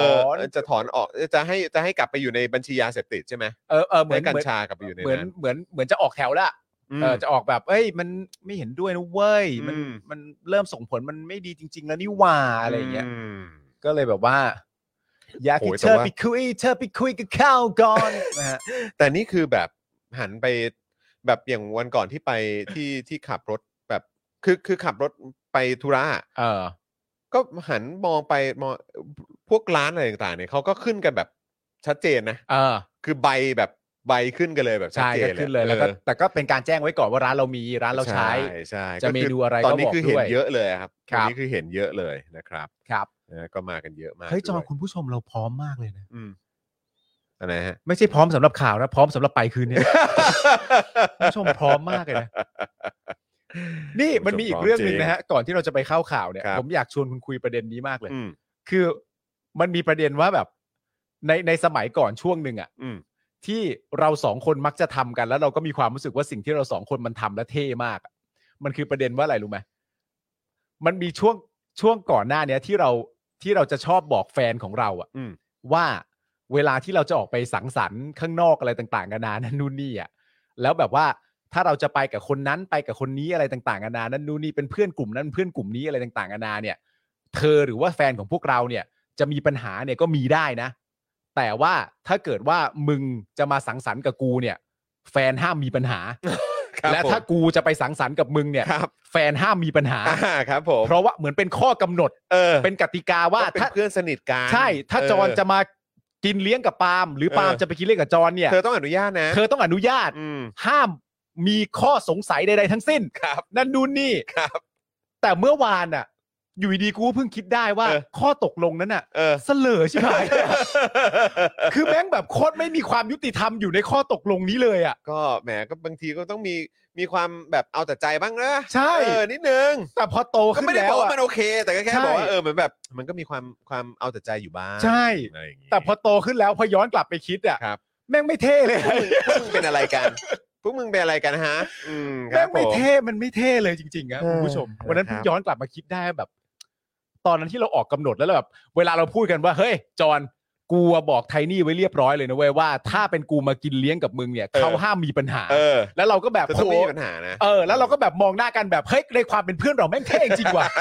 B: จะถอนออกจะให้กลับไปอยู่ในบัญชียาเสพติดใช่ไหม
C: เหมือน
B: กัญชากลับไปอยู่ใน
C: เหมือน
B: นั้น
C: เหมือนจะออกแถวละจะออกแบบมันไม่เห็นด้วยนะเว้ยมันเริ่มส่งผลมันไม่ดีจริง ๆ แล้วนี่หว่าอะไรอย่างเงี้ยก็เลยแบบว่าอยากให้เธอไปคุยกับเขาก่อนนะฮะ
B: แต่นี่คือแบบหันไปแบบอย่างวันก่อนที่ไปที่ขับรถแบบคือขับรถไปธุระก็หันมองไปมองพวกร้านอะไรต่างๆเนี่ยเขาก็ขึ้นกันแบบชัดเจนนะคือใบแบบใบขึ้นกันเลยแบบชัดเจน
C: ขึ้นเลยแล้วก็แต่ก็เป็นการแจ้งไว้ก่อนว่าร้านเรามีร้านเราใช้
B: ใช่
C: จะเมนูอะไร
B: ตอน
C: ก็
B: นี้
C: บอก
B: คือ
C: ด้
B: เห็น
C: วย
B: เยอะเลยครับตอนนี้คือเห็นเยอะเลยนะครับ
C: ครับ
B: ก็มากันเยอะมาก
C: เฮ้ยจอ
B: ด้วย
C: คุณผู้ชมเราพร้อมมากเลยนะ
B: อะไรฮะ
C: ไม่ใช่พร้อมสำหรับข่าวนะพร้อมสำหรับไปคืนนี้ คุณผู้ชมพร้อมมากเลยนะนี่มันมีอีกเรื่องนึงนะฮะก่อนที่เราจะไปเข้าข่าวเนี่ยผมอยากชวนคุณคุยประเด็นนี้มากเลยคือมันมีประเด็นว่าแบบในสมัยก่อนช่วงหนึ่งอ่ะที่เราสองคนมักจะทำกันแล้วเราก็มีความรู้สึกว่าสิ่งที่เราสองคนมันทำแล้วเท่มากมันคือประเด็นว่าอะไรรู้ไหมมันมีช่วงก่อนหน้านี้ที่เราจะชอบบอกแฟนของเราอ่ะว่าเวลาที่เราจะออกไปสังสรรค์ข้างนอกอะไรต่างๆกันานานั่นนู่นนี่อ่ะแล้วแบบว่าถ้าเราจะไปกับคนนั้นไปกับคนนี้อะไรต่างๆกันานานั่นนู่นนี่เป็นเพื่อนกลุ่มนั้นเพื่อนกลุ่มนี้อะไรต่างๆกันานาเนี่ยเธอหรือว่าแฟนของพวกเราเนี่ยจะมีปัญหาเนี่ยก็มีได้นะแต่ว่าถ้าเกิดว่ามึงจะมาสังสรรค์กับกูเนี่ยแฟนห้ามมีปัญหา และถ้ากูจะไปสังสรรค์กับมึงเนี่ยแฟนห้ามมีปัญหา
B: ครับผม
C: เพราะว่าเหมือนเป็นข้อกำหนดเป็นกติกาว่า
B: ถ้าเพื่อนสนิทกัน
C: ใช่ถ้าจอนจะมากินเลี้ยงกับปาล์มหรือปาล์มจะไปกินเลี้ยงกับจอนเนี่ย
B: เธอต้องอนุญาตนะ
C: เธอต้องอนุญาตห้ามมีข้อสงสัยใดๆทั้งสิ้นนั่นนู่นนี่แต่เมื่อวานอ่ะอยู่ดีกูเพิ่งคิดได้ว่าข้อตกลงนั้นน่ะเสลอใช่ไหม คือแม่งแบบโคตรไม่มีความยุติธรรมอยู่ในข้อตกลงนี้เลยอ่ะ
B: ก็แหมก็บางทีก็ต้องมีความแบบเอาแต่ใจบ้างนะ
C: ใช่
B: นิดนึง
C: แต่พอโตขึ้นแล้ว
B: มันโอเคแต่ก็แค่บอกว่าเหมือนแบบมันก็มีความเอาแต่ใจอยู่บ้าง
C: ใช่แต่พอโตขึ้นแล้วพอย้อนกลับไปคิดอ่ะแม่งไม่เท่เลย
B: พวกมึงเป็นอะไรกันพวกมึงเป็นอะไรกันฮะ
C: แม่งไม่เท่มันไม่เท่เลยจริงๆครับคุณผู้ชมวันนั้นย้อนกลับมาคิดได้แบบตอนนั้นที่เราออกกำหนดแล้วแบบเวลาเราพูดกันว่าเฮ้ยจอนกูบอกไทนี่ไว้เรียบร้อยเลยนะเว้ยว่าถ้าเป็นกูมากินเลี้ยงกับมึงเนี่ยเขาห้ามมีปัญหาแล้วเราก็แบบ
B: โอ้มีปัญหานะ
C: แล้วเราก็แบบมองหน้ากันแบบเฮ้ยในความเป็นเพื่อนเราแม่งเท่จริงว่ะ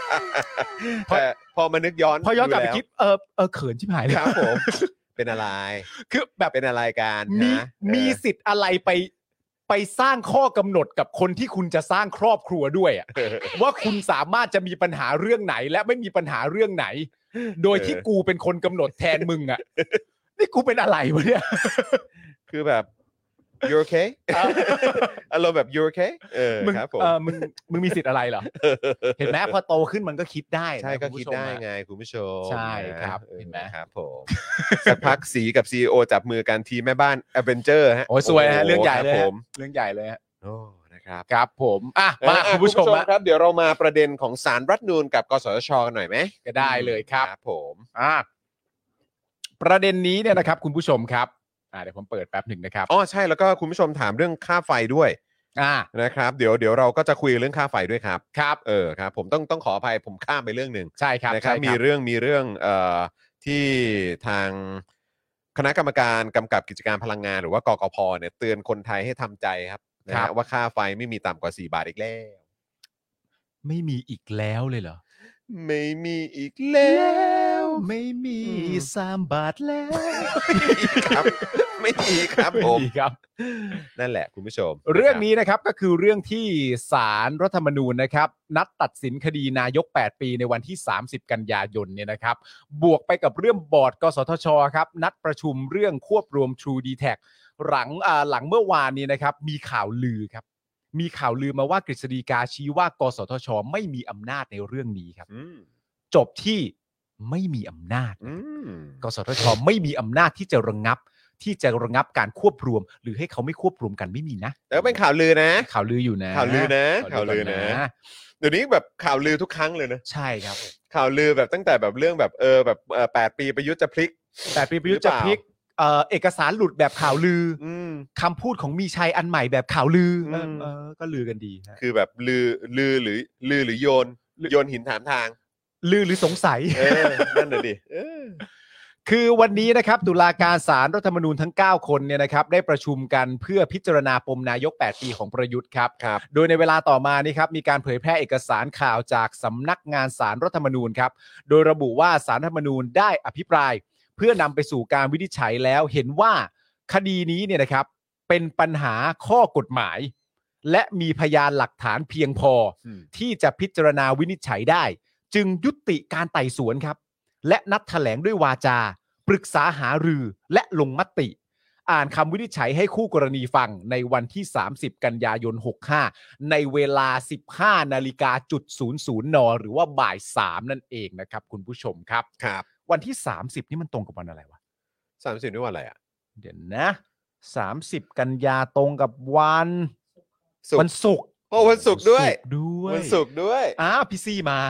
B: พอมานึกย้อน
C: พอย้อนกลับไปคิดเขินชิบหายเลย
B: ครับผมเป็นอะไร
C: คือแบบ
B: เป็นอะไรกัน
C: มีสิทธิ์อะไรไปสร้างข้อกำหนดกับคนที่คุณจะสร้างครอบครัวด้วยอ่ะว่าคุณสามารถจะมีปัญหาเรื่องไหนและไม่มีปัญหาเรื่องไหนโดยที่กูเป็นคนกำหนดแทนมึงอ่ะนี่กูเป็นอะไรวะเนี่ย
B: คือแบบ you okay อารมณ์แบบ you okay ครับผม
C: มึงมีสิทธิ์อะไรเหรอเห็นไหมพอโตขึ้นมันก็คิดได้
B: ใช่ก็คิดได้ไงคุณผู้ชม
C: ใช่ครับเห็นไหม
B: ครับผมสักพักสีกับ CEO จับมือกันทีแม่บ้าน Avenger ฮะ
C: โอ้สวยฮะเรื่องใหญ่เลยเรื่องใหญ่เลยฮะ
B: โอ้นะครับ
C: ครับผมมาคุณผู้ชม
B: ครับเดี๋ยวเรามาประเด็นของศาลรัฐธรรมนูญกับกสทชกันหน่อยไหม
C: ก็ได้เลยครับ
B: ผม
C: ประเด็นนี้เนี่ยนะครับคุณผู้ชมครับเดี๋ยวผมเปิดแป๊บหนึ่งนะครับ
B: ใช่แล้วก็คุณผู้ชมถามเรื่องค่าไฟด้วยนะครับเดี๋ยวเราก็จะคุยเรื่องค่าไฟด้วยครับ
C: ครับ
B: ครับผมต้องขออภัยผมข้ามไปเรื่องนึง
C: ใช่ครับ
B: นะครับมีเรื่องที่ทางคณะกรรมการกำกับกิจการพลังงานหรือว่ากกพเนี่ยเตือนคนไทยให้ทำใจครับนะฮะว่าค่าไฟไม่มีต่ำกว่า4 บาทอีกแล้ว
C: ไม่มีอีกแล้วเลยเหรอ
B: ไม่มีอีกแล้ว
C: ไม่มี3 บาทแล้ว
B: ครับไม่มีครับ
C: ไม่
B: ผม
C: มีครับ
B: นั่นแหละคุณผู้ชม
C: เรื่องนี้นะครับก็คือเรื่องที่ศาลรัฐธรรมนูญนะครับนัดตัดสินคดีนายก8 ปีในวันที่30กันยายนเนี่ยนะครับบวกไปกับเรื่องบอร์ดกสทชครับนัดประชุมเรื่องควบรวม True d t a c หลังเมื่อวานนี้นะครับมีข่าวลือครับมีข่าวลือมาว่ากฤษฎีกาชี้ว่ากสทชไม่มีอำนาจในเรื่องนี้ครับจบที่ไม่มีอำนาจกสทชไม่มีอำนาจที่จะระงับการควบรวมหรือให้เขาไม่ควบรวมกันไม่มีนะ
B: แต่ก็เป็นข่าวลือนะ
C: ข่าวลืออยู่นะ
B: ข่าวลือนะเดี๋ยวนี้แบบข่าวลือทุกครั้งเลยนะ
C: ใช่ครับ
B: ข่าวลือแบบตั้งแต่แบบเรื่องแบบแบบ8 ปีประยุทธ์จะพลิก
C: 8 ปีประยุทธ์จะพลิกเอกสารหลุดแบบข่าวลือคำพูดของมีชัยอันใหม่แบบข่าวลือก็ลือกันดี
B: คือแบบลือหรือโยนหินถามทาง
C: ลือหรือสงสัย
B: นั่นน่ะดิ
C: คือวันนี้นะครับตุลาการศาลรัฐธรรมนูญทั้ง9คนเนี่ยนะครับได้ประชุมกันเพื่อพิจารณาปมนายก8 ปีของประยุทธ์ครับโดยในเวลาต่อมานี่ครับมีการเผยแพร่เอกสารข่าวจากสำนักงานศาลรัฐธรรมนูญครับโดยระบุว่าศาลรัฐธรรมนูญได้อภิปรายเพื่อนำไปสู่การวินิจฉัยแล้วเห็นว่าคดีนี้เนี่ยนะครับเป็นปัญหาข้อกฎหมายและมีพยานหลักฐานเพียงพอที่จะพิจารณาวินิจฉัยได้จึงยุติการไต่สวนครับและนัดแถลงด้วยวาจาปรึกษาหารือและลงมติอ่านคำวินิจฉัยให้คู่กรณีฟังในวันที่30กันยายน65ในเวลา 15:00 น.หรือว่าบ่าย 3นั่นเองนะครับคุณผู้ชมครับ
B: ครับ
C: วันที่30นี่มันตรงกับวันอะไรวะ
B: 30นี่วันอะไรอ่ะ
C: เดี๋ยวนะ30กันยาตรงกับวันศุกร์
B: โอ้วันศุกร์ด้วยวันศุกร์ด้วย
C: พี่ซี่มา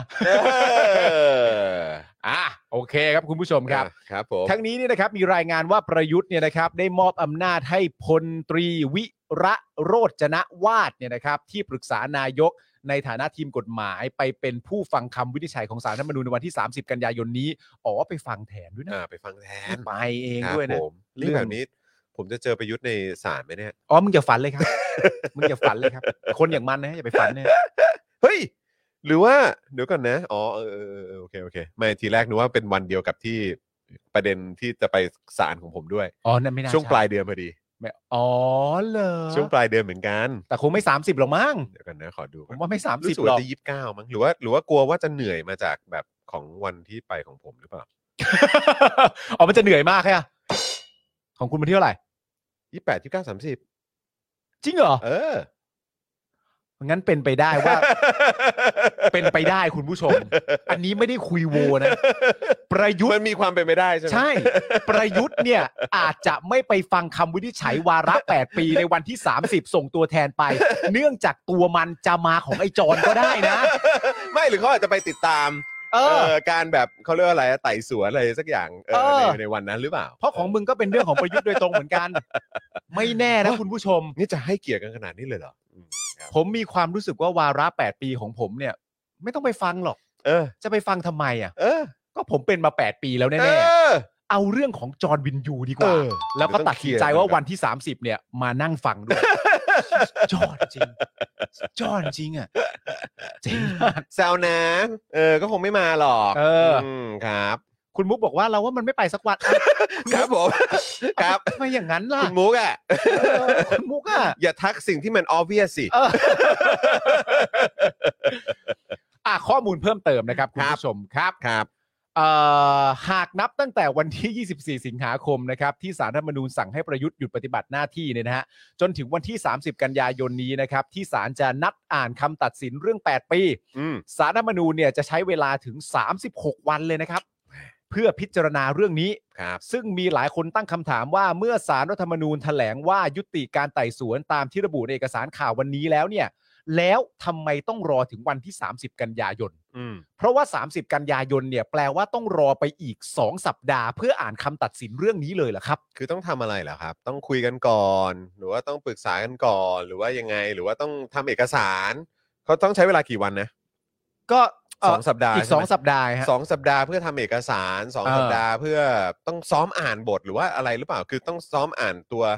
C: โอเคครับคุณผู้ชมครับ
B: ครับผม
C: ทั้งนี้เนี่ยนะครับมีรายงานว่าประยุทธ์เนี่ยนะครับได้มอบอำนาจให้พลตรีวิระโรจนวาทเนี่ยนะครับที่ปรึกษานายกในฐานะทีมกฎหมายไปเป็นผู้ฟังคำวินิจฉัยของศาลรัฐธรรมนูญในวันที่30กันยายนนี้ไปฟังแทนด้วยนะ
B: ไปฟังแทน
C: ไปเองด้วยนะ
B: เรื่องแบบนี้ผมจะเจอประยุทธ์ในศาลไหมเนี่ย
C: มึงอย่าฝันเลยครับ มึงอย่าฝันเลยครับคนอย่างมันนะอย่าไปฝันเนี่ย
B: เฮ้ยหรือว่าเดี๋ยวก่อนนะโอเคไม่ทีแรกนึกว่าเป็นวันเดียวกับที่ประเด็นที่จะไปศาลของผมด้วย
C: นั่นไม่น่า
B: ช่วงปลายเดือนพอดี
C: เหรอ
B: ช่วงปลายเดือนเหมือนกัน
C: แต่คงไม่30หรอกมั้ง
B: เดี๋ยวกันนะขอดู
C: ผมว่าไม่30
B: หรอกจะ29มั้งหรือว่ากลัวว่าจะเหนื่อยมาจากแบบของวันที่ไปของผมหรือเปล่า
C: มันจะเหนื่อยมากแค่ของคุณมันเท่าไหร่
B: 28 29 30
C: จริงเหรองั้นเป็นไปได้ว่า เป็นไปได้คุณผู้ชมอันนี้ไม่ได้คุยโวนะประยุทธ์
B: มันมีความเป็นไปได้ใช่ไหม
C: ใช่ประยุทธ์เนี่ยอาจจะไม่ไปฟังคำวินิจฉัยวาระ8 ปีในวันที่30ส่งตัวแทนไปเนื่องจากตัวมันจะมาของไอ้จอนก็ได้นะ
B: ไม่หรือเขาอาจจะไปติดตามการแบบเขาเรียกว่าอะไรไต่สวนอะไรสักอย่างในวันนั้นหรือเปล่า
C: เพราะของมึงก็เป็นเรื่องของประยุทธ์โดยตรงเหมือนกันไม่แน่นะคุณผู้ชม
B: นี่จะให้เกียรติกันขนาดนี้เลยเหรอ
C: ผมมีความรู้สึกว่าวาระ8 ปีของผมเนี่ยไม่ต้องไปฟังหรอกจะไปฟังทำไมก็ผมเป็นมา8 ปีแล้วแน่ๆเอาเรื่องของจอห์นวินยูดีกว่าแล้วก็ตัดสินใจว่าวันที่30เนี่ยมานั่งฟังด้วยจอห์นจริงจริง
B: แซวนะก็คงไม่มาหรอกครับ
C: คุณมุกบอกว่าเราว่ามันไม่ไปสักวัน
B: ครับผมครับ
C: ทำไมอย่างนั้นล่ะ
B: คุณมุก
C: คุณมุก
B: อย่าทักสิ่งที่มัน obvious สิ
C: ข้อมูลเพิ่มเติมนะครับคุณผู้ชมครับหากนับตั้งแต่วันที่24สิงหาคมนะครับที่ศาลรัฐธรรมนูญสั่งให้ประยุทธ์หยุดปฏิบัติหน้าที่เนี่ยนะฮะจนถึงวันที่30กันยายนนี้นะครับที่ศาลจะนัดอ่านคำตัดสินเรื่อง8 ปีศาลรัฐธรรมนูญเนี่ยจะใช้เวลาถึง36 วันเลยนะครับเพื่อพิจารณาเรื่องนี้ซึ่งมีหลายคนตั้งคำถามว่าเมื่อศาลรัฐธรรมนูญแถลงว่ายุติการไต่สวนตามที่ระบุในเอกสารข่าววันนี้แล้วเนี่ยแล้วทำไมต้องรอถึงวันที่30กันยายนเพราะว่า30กันยายนเนี่ยแปลว่าต้องรอไปอีก2สัปดาห์เพื่ออ่านคำตัดสินเรื่องนี้เลยเหรอครับ
B: คือต้องทำอะไรเหรอครับต้องคุยกันก่อนหรือว่าต้องปรึกษากันก่อนหรือว่ายังไงหรือว่าต้องทำเอกสารเขาต้องใช้เวลากี่วันนะ
C: ก็
B: 2 สัปดาห์
C: อีก2 สัปดาห์ฮะ
B: 2 สัปดาห์เพื่อทำเอกสาร2 สัปดาห์เพื่อต้องซ้อมอ่านบทหรือว่าอะไรหรือเปล่าคือต้องซ้อมอ่านตัว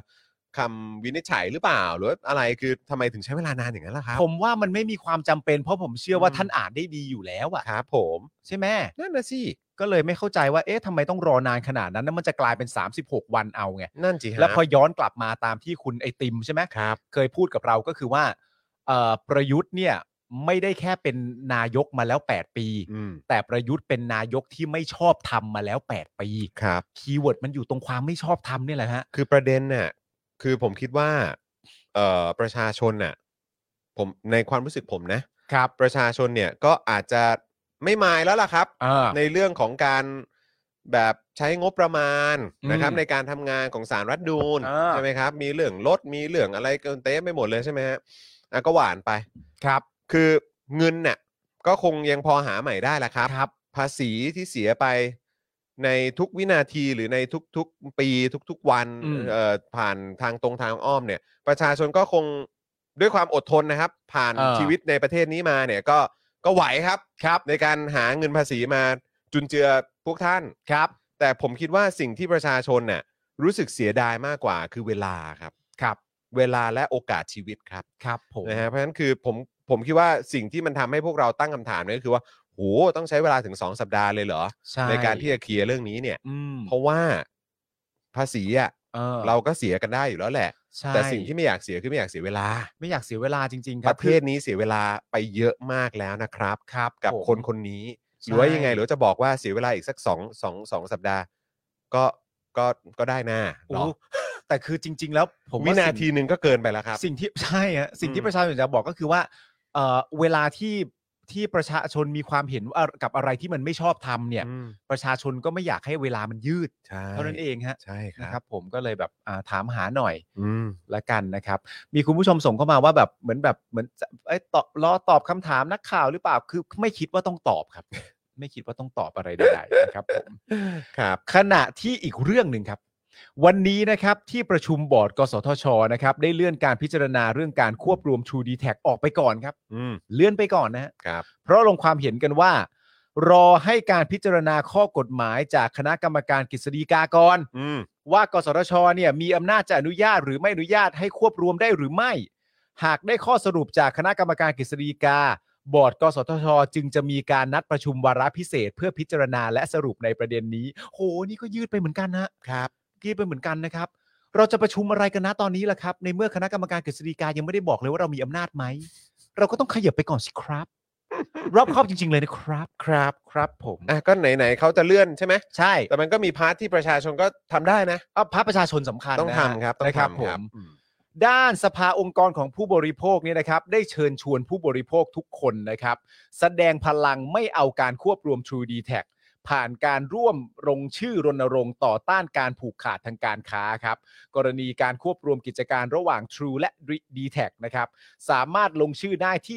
B: คำวินิจฉัยหรือเปล่าหรือว่าอะไรคือทำไมถึงใช้เวลานานอย่างนั้นล่ะครับ
C: ผมว่ามันไม่มีความจำเป็นเพราะผมเชื่อว่า
B: อืม
C: ท่านอ่านได้ดีอยู่แล้วอะ
B: ครับผม
C: ใช่ไหม
B: นั่นน่ะสิ
C: ก็เลยไม่เข้าใจว่าเอ๊ะทำไมต้องรอนานขนาดนั้นแล้วมันจะกลายเป็น36วันเอาไง
B: นั่นสิฮะ
C: แล้วพอย้อนกลับมาตามที่คุณไอติมใช่ไหม
B: ครับ
C: เคยพูดกับเราก็คือว่าประยุทธ์เนี่ยไม่ได้แค่เป็นนายกมาแล้ว8ปี
B: อืม
C: แต่ประยุทธ์เป็นนายกที่ไม่ชอบทำมาแล้ว8ปี
B: ครับ
C: คีย์เวิร์ดมันอยู่ตรงความไม่ชอบทำเนี่ยแหละฮะ
B: คือประเด็นน่ะคือผมคิดว่าประชาชนน่ะผมในความรู้สึกผมนะครับ ประชาชนเนี่ยก็อาจจะไม่มายแล้วล่ะครับ ในเรื่องของการแบบใช้งบประมาณนะครับในการทำงานของศาลรัฐธรรมนูญใช่ไหมครับมีเรื่องรถมีเรื่องอะไรเกินเต้ไปหมดเลยใช่ไหมฮะก็หวานไป
C: ครับ
B: คือเงินเนี่ยก็คงยังพอหาใหม่ได้แหละครับ
C: ครับ
B: ภาษีที่เสียไปในทุกวินาทีหรือในทุกๆปีทุกๆวัน
C: อืม
B: ผ่านทางตรงทางอ้อมเนี่ยประชาชนก็คงด้วยความอดทนนะครับ ผ่านชีวิตในประเทศนี้มาเนี่ยก็ไหวครับ
C: ครับ
B: ในการหาเงินภาษีมาจุนเจือพวกท่าน
C: ครับ
B: แต่ผมคิดว่าสิ่งที่ประชาชนเนี่ยรู้สึกเสียดายมากกว่าคือเวลาครับ
C: ครับ
B: เวลาและโอกาสชีวิตครับ
C: ครับผม
B: นะฮะเพราะฉะนั้นคือผมคิดว่าสิ่งที่มันทำให้พวกเราตั้งคำถามเนี่ยก็คือว่าโหต้องใช้เวลาถึง2 สัปดาห์เลยเหรอ
C: ใช่
B: ในการที่จะเคลียร์เรื่องนี้เนี่ย
C: อืม
B: เพราะว่าภาษีอ่ะ เราก็เสียกันได้อยู่แล้วแหละ
C: ใช่
B: แต่สิ่งที่ไม่อยากเสียคือไม่อยากเสียเวลา
C: ไม่อยากเสียเวลาจริงๆค
B: ป
C: รับ
B: ระเทศนี้เสียเวลาไปเยอะมากแล้วนะครับ
C: ครับ
B: กับ
C: ผม
B: คนคนนี้
C: ใช่
B: หรือว่ายังไงหรือว่าจะบอกว่าเสียเวลาอีกสัก2 สัปดาห์ก็ได้นะ
C: โอ้
B: เนาะ
C: แต่คือจริง ๆ แล้วผม
B: วิ
C: ว่า
B: นาทีหนึ่งก็เกินไปแล้วครับ
C: สิ่งที่ใช่ฮะสิ่ง
B: อื
C: ที่
B: ม
C: ประชาชนจะบอกก็คือว่าเวลาที่ประชาชนมีความเห็นว่ากับอะไรที่มันไม่ชอบทำเนี่ย
B: อืม
C: ประชาชนก็ไม่อยากให้เวลามันยืด
B: ใช่
C: เท่านั้นเองฮะ
B: ใช่ค
C: นะค
B: รั
C: รับ บผมก็เลยแบบถามหาหน่อย
B: อืม
C: ละกันนะครับ มีคุณผู้ชมส่งเข้ามาว่าแบบเหมือนจะรอตอบคำถามนักข่าวหรือเปล่าคือไม่คิดว่าต้องตอบครับ ไม่คิดว่าต้องตอบอะไรใดๆนะครับผม
B: ครับ
C: ขณะที่อีกเรื่องหนึ่งครับ วันนี้นะครับที่ประชุมบอร์ดกสทชนะครับได้เลื่อนการพิจารณาเรื่องการควบรวม True d t a c ออกไปก่อนครับ
B: อืม
C: เลื่อนไปก่อนนะฮะ
B: ครับ
C: เพราะลงความเห็นกันว่า รอให้การพิจารณาข้อกฎหมายจากคณะกรรมการกฤษฎีกาก่อน
B: อืม
C: ว่ากสทชเนี่ยมีอำนาจจะอนุญาตหรือไม่อนุญาตให้ควบรวมได้หรือไม่ หากได้ข้อสรุปจากคณะกรรมการกฤษฎีกา บอร์ดกสทชจึงจะมีการนัดประชุมวาระพิเศษ เพื่อพิจารณาและสรุปในประเด็นนี้โหนี่ก็ยืดไปเหมือนกันนะครับ ยืดไปเหมือนกันนะครับ เราจะประชุมอะไรกันนะตอนนี้ล่ะครับในเมื่อคณะกรรมการกฤษฎีกายังไม่ได้บอกเลยว่าเรามีอำนาจไหมเราก็ต้องขยับไปก่อนสิครับ รอบคอบจริง ๆ เลยนะครับ
B: ครับ
C: ครับผม
B: ก็ไหนๆเขาจะเลื่อนใช่ไหม
C: ใช่
B: แต่มันก็มีพาร์ทที่ประชาชนก็ทำได้นะ
C: พรรคประชาชนสำคัญ
B: ต้อง
C: นะ
B: ทำครับต้อง
C: นะครับ
B: ทำ
C: ผ
B: ครับ
C: ม
B: อืม
C: ด้านสภาองค์กรของผู้บริโภคเนี่ยนะครับได้เชิญชวนผู้บริโภคทุกคนนะครับแสดงพลังไม่เอาการควบรวม True d t a c ผ่านการร่วมลงชื่อรณรงค์ต่อต้านการผูกขาดทางการค้าครับกรณีการควบรวมกิจการระหว่าง True และ d t a c นะครับสามารถลงชื่อได้ที่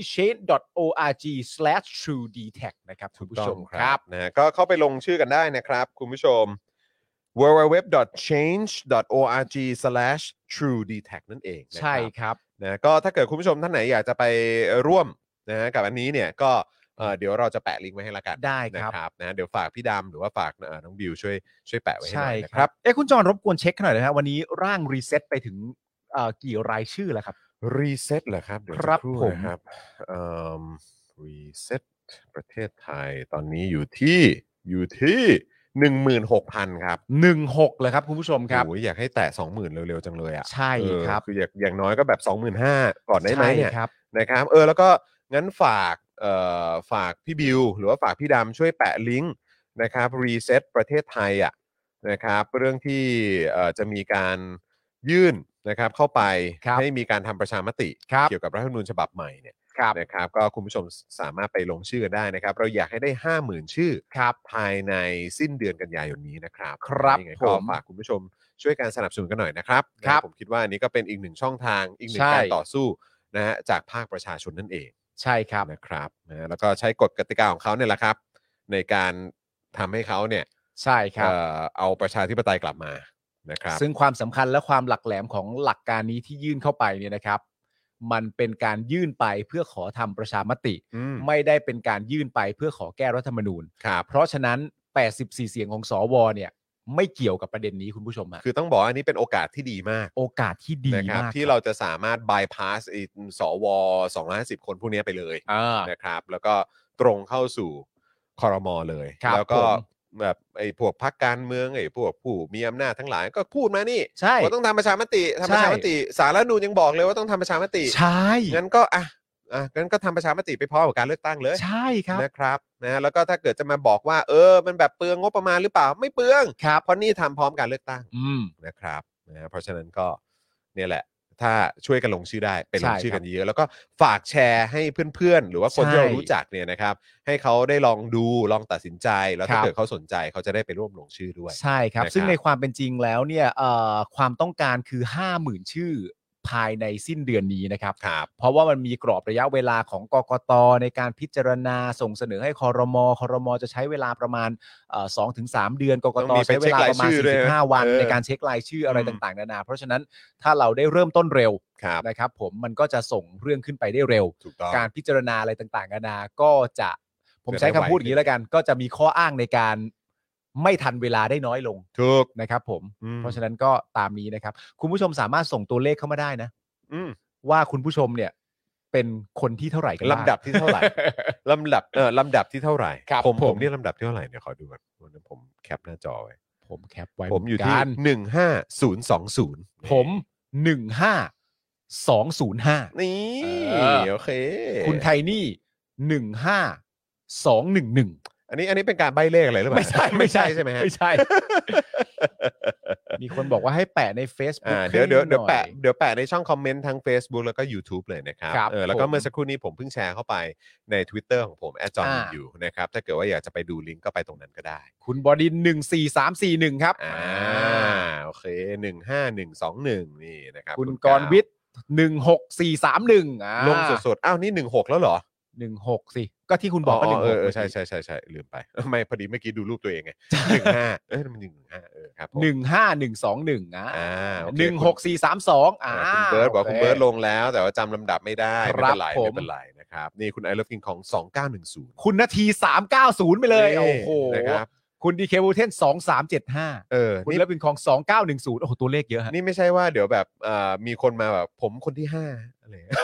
C: change.org/truedtac นะครับคุณผู้ชมครับ
B: นะฮะก็เข้าไปลงชื่อกันได้นะครับคุณผู้ชม www.change.org/truedtac นั่นเองนะ
C: ใช่ครับ
B: นะก็ถ้าเกิดคุณผู้ชมท่านไหนอยากจะไปร่วมนะฮะกับอันนี้เนี่ยก็เดี๋ยวเราจะแปะลิงก์ไว้ให้ละกัน
C: ได้ครับ
B: นะครับนะเดี๋ยวฝากพี่ดำหรือว่าฝากน้องบิวช่วยแปะไว้ให้ห
C: ใช่
B: น่อยนะ
C: ค
B: ค
C: รั
B: รั
C: บบ คุณจอนรบกวนเช็คหน่อยนะฮะวันนี้ร่างรีเซ็ตไปถึงกี่รายชื่อแล้วครับ
B: รีเซ็ตเหรอครับเดี๋ยว
C: ครับ
B: สักครู่
C: ผม
B: นะครับรีเซ็ตประเทศไทยตอนนี้อยู่ที่ 16,000 ครับ
C: 16เลยครับคุณผู้ชมครับ
B: โอ้ยอยากให้แตะ 20,000 เร็วๆจังเลยอ่ะ
C: ใช่ครับ
B: คืออย่างน้อยก็แบบ 25,000 ก่อนได้ไหมเนี่ย
C: ใช่ครับ
B: นะครับแล้วก็งั้นฝากพี่บิวหรือว่าฝากพี่ดำช่วยแปะลิงก์นะครับรีเซ็ตประเทศไทยอ่ะนะครับเรื่องที่จะมีการยื่นนะครับเข้าไป
C: ครับ
B: ให้มีการทำประชามติ
C: ครับ
B: เกี่ยวกับรัฐธรรมนูญฉบับใหม่เนี่ย
C: ครับ
B: นะครับก็คุณผู้ชมสามารถไปลงชื่อกันได้นะครับ เราอยากให้ได้ 50,000 ชื่อ
C: ครับ
B: ภายในสิ้นเดือนกันยายนนี้นะครับ
C: ครับ
B: ยังไง
C: ผ
B: ก็
C: ม
B: ฝากคุณผู้ชมช่วยการสนับสนุนกันหน่อยนะครับ
C: ครับ
B: นะผมคิดว่าอันนี้ก็เป็นอีกหนึ่งช่องทางอีกหนึ่
C: ใช่
B: งการต่อสู้นะฮะจากภาคประชาชนนั่นเอง
C: ใช่ครับ
B: นะครับนะแล้วก็ใช้กฎกติกาของเขาเนี่ยแหละครับ ในการทำให้เขาเนี่ย
C: ใช่ครับ
B: เอาประชาธิปไตยกลับมานะครับ
C: ซึ่งความสำคัญและความหลักแหลมของหลักการนี้ที่ยื่นเข้าไปเนี่ยนะครับ มันเป็นการยื่นไปเพื่อขอทำประชามติ
B: อืม
C: ไม่ได้เป็นการยื่นไปเพื่อขอแก้รัฐธรรมนูญ
B: ครับ
C: เพราะฉะนั้น 84 เสียงของสวเนี่ยไม่เกี่ยวกับประเด็นนี้คุณผู้ชมฮะ
B: คือต้องบอกว่าอันนี้เป็นโอกาสที่ดีมาก
C: โอกาสที่ดี
B: นะครับ
C: มาก
B: ที่เราจะสามารถ bypass ไอ้สว250 คนพวกนี้ไปเลย นะครับแล้วก็ตรงเข้าสู่ครม.เลย
C: ครับ
B: แล้วก็
C: ผม
B: แบบไอ้พวกพรรคการเมืองไอ้พวกผู้มีอำนาจทั้งหลายก็พูดมานี่
C: ใช่
B: ว่าต้องทำประชามติทำประชามติสารรัฐธรรมนูญยังบอกเลยว่าต้องทำประชามติ
C: ใช่
B: งั้นก็งั้นก็ทำประชามติไปพร้อมกับการเลือกตั้งเลย
C: ใช่ครับ
B: นะครับนะแล้วก็ถ้าเกิดจะมาบอกว่ามันแบบเปลืองงบประมาณหรือเปล่าไม่เปลือง
C: ครับ
B: เพราะนี่ทำพร้อมการเลือกตั้ง
C: อืม
B: นะครับนะเพราะฉะนั้นก็เนี่ยแหละ ถ้าช่วยกันลงชื่อได้ไปลงชื่อ
C: ใช่ครับ
B: กันเยอะแล้วก็ฝากแชร์ให้เพื่อนๆ หรือว่าคน
C: ใช่
B: ที่เรารู้จักเนี่ยนะครับ ให้เขาได้ลองดูลองตัดสินใจ แล้วถ้า
C: ครับ
B: เกิดเขาสนใจเขาจะได้ไปร่วมลงชื่อด้วย
C: ใช่ครับ
B: นะครับ
C: ซึ่งในความเป็นจริงแล้วเนี่ยความต้องการคือ 50,000 ชื่อภายในสิ้นเดือนนี้นะครับ
B: ครับ
C: เพราะว่ามันมีกรอบระยะเวลาของกกตในการพิจารณาส่งเสนอให้ครมจะใช้เวลาประมาณ2-3 เดือนกก
B: ต้
C: ต
B: องมีไป
C: ใช้เวลาประมาณ
B: เช็ครายชื่อด้วยนะ
C: 45 วัน
B: เออ
C: ในการเช็ครายชื่ออะไร
B: อืม
C: ต่างๆนานาเพราะฉะนั้นถ้าเราได้เริ่มต้นเร็ว
B: ครับ
C: นะครับผมมันก็จะส่งเรื่องขึ้นไปได้เร็ว
B: ถูกต้อง
C: การพิจารณาอะไรต่างๆนานาก็จะผมใช้คำพูดอย่างนี้แล้วกัน ก็จะมีข้ออ้างในการไม่ทันเวลาได้น้อยลง
B: ถูก
C: นะครับผม
B: อืม
C: เพราะฉะนั้นก็ตามนี้นะครับ คุณผู้ชมสามารถส่งตัวเลขเข้ามาได้นะ
B: อืม
C: ว่าคุณผู้ชมเนี่ยเป็นคนที่เท่าไหร่กันบ้าง
B: ลำดับที่เท่าไหร่ ลำดับที่เท่าไหร่
C: ครับ
B: ผม
C: ผม
B: นี่ลำดับที่เท่าไหร่เนี่ยขอดูก่อนวันนั้นผมแคปหน้าจอไว้
C: ผมแคปไว้
B: ผมอยู่
C: เห
B: ที่
C: กัน
B: 15020
C: ผม 15205
B: นี่
C: เออ
B: โอเค
C: คุณไทนี่15211
B: อันนี้เป็นการใบ้เลขอะไรหรือเปล่า
C: ไม่ใช่
B: ใช่ไหมฮะ
C: ไม่ใช่ มีคนบอกว่าให้แปะใน Facebook
B: เดี๋ยว
C: ให้หน่อ
B: แปะในช่องคอมเมนต์ทั้ง Facebook แล้วก็ YouTube เลยนะครับ
C: ครับ
B: แล้วก็
C: ผม
B: เมื่อสักครู่นี้ผมเพิ่งแชร์เข้าไปใน Twitter ของผมจอห์นอยู่นะครับถ้าเกิดว่าอยากจะไปดูลิงก์ก็ไปตรงนั้นก็ได้
C: คุณบดินทร์14341 ครับ
B: โอเค15121นี่นะครับ
C: คุณ
B: คุณ
C: กรณ์วิทย์16431
B: ลงสดๆอ้าวนี่16แล้วเหรอ
C: 16สิก็ที่คุณบอกก็16
B: ใช่ลืมไปไม่พอดีเมื่อกี้ดูรูปตัวเองไง15มัน115ครับผม
C: 15121
B: โอเค
C: 16432
B: คุณเบิร์ดบอก
C: โอเค
B: คุณเบิร์ดลงแล้ว แต่ว่าจำลำดับไม่ได้
C: ค
B: ไม่
C: รับ
B: เป็นไร
C: ผม
B: ไม่เป็นไรนะครับนี่คุณไอเลิฟกินของ2910
C: คุณนาที390ไปเลย
B: นี่
C: โอ้โห
B: นะครับ
C: คุณดีเคบูเทน2375คุณ
B: นี่
C: แล้วเป็นของ2910โอ้โหตัวเลขเยอะฮะ
B: นี่ไม่ใช่ว่าเดี๋ยวแบบมีคนมาแบบผมคนที่5อะไรอย่างเงี้ย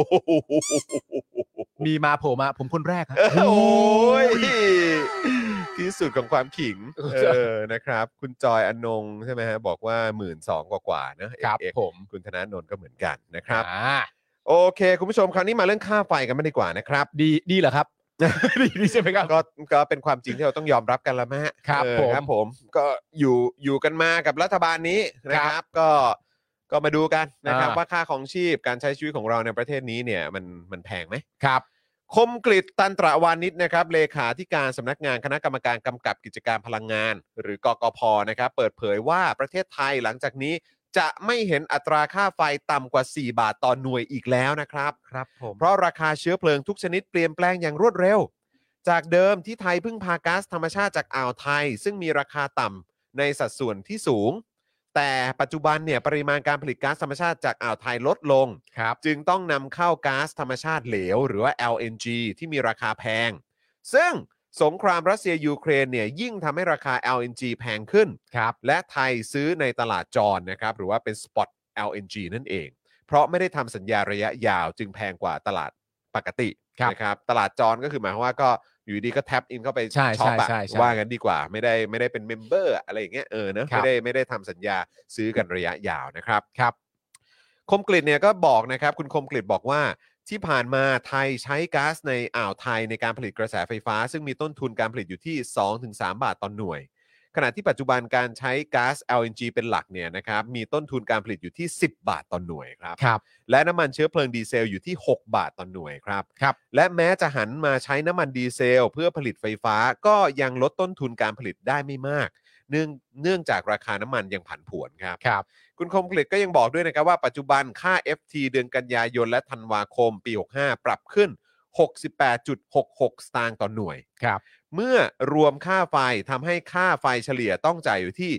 C: มีมาโผล่มาผมคนแรกฮะ
B: โอ้ยที่สุดของความขิงนะครับ คุณจอยอนงใช่ไหมฮะบอกว่า 12,000 กว่าๆนะครับ
C: ผม
B: คุณธนาโนนท์ก็เหมือนกันนะครับ
C: อ่า
B: โอเค คุณผู้ชมคราวนี้มาเรื่องค่าไฟกันไม่ดีกว่านะครับ
C: ดีเหรอครับ ดีใช่ไหมครับ
B: ก็เป็นความจริงที่เราต้องยอมรับกันแล้วไหมฮะ
C: ครับ
B: ครับผมก็อยู่กันมากับรัฐบาลนี้นะครับก็มาดูกันนะครับว่าค่าของชีพการใช้ชีวิตของเราในประเทศนี้เนี่ยมันแพงไหม
C: ครับ
B: คมกฤษตันตระวานิชนะครับเลขาธิการสำนักงานคณะกรรมการกำกับกิจการพลังงาน หรือกกพนะครับเปิดเผยว่าประเทศไทยหลังจากนี้จะไม่เห็นอัตราค่าไฟต่ำกว่า4 บาทต่อหน่วยอีกแล้วนะครับ
C: ครับผม
B: เพราะราคาเชื้อเพลิงทุกชนิดเปลี่ยนแปลงอย่างรวดเร็ว จากเดิมที่ไทยพึ่งพาก๊าซธรรมชาติจากอ่าวไทย ซึ่งมีราคาต่ำในสัดส่วนที่สูง แต่ปัจจุบันเนี่ยปริมาณการผลิตก๊าซธรรมชาติจากอ่าวไทยลดลง
C: ครับ
B: จึงต้องนำเข้าก๊าซธรรมชาติเหลวหรือว่า LNG ที่มีราคาแพง ซึ่งสงครามรัสเซียยูเครนเนี่ยยิ่งทำให้ราคา LNG แพงขึ้น
C: ครับ
B: และไทยซื้อในตลาดจรนะครับหรือว่าเป็น Spot LNG นั่นเอง เพราะไม่ได้ทำสัญญาระยะยาวจึงแพงกว่าตลาดปกติ
C: ครับ
B: นะครับตลาดจรก็คือหมายความว่าก็อยู่ดีก็แท็บอินเข้าไป
C: ใช่
B: ช็อปอะ
C: ใช่
B: ว่ากันดีกว่าไม่ได้เป็นเมมเบอร์อะไรอย่างเงี้ยนะ
C: ครับ
B: ไม่ได้ทำสัญญาซื้อกันระยะยาวนะครับ
C: ครับ
B: คมกฤษเนี่ยก็บอกนะครับคุณคมกฤษบอกว่าที่ผ่านมาไทยใช้ก๊าซในอ่าวไทยในการผลิตกระแสไฟฟ้า ซึ่งมีต้นทุนการผลิตอยู่ที่ 2-3 บาทต่อหน่วย ขณะที่ปัจจุบันการใช้ก๊าซ LNG เป็นหลักเนี่ยนะครับมีต้นทุนการผลิตอยู่ที่ 10 บาทต่อหน่วยครับ
C: ครับ
B: และน้ำมันเชื้อเพลิงดีเซลอยู่ที่ 6 บาทต่อหน่วยครับ
C: ครับ
B: และแม้จะหันมาใช้น้ำมันดีเซลเพื่อผลิตไฟฟ้าก็ยังลดต้นทุนการผลิตได้ไม่มาก เนื่องจากราคาน้ำมันยังผันผวนครับ
C: ครับ
B: คุณคมกฤษก็ยังบอกด้วยนะครับว่าปัจจุบันค่า FT เดือนกันยายนและธันวาคมปี 65 ปรับขึ้น 68.66 สตางค์ต่อหน่วย
C: ครับ
B: เมื่อรวมค่าไฟทำให้ค่าไฟเฉลี่ยต้องจ่ายอยู่ที่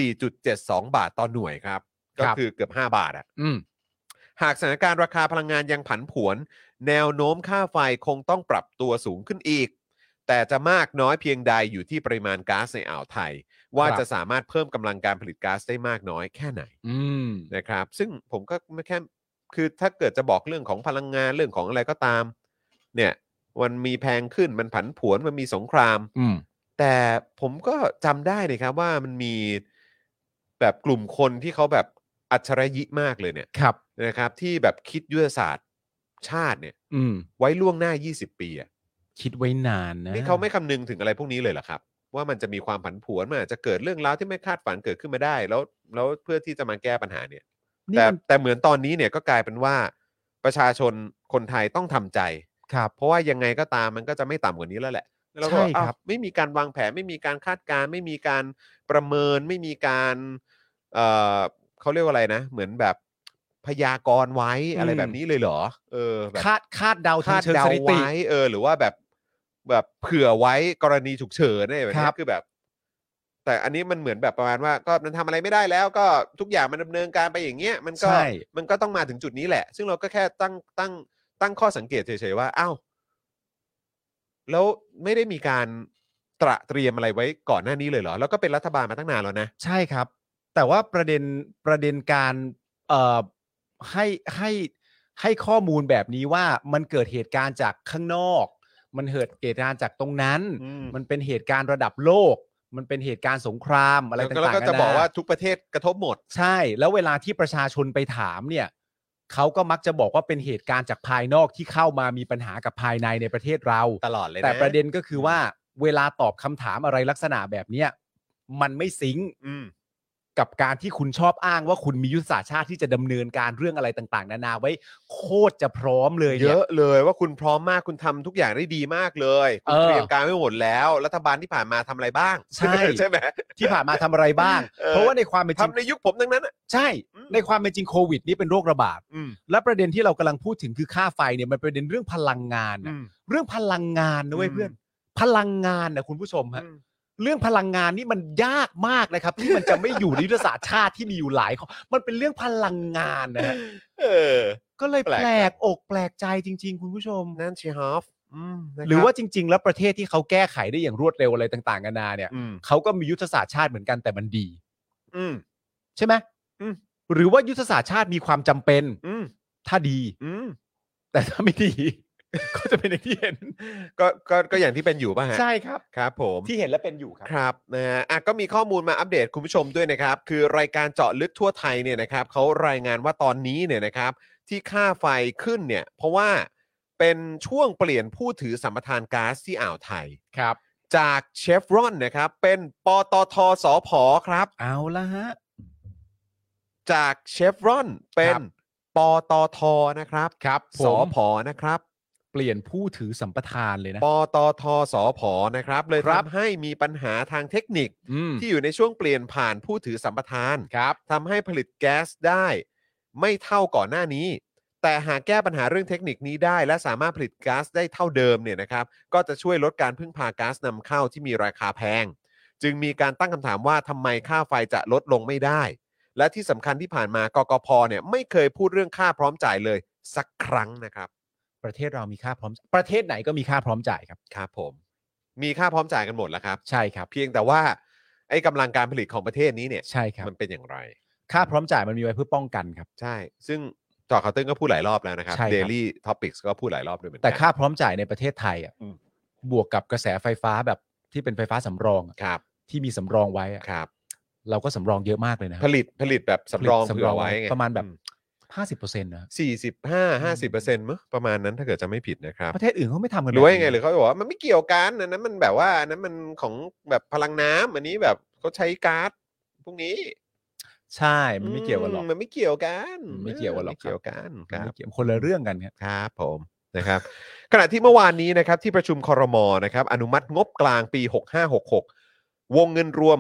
B: 4.72 บาทต่อหน่วยครับ ก็คือเกือบ 5 บาทอ่ะ
C: อืม
B: หากสถานการณ์ราคาพลังงานยังผันผวน แนวโน้มค่าไฟคงต้องปรับตัวสูงขึ้นอีก แต่จะมากน้อยเพียงใดอยู่ที่ปริมาณก๊าซในอ่าวไทยว่า
C: ครับ
B: จะสามารถเพิ่มกำลังการผลิตก๊าซได้มากน้อยแค่ไหน
C: อืม
B: นะครับซึ่งผมก็ไม่แค่คือถ้าเกิดจะบอกเรื่องของพลังงานเรื่องของอะไรก็ตามเนี่ยมันมีแพงขึ้นมันผันผวนมันมีสงคราม
C: อืม
B: แต่ผมก็จำได้เลยครับว่ามันมีแบบกลุ่มคนที่เขาแบบอัจฉริยะมากเลยเนี่ย
C: ครับ
B: นะครับที่แบบคิดยุทธศาสตร์ชาติเนี่ย
C: อืม
B: ไว้ล่วงหน้า20 ปีอ่ะ
C: คิดไว้นานนะ
B: นี่เขาไม่คำนึงถึงอะไรพวกนี้เลยเหรอครับว่ามันจะมีความผันผวนมันอาจจะเกิดเรื่องราวที่ไม่คาดฝันเกิดขึ้นมาได้แล้วเพื่อที่จะมาแก้ปัญหาเนี่ย
C: นี่มัน
B: แต่เหมือนตอนนี้เนี่ยก็กลายเป็นว่าประชาชนคนไทยต้องทำใจ
C: ครับ
B: เพราะว่ายังไงก็ตามมันก็จะไม่ต่ำกว่านี้แล้วแหละแล้วก็
C: ใช่ครับ
B: ไม่มีการวางแผนไม่มีการคาดการณ์ไม่มีการประเมินไม่มีการเอ่อเขาเรียกว่าอะไรนะ เหมือนแบบพยากรณ์ไว้อะไรแบบนี้เลยเหรอแบบ
C: คาดเดาทาง
B: คาด
C: เชิง
B: เดา
C: สถิติ
B: ไว้หรือว่าแบบเผื่อไว้กรณีฉุกเฉินอะไรแบบ
C: ครั
B: นี้
C: บ
B: คือแบบ แต่อันนี้มันเหมือนแบบประมาณว่าก็มันทำอะไรไม่ได้แล้วก็ทุกอย่างมันดำเนินการไปอย่างเงี้ยมันก็
C: ใช่
B: มันก็ต้องมาถึงจุดนี้แหละ ซึ่งเราก็แค่ตั้งข้อสังเกตเฉยๆว่าอ้าวแล้วไม่ได้มีการเตรียมอะไรไว้ก่อนหน้านี้เลยเหรอแล้วก็เป็นรัฐบาลมาตั้งนานแล้วนะ
C: ใช่ครับ แต่ว่าประเด็นการเอ่อให้ให้ให้ข้อมูลแบบนี้ว่ามันเกิดเหตุการณ์จากข้างนอก มันเกิดเหตุการณ์จากตรงนั้น มันเป็นเหตุการณ์ระดับโลก มันเป็นเหตุการณ์สงครามอะไรต่างๆ
B: แล้วก็จะ
C: นานา
B: บอกว่าทุกประเทศกระทบหมด
C: ใช่ แล้วเวลาที่ประชาชนไปถามเนี่ยเขาก็มักจะบอกว่าเป็นเหตุการณ์จากภายนอกที่เข้ามามีปัญหากับภายในประเทศเรา
B: ตลอดเลยนะ
C: แต่ประเด็นก็คือว่าเวลาตอบคำถามอะไรลักษณะแบบเนี้ยมันไม่ซิงค์
B: อืม
C: กับการที่คุณชอบอ้างว่าคุณมียุทธศาสตร์ชาติที่จะดำเนินการเรื่องอะไรต่างๆนานาไว้โคตรจะพร้อมเลย
B: เย
C: เนี่ย
B: อะเลยว่าคุณพร้อมมากคุณทำทุกอย่างได้ดีมากเลยคุณเตรียมการไว้หมดแล้วรัฐบาลที่ผ่านมาทำอะไรบ้าง
C: ใช่
B: ใช่ไหม
C: ที่ผ่านมาทำอะไรบ้าง เพราะว่าในความเป็นจริง
B: ทำในยุคผมทั้งนั้นอะ
C: ใช่
B: อืม
C: ในความเป็นจริงโควิดนี่เป็นโรคระบาด
B: อืม
C: และประเด็นที่เรากำลังพูดถึงคือค่าไฟเนี่ยมันประเด็นเรื่องพลังงานนะเรื่องพลังงานนะเว้ยเพื่อนพลังงานนะคุณผู้ชมฮะ เรื่องพลังงานนี่มันยากมากนะครับที่มันจะไม่อยู่ในยุทธศาสตร์ชาติที่มีอยู่หลายข้อมันเป็นเรื่องพลังงานนะฮะ ก็เลย
B: แปลก
C: แปลกอกแปลกใจจริง ๆ คุณผู้ชม
B: นั่นชีฮอฟ
C: หรือว่าจริง ๆ แล้วประเทศที่เขาแก้ไขได้อย่างรวดเร็วอะไรต่างๆกันานาเนี่ยเขาก็มียุทธศาสตร์ชาติเหมือนกันแต่มันดีใช่ไหมหรือว่ายุทธศาสตร์ชาติมีความจำเป็นถ้าดีแต่ถ้าไม่ดี ก็จะเป็นอย่างที่เห็น
B: ก็อย่างที่เป็นอยู่ป่ะฮะ
C: ใช่ครับ
B: ครับผม
C: ที่เห็นและเป็นอยู่ครับ
B: ครับนะฮะก็มีข้อมูลมาอัปเดตคุณผู้ชมด้วยนะครับคือรายการเจาะลึกทั่วไทยเนี่ยนะครับเขารายงานว่าตอนนี้เนี่ยนะครับที่ค่าไฟขึ้นเนี่ยเพราะว่าเป็นช่วงเปลี่ยนผู้ถือสัมปทานก๊าซที่อ่าวไทย
C: ครับ
B: จากเชฟรอนนะครับเป็นปตทสผครับ
C: เอาละฮะ
B: จากเชฟรอนเป็นปตทนะครับ
C: ครับผม
B: สผนะครับ
C: เปลี่ยนผู้ถือสัมปทานเลยนะ
B: ปตทสผนะครับเลย
C: ครับ
B: ทำให้มีปัญหาทางเทคนิค
C: อืม
B: ที่อยู่ในช่วงเปลี่ยนผ่านผู้ถือสัมปทาน
C: ครับ
B: ทำให้ผลิตแก๊สได้ไม่เท่าก่อนหน้านี้ แต่หากแก้ปัญหาเรื่องเทคนิคนี้ได้และสามารถผลิตก๊าซได้เท่าเดิมเนี่ยนะครับก็จะช่วยลดการพึ่งพาก๊าซนำเข้าที่มีราคาแพง จึงมีการตั้งคำถามว่าทำไมค่าไฟจะลดลงไม่ได้ และที่สำคัญที่ผ่านมากกพเนี่ยไม่เคยพูดเรื่องค่าพร้อมจ่ายเลยสักครั้งนะครับ
C: ประเทศเรามีค่าพร้อมประเทศไหนก็มีค่าพร้อมจ่ายครับ
B: ครับผมมีค่าพร้อมจ่ายกันหมดแล้วครับ
C: ใช่ครับ
B: เพียงแต่ว่าไอ้กำลังการผลิตของประเทศนี้เนี่ย
C: ใช่ครับ
B: มันเป็นอย่างไร
C: ค่าพร้อมจ่ายมันมีไว้เพื่อป้องกันครับ
B: ใช่ ซึ่งจอข่าวตื้นก็พูดหลายรอบแล้วนะครับ
C: ใช่ครับ
B: Daily Topics ก็พูดหลายรอบด้วยเหมือนกั
C: แต่ค่าพร้อมจ่ายในประเทศไทยอ่ะ
B: อืม
C: บวกกับกระแสไฟฟ้าแบบที่เป็นไฟฟ้าสำรองอะ
B: ครับ
C: ที่มีสำรองไว้อะ
B: ครับ
C: เราก็สำรองเยอะมากเลยนะ
B: ผลิตแบบสำรองเผื่อไว้ไง
C: ประมาณแบบ50%นะ
B: 45-50%มั้งประมาณนั้นถ้าเกิดจะไม่ผิดนะครับ
C: ประเทศอื่นเขาไม่ทำกัน
B: หรือว่า
C: แบบ
B: ยังไง
C: นี้
B: หรือเขาบอกว่ามันไม่เกี่ยวกันอันนั้นมันแบบว่าอันนั้นมันของแบบพลังน้ำอันนี้แบบเขาใช้ก๊าซพวกนี้
C: ใช่มันไม่เกี่ยวกันหรอก
B: มันไม่เกี่ยวกัน
C: มันไม่เกี่ยวกันหรอก
B: ไม่เกี่ยวกันค
C: มัน
B: รับ
C: ไม่เกี่ยวคนละเรื่องกันครับ
B: ครับผมนะครับ ขณะที่เมื่อวานนี้นะครับที่ประชุมครม.นะครับอนุมัติงบกลางปี 6566 วงเงินรวม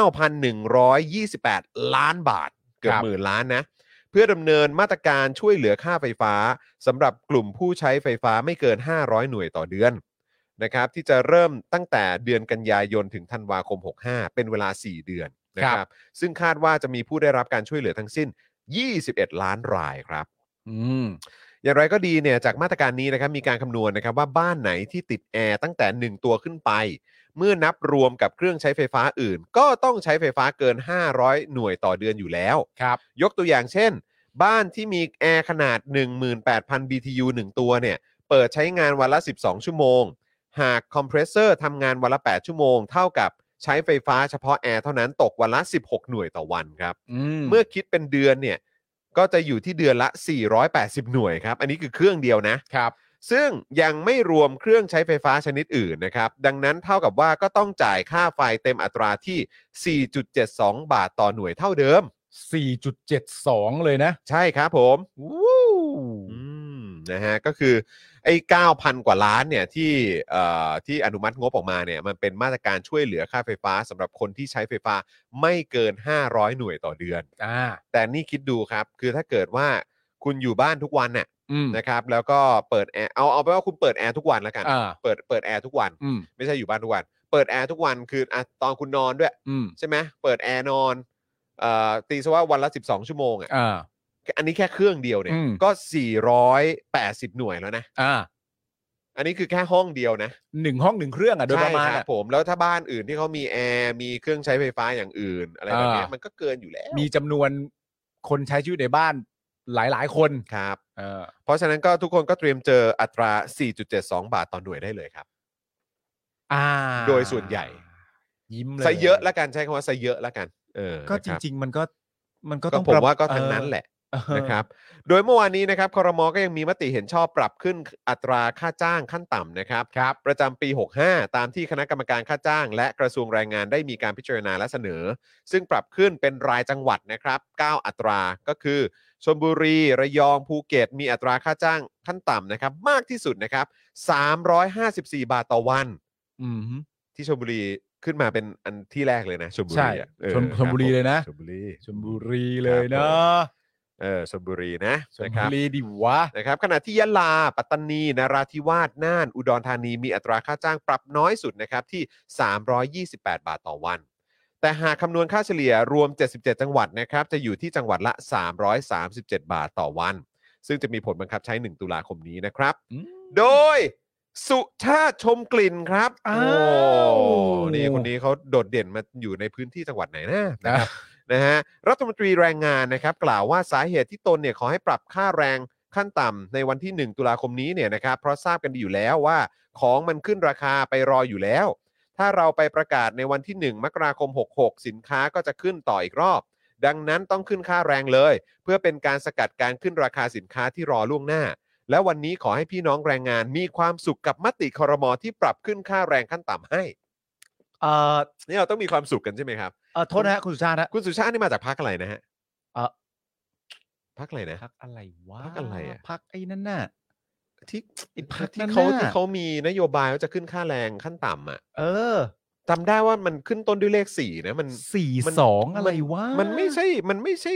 B: 9,128 ล้านบาทเกือบ
C: ครับ
B: หมื่นล้านนะเพื่อดำเนินมาตรการช่วยเหลือค่าไฟฟ้าสำหรับกลุ่มผู้ใช้ไฟฟ้าไม่เกิน 500 หน่วยต่อเดือนนะครับที่จะเริ่มตั้งแต่เดือนกันยายนถึงธันวาคม 65 เป็นเวลา 4 เดือนนะครับซึ่งคาดว่าจะมีผู้ได้รับการช่วยเหลือทั้งสิ้น 21 ล้านรายครับ
C: อืม
B: อย่างไรก็ดีเนี่ยจากมาตรการนี้นะครับมีการคำนวณนะครับว่าบ้านไหนที่ติดแอร์ตั้งแต่1ตัวขึ้นไปเมื่อนับรวมกับเครื่องใช้ไฟฟ้าอื่นก็ต้องใช้ไฟฟ้าเกิน500หน่วยต่อเดือนอยู่แล้ว
C: ครับ
B: ยกตัวอย่างเช่นบ้านที่มีแอร์ขนาด 18,000 BTU 1 ตัวเนี่ยเปิดใช้งานวันละ12ชั่วโมงหากคอมเพรสเซอร์ทำงานวันละ8ชั่วโมงเท่ากับใช้ไฟฟ้าเฉพาะแอร์เท่านั้นตกวันละ16หน่วยต่อวันครับเมื่อคิดเป็นเดือนเนี่ยก็จะอยู่ที่เดือนละ480หน่วยครับอันนี้คือเครื่องเดียวนะครับซึ่งยังไม่รวมเครื่องใช้ไฟฟ้าชนิดอื่นนะครับดังนั้นเท่ากับว่าก็ต้องจ่ายค่าไฟเต็มอัตราที่ 4.72 บาทต่อหน่วยเท่าเดิม
C: 4.72 เลยนะ
B: ใช่ครับผม
C: วู้
B: นะฮะก็คือไอ้ 9,000 กว่าล้านเนี่ยที่อนุมัติงบออกมาเนี่ยมันเป็นมาตรการช่วยเหลือค่าไฟฟ้าสำหรับคนที่ใช้ไฟฟ้าไม่เกิน500หน่วยต่อเดือนแต่นี่คิดดูครับคือถ้าเกิดว่าคุณอยู่บ้านทุกวันเนี่ยนะครับแล้วก็เปิดแอร์เอาไปว่าคุณเปิดแอร์ทุกวันแล้วกันเปิดแอร์ทุกวันไม่ใช่อยู่บ้านทุกวันเปิดแอร์ทุกวันคือตอนคุณนอนด้วยใช่ไหมเปิดแอร์นอนตีซะว่าวันละ12ชั่วโมงอันนี้แค่เครื่องเดียวเนี่ยก็480หน่วยแล้วนะอันนี้คือแค่ห้องเดียวนะ
C: 1ห้อง1เครื่องโดยประมาณ
B: ครับผมแล้วถ้าบ้านอื่นที่เขามีแอร์มีเครื่องใช้ไฟฟ้าอย่างอื่นอะไรแบบนี้มันก็เกินอยู่แล้ว
C: มีจำนวนคนใช้ชีวิตในบ้านหลายคน
B: ครับเพราะฉะนั้นก็ทุกคนก็เตรียมเจออัตรา 4.72 บาทต่อหน่วยได้เลยครับโดยส่วนใหญ่
C: ยิ้มเลย
B: ซะเยอะแล้วกันใช้คำว่าซะเยอะแล้วกัน
C: ก็จริงๆมันก็ต้อง
B: ผมว่าก็ทั้งนั้นแหละนะครับโดยเมื่อวานนี้นะครับครม.ก็ยังมีมติเห็นชอบปรับขึ้นอัตราค่าจ้างขั้นต่ำนะครับประจำปี65ตามที่คณะกรรมการค่าจ้างและกระทรวงแรงงานได้มีการพิจารณาและเสนอซึ่งปรับขึ้นเป็นรายจังหวัดนะครับ9อัตราก็คือชลบุรีระยองภูเก็ตมีอัตราค่าจ้างขั้นต่ำนะครับมากที่สุดนะครับ354บาทต่อวันที่ชลบุรีขึ้นมาเป็นอันที่แรกเลยนะชลบุรี
C: ชลบุรีเลยนะ
B: ชลบุรี
C: เลยเนาะ
B: ชลบุรีนะ
C: ชลบุรีดิวะ
B: นะครับขณะที่ยะลาปัตตานีนราธิวาสน่านอุดรธานีมีอัตราค่าจ้างปรับน้อยสุดนะครับที่328บาทต่อวันแต่หากคำนวณค่าเฉลี่ยรวม77จังหวัดนะครับจะอยู่ที่จังหวัดละ337บาทต่อวันซึ่งจะมีผลบังคับใช้1ตุลาคมนี้นะครับโดยสุชาติชมกลิ่นครับนี่คนนี้เขาโดดเด่นมาอยู่ในพื้นที่จังหวัดไหนนะครับนะฮะรัฐมนตรีแรงงานนะครับกล่าวว่าสาเหตุที่ตนเนี่ยขอให้ปรับค่าแรงขั้นต่ำในวันที่1ตุลาคมนี้เนี่ยนะครับเพราะทราบกันดีอยู่แล้วว่าของมันขึ้นราคาไปรออยู่แล้วถ้าเราไปประกาศในวันที่1มกราคม66สินค้าก็จะขึ้นต่ออีกรอบดังนั้นต้องขึ้นค่าแรงเลยเพื่อเป็นการสกัดการขึ้นราคาสินค้าที่รอล่วงหน้าและวันนี้ขอให้พี่น้องแรงงานมีความสุขกับมติครม.ที่ปรับขึ้นค่าแรงขั้นต่ำให้นี่เราต้องมีความสุขกันใช่ไหมครับ
C: โทษนะคุณสุชาติ
B: คุณสุชาตินี่มาจากพรรคอะไรนะฮะพรรคอะไรนะ
C: พรรคอะไรวะ
B: พรรคอะไร
C: พรรคไอ้นั่นน่ะ
B: ที่พรรคที่เขามีนโยบายว่าจะขึ้นค่าแรงขั้นต่ำอ่ะจำได้ว่ามันขึ้นต้นด้วยเลข4นะมัน
C: 42อะไรวะ
B: มันไม่ใช่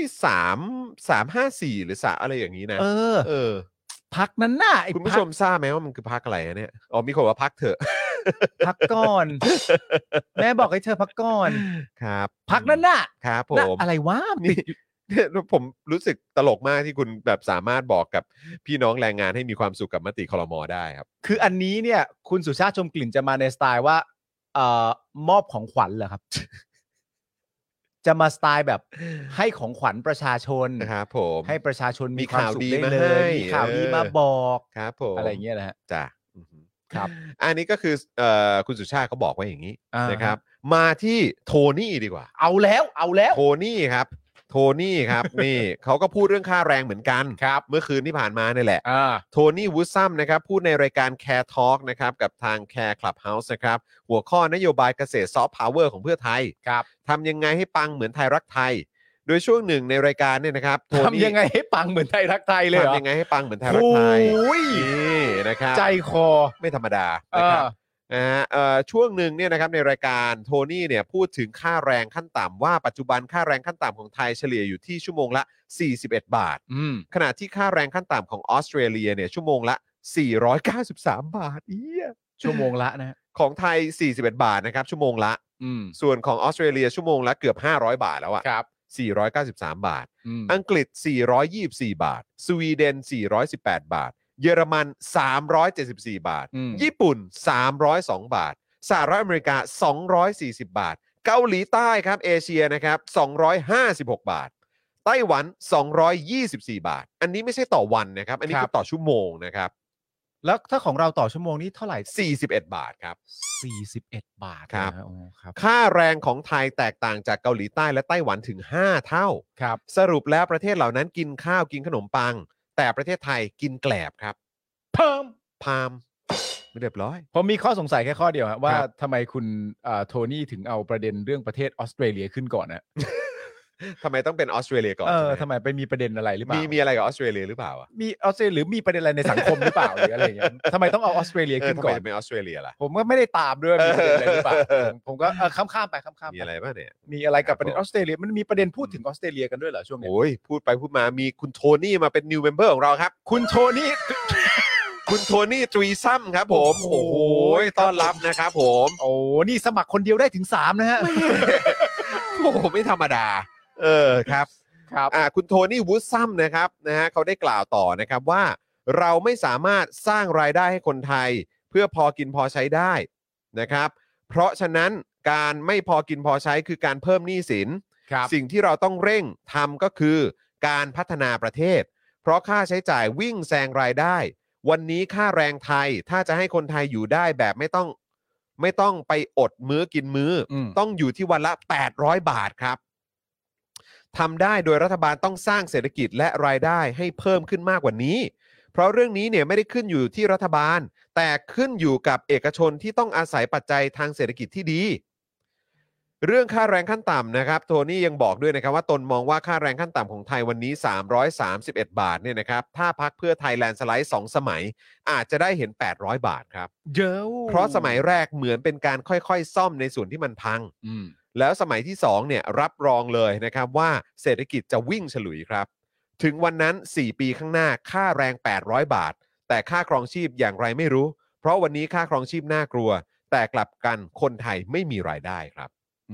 B: 354หรือ3อะไรอย่างนี้นะ
C: พักนั้นน่ะ
B: คุณผู้ชมทราบไหมว่ามันคือพักอะไรเนี่ยมีคนว่าพักเถอะ
C: พักก่อนแม่บอกให้เธอพักก่อน
B: ครับ
C: พักนั้นน่ะ
B: ครับผม
C: อะไรวะ
B: ผมรู้สึกตลกมากที่คุณแบบสามารถบอกกับพี่น้องแรงงานให้มีความสุขกับมติครม.ได้ครับ
C: คืออันนี้เนี่ยคุณสุชาติชมกลิ่นจะมาในสไตล์ว่ามอบของขวัญเหรอครับจะมาสไตล์แบบให้ของขวัญประชาชน
B: ครับผม
C: ให้ประชาชนมีความสุขได้เลยมีข่าวดีมาบอก
B: ครับผม
C: อะไรเงี้ยนะฮะ
B: จ้ะ
C: ครับ
B: อันนี้ก็คือคุณสุชาติเขาบอกไว้อย่างนี้นะครับมาที่โทนี่ดีกว่า
C: เอาแล้ว
B: โทนี่ครับนี่เขาก็พูดเรื่องค่าแรงเหมือนกันเมื่อคืนที่ผ่านมานี่แหละโทนี่วูดซัมนะครับพูดในรายการ Care Talk นะครับกับทาง Care Clubhouse นะครับหัวข้อนโยบายเกษตรซอฟต์พาวเวอร์ของเพื่อไทยทำยังไงให้ปังเหมือนไทยรักไทยโดยช่วงหนึ่งในรายการเนี่ยนะครับ
C: ทำยังไงให้ปังเหมือนไทยรักไทยเลยเหรอ
B: ทำยังไงให้ปังเหมือนไทยรักไทยนี่นะครับ
C: ใจคอ
B: ไม่ธรรมดานะครับช่วงหนึ่งเนี่ยนะครับในรายการโทนี่เนี่ยพูดถึงค่าแรงขั้นต่ำว่าปัจจุบันค่าแรงขั้นต่ำของไทยเฉลี่ยอยู่ที่ชั่วโมงละ41บาทขณะที่ค่าแรงขั้นต่ำของออสเตรเลียเนี่ยชั่วโมงละ493บาท
C: ชั่วโมงละนะ
B: ของไทย41บาทนะครับชั่วโมงละส่วนของออสเตรเลียชั่วโมงละเกือบ500บาทแล้วอ่ะ 493 บาทอังกฤษ424 บาทสวีเดน418 บาทเยอรมัน374 บาทญี่ปุ่น302 บาทสหรัฐอเมริกา240 บาทเกาหลีใต้ครับเอเชียนะครับ256 บาทไต้หวัน224 บาทอันนี้ไม่ใช่ต่อวันนะครับอันนี้คือต่อชั่วโมงนะครับ
C: แล้วถ้าของเราต่อชั่วโมงนี้เท่าไหร่
B: 41 บาทครับ
C: 41 บาท
B: ครับ
C: โอ้ครับ
B: ค่าแรงของไทยแตกต่างจากเกาหลีใต้และไต้หวันถึง5 เท่า
C: ครับ
B: สรุปแล้วประเทศเหล่านั้นกินข้าวกินขนมปังแต่ประเทศไทยกินแกลบครับ
C: เพิ่ม
B: พามไม่เรียบร้อย
C: ผมมีข้อสงสัยแค่ข้อเดียวว่า
B: ครับ
C: ทำไมคุณโทนี่ถึงเอาประเด็นเรื่องประเทศออสเตรเลียขึ้นก่อนนะ
B: ทำไมต้องเป็นออสเตรเลียก่อน
C: ทำไมไปมีประเด็นอะไรหรือเปล่า
B: มีอะไรกับออสเตรเลียหรือเปล่า
C: มีออสเตรเลียหรือมีประเด็นอะไรในสังคมหรือเปล่าหรืออะไรอย่างเงี้ยทำไมต้องเอาออสเตรเลียขึ้นก่อน
B: ทำไมเป็นออสเตรเลียล่ะ
C: ผมก็ไม่ได้ตามด้วยมีประเด็นอะไรหรือเปล่าผมก็ข้ามไป
B: มีอะไรบ้างเนี่ย
C: มีอะไรกับประเด็นออสเตรเลียมันมีประเด็นพูดถึงออสเตรเลียกันด้วยเหรอช่วงนี้
B: โอ้ยพูดไปพูดมามีคุณโทนี่มาเป็น new member ของเราครับ
C: คุณโทนี่
B: คุณโทนี่ทรีซัมครับผมโอ้โหต้อนรับนะครับผม
C: โอ้นี่สมัครคนเดียวได้ถึง3นะฮะ
B: โอ้โหไม่ธรรมดาครับคุณโทนี่วูดซัมนะครับเขาได้กล่าวต่อนะครับว่าเราไม่สามารถสร้างรายได้ให้คนไทยเพื่อพอกินพอใช้ได้นะครับเพราะฉะนั้นการไม่พอกินพอใช้คือการเพิ่มหนี้สินสิ่งที่เราต้องเร่งทำก็คือการพัฒนาประเทศเพราะค่าใช้จ่ายวิ่งแซงรายได้วันนี้ค่าแรงไทยถ้าจะให้คนไทยอยู่ได้แบบไม่ต้องไปอดมื้อกินมื้อต้องอยู่ที่วันละ800 บาทครับทำได้โดยรัฐบาลต้องสร้างเศรษฐกิจและรายได้ให้เพิ่มขึ้นมากกว่านี้เพราะเรื่องนี้เนี่ยไม่ได้ขึ้นอยู่ที่รัฐบาลแต่ขึ้นอยู่กับเอกชนที่ต้องอาศัยปัจจัยทางเศรษฐกิจที่ดีเรื่องค่าแรงขั้นต่ำนะครับโทนี่ยังบอกด้วยนะครับว่าตนมองว่าค่าแรงขั้นต่ำของไทยวันนี้331 บาทเนี่ยนะครับถ้าพรรคเพื่อไทยแลนด์สไลด์2 สมัยอาจจะได้เห็น800 บาทครับ
C: เยอะ
B: เพราะสมัยแรกเหมือนเป็นการค่อยๆซ่อมในส่วนที่มันพังแล้วสมัยที่2เนี่ยรับรองเลยนะครับว่าเศรษฐกิจจะวิ่งฉลุยครับถึงวันนั้น4 ปีข้างหน้าค่าแรง800 บาทแต่ค่าครองชีพอย่างไรไม่รู้เพราะวันนี้ค่าครองชีพน่ากลัวแต่กลับกันคนไทยไม่มีรายได้ครับ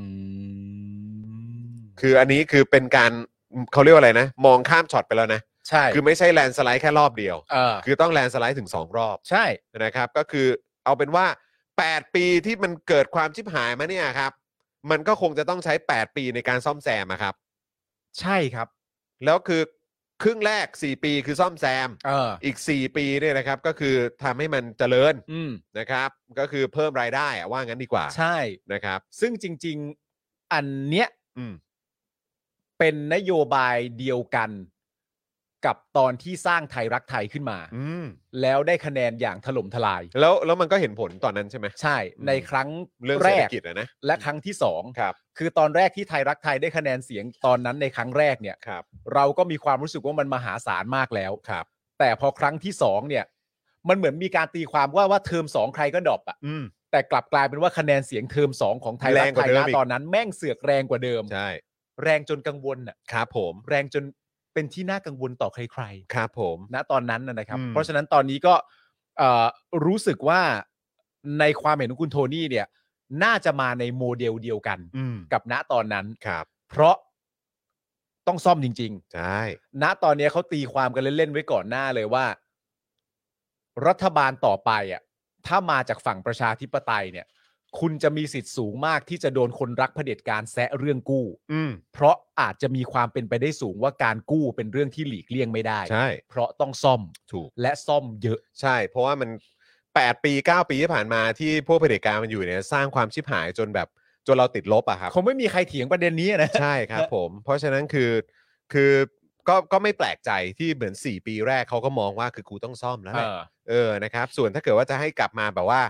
B: คืออันนี้คือเป็นการเขาเรียกว่าอะไรนะมองข้ามช็อตไปแล้วนะ
C: ใช่
B: คือไม่ใช่แลนด์สไลด์แค่รอบเดียวคือต้องแลนด์สไลด์ถึง2 รอบ
C: ใช่
B: นะครับก็คือเอาเป็นว่า8 ปีที่มันเกิดความชิบหายมาเนี่ยครับมันก็คงจะต้องใช้8 ปีในการซ่อมแซมครับ
C: ใช่ครับ
B: แล้วคือครึ่งแรก4 ปีคือซ่อมแซมอีก4 ปีเนี่ยนะครับก็คือทำให้มันเจริญนะครับก็คือเพิ่มรายได้ว่างั้นดีกว่า
C: ใช่
B: นะครับ
C: ซึ่งจริงๆอันเนี้ยเป็นนโยบายเดียวกันกับตอนที่สร้างไทยรักไทยขึ้นมาแล้วได้คะแนนอย่างถล่มทลาย
B: แล้วมันก็เห็นผลตอนนั้นใช่ไหม
C: ใช่ในครั้ง
B: เรื่องเศรษฐกิจนะ
C: และครั้งที่2
B: ครับ
C: คือตอนแรกที่ไทยรักไทยได้คะแนนเสียงตอนนั้นในครั้งแรกเนี่ยเราก็มีความรู้สึกว่ามันมหาศาลมากแล้วแต่พอครั้งที่2เนี่ยมันเหมือนมีการตีความว่าเทอม2ใครก็ดรอปอ่ะแต่กลับกลายเป็นว่าคะแนนเสียงเทอม2ของไทยรักไทยณตอนนั้นแม่งเสือกแรงกว่าเดิม
B: ใช่
C: แรงจนกังวลอ่ะ
B: ครับผม
C: แรงจนเป็นที่น่ากังวลต่อใคร
B: ๆครับผม
C: ณตอนนั้นนะครับเพราะฉะนั้นตอนนี้ก็รู้สึกว่าในความเห็นของคุณโทนี่เนี่ยน่าจะมาในโมเดลเดียวกันกับณตอนนั้นเพราะต้องซ่อมจริง
B: ๆใช่
C: ณตอนนี้เขาตีความกันเล่นๆไว้ก่อนหน้าเลยว่ารัฐบาลต่อไปอ่ะถ้ามาจากฝั่งประชาธิปไตยเนี่ยคุณจะมีสิทธิ์สูงมากที่จะโดนคนรักเผด็จการแซะเรื่องกู้เพราะอาจจะมีความเป็นไปได้สูงว่าการกู้เป็นเรื่องที่หลีกเลี่ยงไม่ได้
B: ใช่
C: เพราะต้องซ่อม
B: ถูก
C: และซ่อมเยอะ
B: ใช่เพราะว่ามัน8 ปี9 ปีที่ผ่านมาที่พวกเผด็จการมันอยู่เนี่ยสร้างความชิบหายจนเราติดลบอะครับ
C: คงไม่มีใครเถียงประเด็นนี้นะ
B: ใช่ครับผมเพราะฉะนั้นคือก็ไม่แปลกใจที่เหมือน4 ปีแรกเขาก็มองว่าคือกูต้องซ่อมแล้วแหละนะครับส่วนถ้าเกิดว่าจะให้กลับมาแบบว่า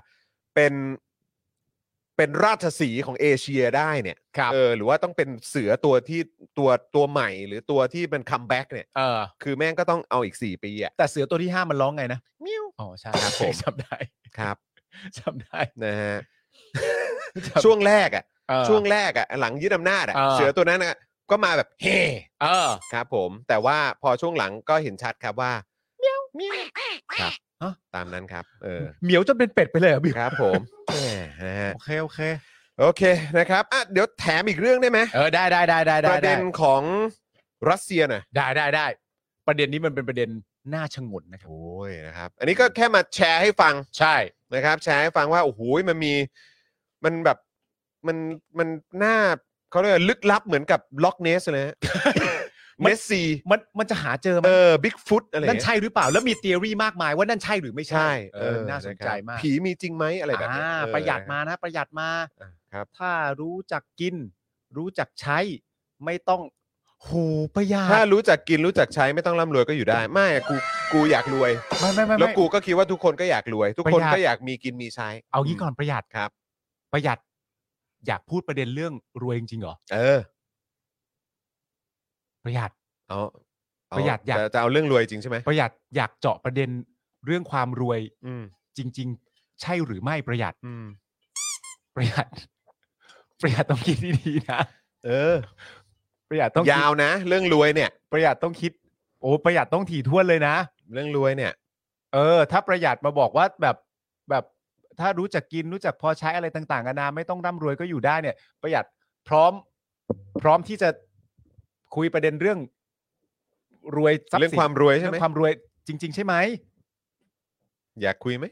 B: เป็นราชสีห์ของเอเชียได้เนี่ยหรือว่าต้องเป็นเสือตัวที่ตัวใหม่หรือตัวที่เป็นคัมแบ็กเนี่ยคือแม่งก็ต้องเอาอีก4 ปีอ่ะ
C: แต่เสือตัวที่5มันร้องไงนะ
B: เมี้ยว
C: อ๋อใช่ครับ
B: ผม
C: จำได้
B: ครับ
C: จำได้
B: นะฮะช่วงแรกอ่ะหลังยึดอำนาจอ่ะเสือตัวนั้นก็มาแบบเฮครับผมแต่ว่าพอช่วงหลังก็เห็นชัดครับว่าเมี้ยวเมี้ยวครับตามนั้นครับ
C: เหมียวจนเป็นเป็ดไปเลยเหรอบิ๊ก
B: ครับผม
C: โอเค
B: โอเคนะครับอ่ะเดี๋ยวแถมอีกเรื่องได้ไหม
C: ได้
B: ประเด็นของรัสเซียหน่อย
C: ได้ประเด็นนี้มันเป็นประเด็นน่าชงนนะครับ
B: โอ้ยนะครับอันนี้ก็แค่มาแชร์ให้ฟัง
C: ใช่
B: นะครับแชร์ให้ฟังว่าโอ้โหมันแบบมันน่าเขาเรียกว่าลึกลับเหมือนกับล็อกเนสเลยฮะ เมสซี่
C: มันจะหาเจอไหม
B: บิ๊กฟุตอะไร
C: นั่นใช่หรือเปล่าแล้วมีทฤษฎีมากมายว่านั่นใช่หรือไม่ใช่
B: ใช่
C: น่าสนใจมาก
B: ผีมีจริงไหมอะไรแบบนี้
C: ประหยัดมานะประหยัดมา
B: ครับ
C: ถ้ารู้จักกิน รู้จักใช้ไม่ต้องหูประหยัด
B: ถ้ารู้จักกินรู้จักใช้ไม่ต้องร่ำรวยก็อยู่ได้ไม่กูอยากรวย
C: ไม่
B: แล้วกูก็คิดว่าทุกคนก็อยากรวย ทุกคน
C: ประหยัด
B: ก็อยากมีกินมีใช้
C: เอางี้ก่อนประหยัด
B: ครับ
C: ประหยัด อยากพูดประเด็นเรื่องรวยจริงๆเหรอ ประหยัด ประหยัดอยาก
B: จะเอาเรื่องรวยจริงใช่ไหม
C: ประหยัดอยากเจาะประเด็นเรื่องความรวย
B: จ
C: จริง ๆ ใช่หรือไม่ประหยัด
B: ม
C: ประหยัด ประหยัดต้องคิดดีๆนะประหยัดต้องคิด
B: ยาวนะ เรื่องรวยเนี่ย
C: ประหยัดต้องคิด โอ้ประหยัดต้องถี่ถ้วนเลยนะ
B: เรื่องรวยเนี่ย
C: ถ้าประหยัดมาบอกว่าแบบถ้ารู้จักกินรู้จักพอใช้อะไรต่างๆกันานาไม่ต้องร่ำรวยก็อยู่ได้เนี่ย ประหยัดพร้อมที่จะคุยประเด็นเรื่องรวยทรัพย์สิน
B: เรื่องความรวยใช่ไหม
C: เรื่องความรวยจริง ๆ ใช่ไหม
B: อยากคุยไหม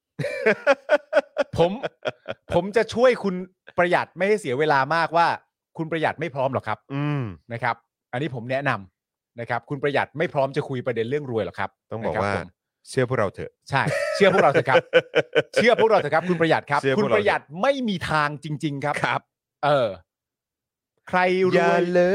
C: ผมจะช่วยคุณประหยัดไม่ให้เสียเวลามากว่า คุณประหยัดไม่พร้อมหรอกครับ นะครับ อันนี้ผมแนะนำนะครับ คุณประหยัดไม่พร้อมจะคุยประเด็นเรื่องรวยหรอกครับ
B: ต้องบอก
C: นะครับ
B: ว่า
C: ผม
B: เชื่อพวกเราเถอะ
C: ใช่ เชื่อพวกเราเถอะครับ เชื่อพวกเราเถอะครับ คุณประหยัดครับ
B: เชื่อพ
C: คุ
B: ว
C: ณ
B: กเรา
C: ประหยัดไม่มีทางจริง ๆ ครับ
B: ครับ
C: ใครร
B: อย่า
C: วย
B: เลย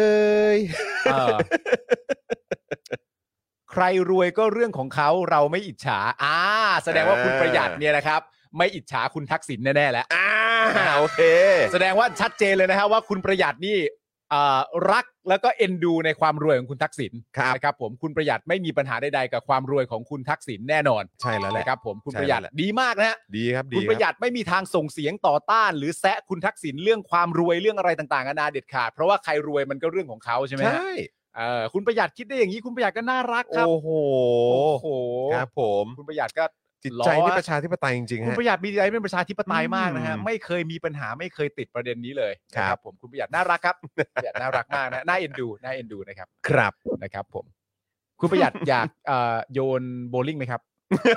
C: ใครรวยก็เรื่องของเขาเราไม่อิจฉาแสดงว่าคุณประหยัดเนี่ยนะครับ ไม่อิจฉาคุณทักษิณแน่ๆแล้ว
B: โอเค
C: แสดงว่าชัดเจนเลยนะฮะว่าคุณประหยัดนี่รักแล้วก็เอ็นดูในความรวยของคุณทักษิณ
B: ครับ
C: นะครับผมคุณประหยัดไม่มีปัญหาใดๆกับความรวยของคุณทักษิณแน่นอน
B: ใช่แล้วแหละ
C: นะครับผมคุณ
B: ใช่
C: ประหยัด
B: แล้วแหละ
C: ดีมากนะฮะ
B: ดีครับดี
C: คุณประหยัดไม่มีทางส่งเสียงต่อต้าน หรือแซะคุณทักษิณเรื่องความรวยเรื่องอะไรต่างๆนานาเด็ดขาดเพราะว่าใครรวยมันก็เรื่องของเขาใช่ไหมฮะ
B: ใช่
C: คุณประหยัดคิดได้อย่างนี้คุณประหยัดก็น่ารักครับ
B: โอ้โห ครับผม
C: คุณประหยัดก็
B: จิตใจนี่ประชาธิปไตยจริงๆ
C: คุณ
B: ฮะ
C: ประหยัดมีใจเป็นประชาธิปไตยมากนะฮะ
B: อืม
C: ไม่เคยมีปัญหาไม่เคยติดประเด็นนี้เลย
B: ครับ
C: นะผมคุณประหยัดน่ารักครับ ประหยัดน่ารักมากนะน่าเอ็นดูนะครับ
B: ครับ
C: นะครับผม คุณประหยัดอยากโยนโบลิ่งไหมครับ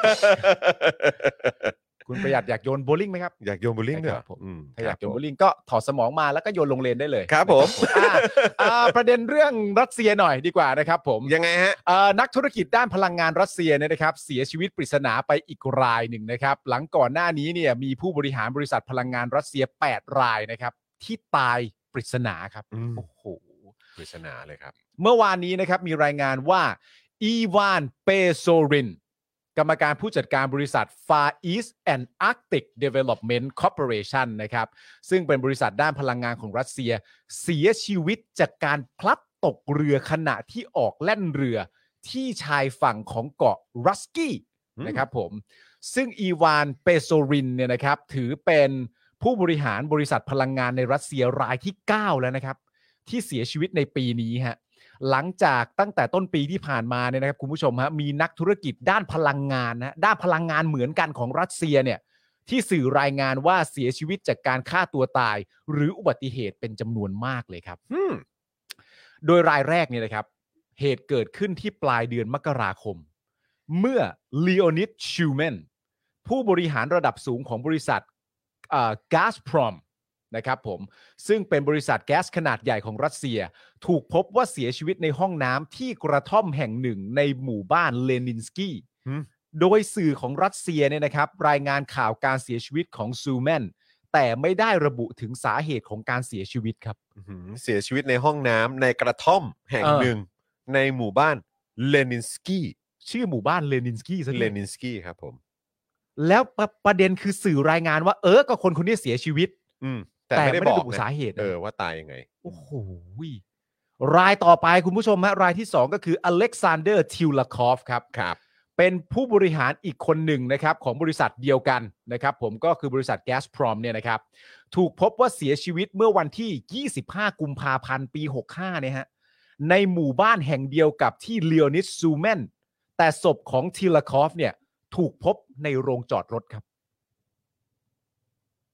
C: คุณประหยัดอยากโยนโบลิ่งไหมครับ
B: อยากโยนบูลลิงด้วยเหรอ
C: ครับผม
B: อืม
C: ถ้าอยากโยนโบลิ่งก็ถอดสมองมาแล้วก็โยนลงเลนได้เลย
B: ครับผม
C: ประเด็นเรื่องรัสเซียหน่อยดีกว่านะครับผม
B: ยังไงฮะ
C: นักธุรกิจด้านพลังงานรัสเซียเนี่ยนะครับเสียชีวิตปริศนาไปอีกรายหนึ่งนะครับหลังก่อนหน้านี้เนี่ยมีผู้บริหารบริษัทพลังงานรัสเซีย8รายนะครับที่ตายปริศนาครับ
B: อืม
C: โอ้โห
B: ปริศนาเลยครับ
C: เมื่อวานนี้นะครับมีรายงานว่าอีวานเปโซรินกรรมการผู้จัดการบริษัท Far East and Arctic Development Corporation นะครับซึ่งเป็นบริษัทด้านพลังงานของรัสเซียเสียชีวิตจากการพลัดตกเรือขณะที่ออกแล่นเรือที่ชายฝั่งของเกาะรัสกี้นะครับผมซึ่งอีวานเปโซรินเนี่ยนะครับถือเป็นผู้บริหารบริษัทพลังงานในรัสเซียรายที่ 9 แล้วนะครับที่เสียชีวิตในปีนี้ฮะหลังจากตั้งแต่ต้นปีที่ผ่านมาเนี่ยนะครับคุณผู้ชมฮะมีนักธุรกิจด้านพลังงานนะด้านพลังงานเหมือนกันของรัสเซียเนี่ยที่สื่อรายงานว่าเสียชีวิตจากการฆ่าตัวตายหรืออุบัติเหตุเป็นจำนวนมากเลยครับโดยรายแรกเนี่ยนะครับเหตุเกิดขึ้นที่ปลายเดือนมกราคมเมื่อลีโอนิดชูแมนผู้บริหารระดับสูงของบริษัทGazpromนะครับผมซึ่งเป็นบริษัทแก๊สขนาดใหญ่ของรัสเซียถูกพบว่าเสียชีวิตในห้องน้ำที่กระท่อมแห่งหนึ่งในหมู่บ้านเลนินสกี้โดยสื่อของรัสเซียเนี่ยนะครับรายงานข่าวการเสียชีวิตของซูแมนแต่ไม่ได้ระบุถึงสาเหตุของการเสียชีวิตครับ
B: เสียชีวิตในห้องน้ำในกระท่อมแห่งหนึ่งในหมู่บ้านเลนินสกี้
C: ชื่อหมู่บ้านเลนินสกี้ซะ
B: เลนินสกี้ครับผม
C: แล้วประเด็นคือสื่อรายงานว่าก็คนนี้เสียชีวิต
B: แต่ไม่ได้บอก
C: ระบุสาเหตุ
B: ว่าตายยังไง
C: โอ้โหรายต่อไปคุณผู้ชมฮะรายที่2ก็คืออเล็กซานเดอร์ทิวลาคอฟครับเป็นผู้บริหารอีกคนหนึ่งนะครับของบริษัทเดียวกันนะครับผมก็คือบริษัท Gazprom เนี่ยนะครับถูกพบว่าเสียชีวิตเมื่อวันที่25กุมภาพันธ์ปี65เนี่ยฮะในหมู่บ้านแห่งเดียวกับที่เลโอนิดซูแมนแต่ศพของทิลาคอฟเนี่ยถูกพบในโรงจอดรถครับ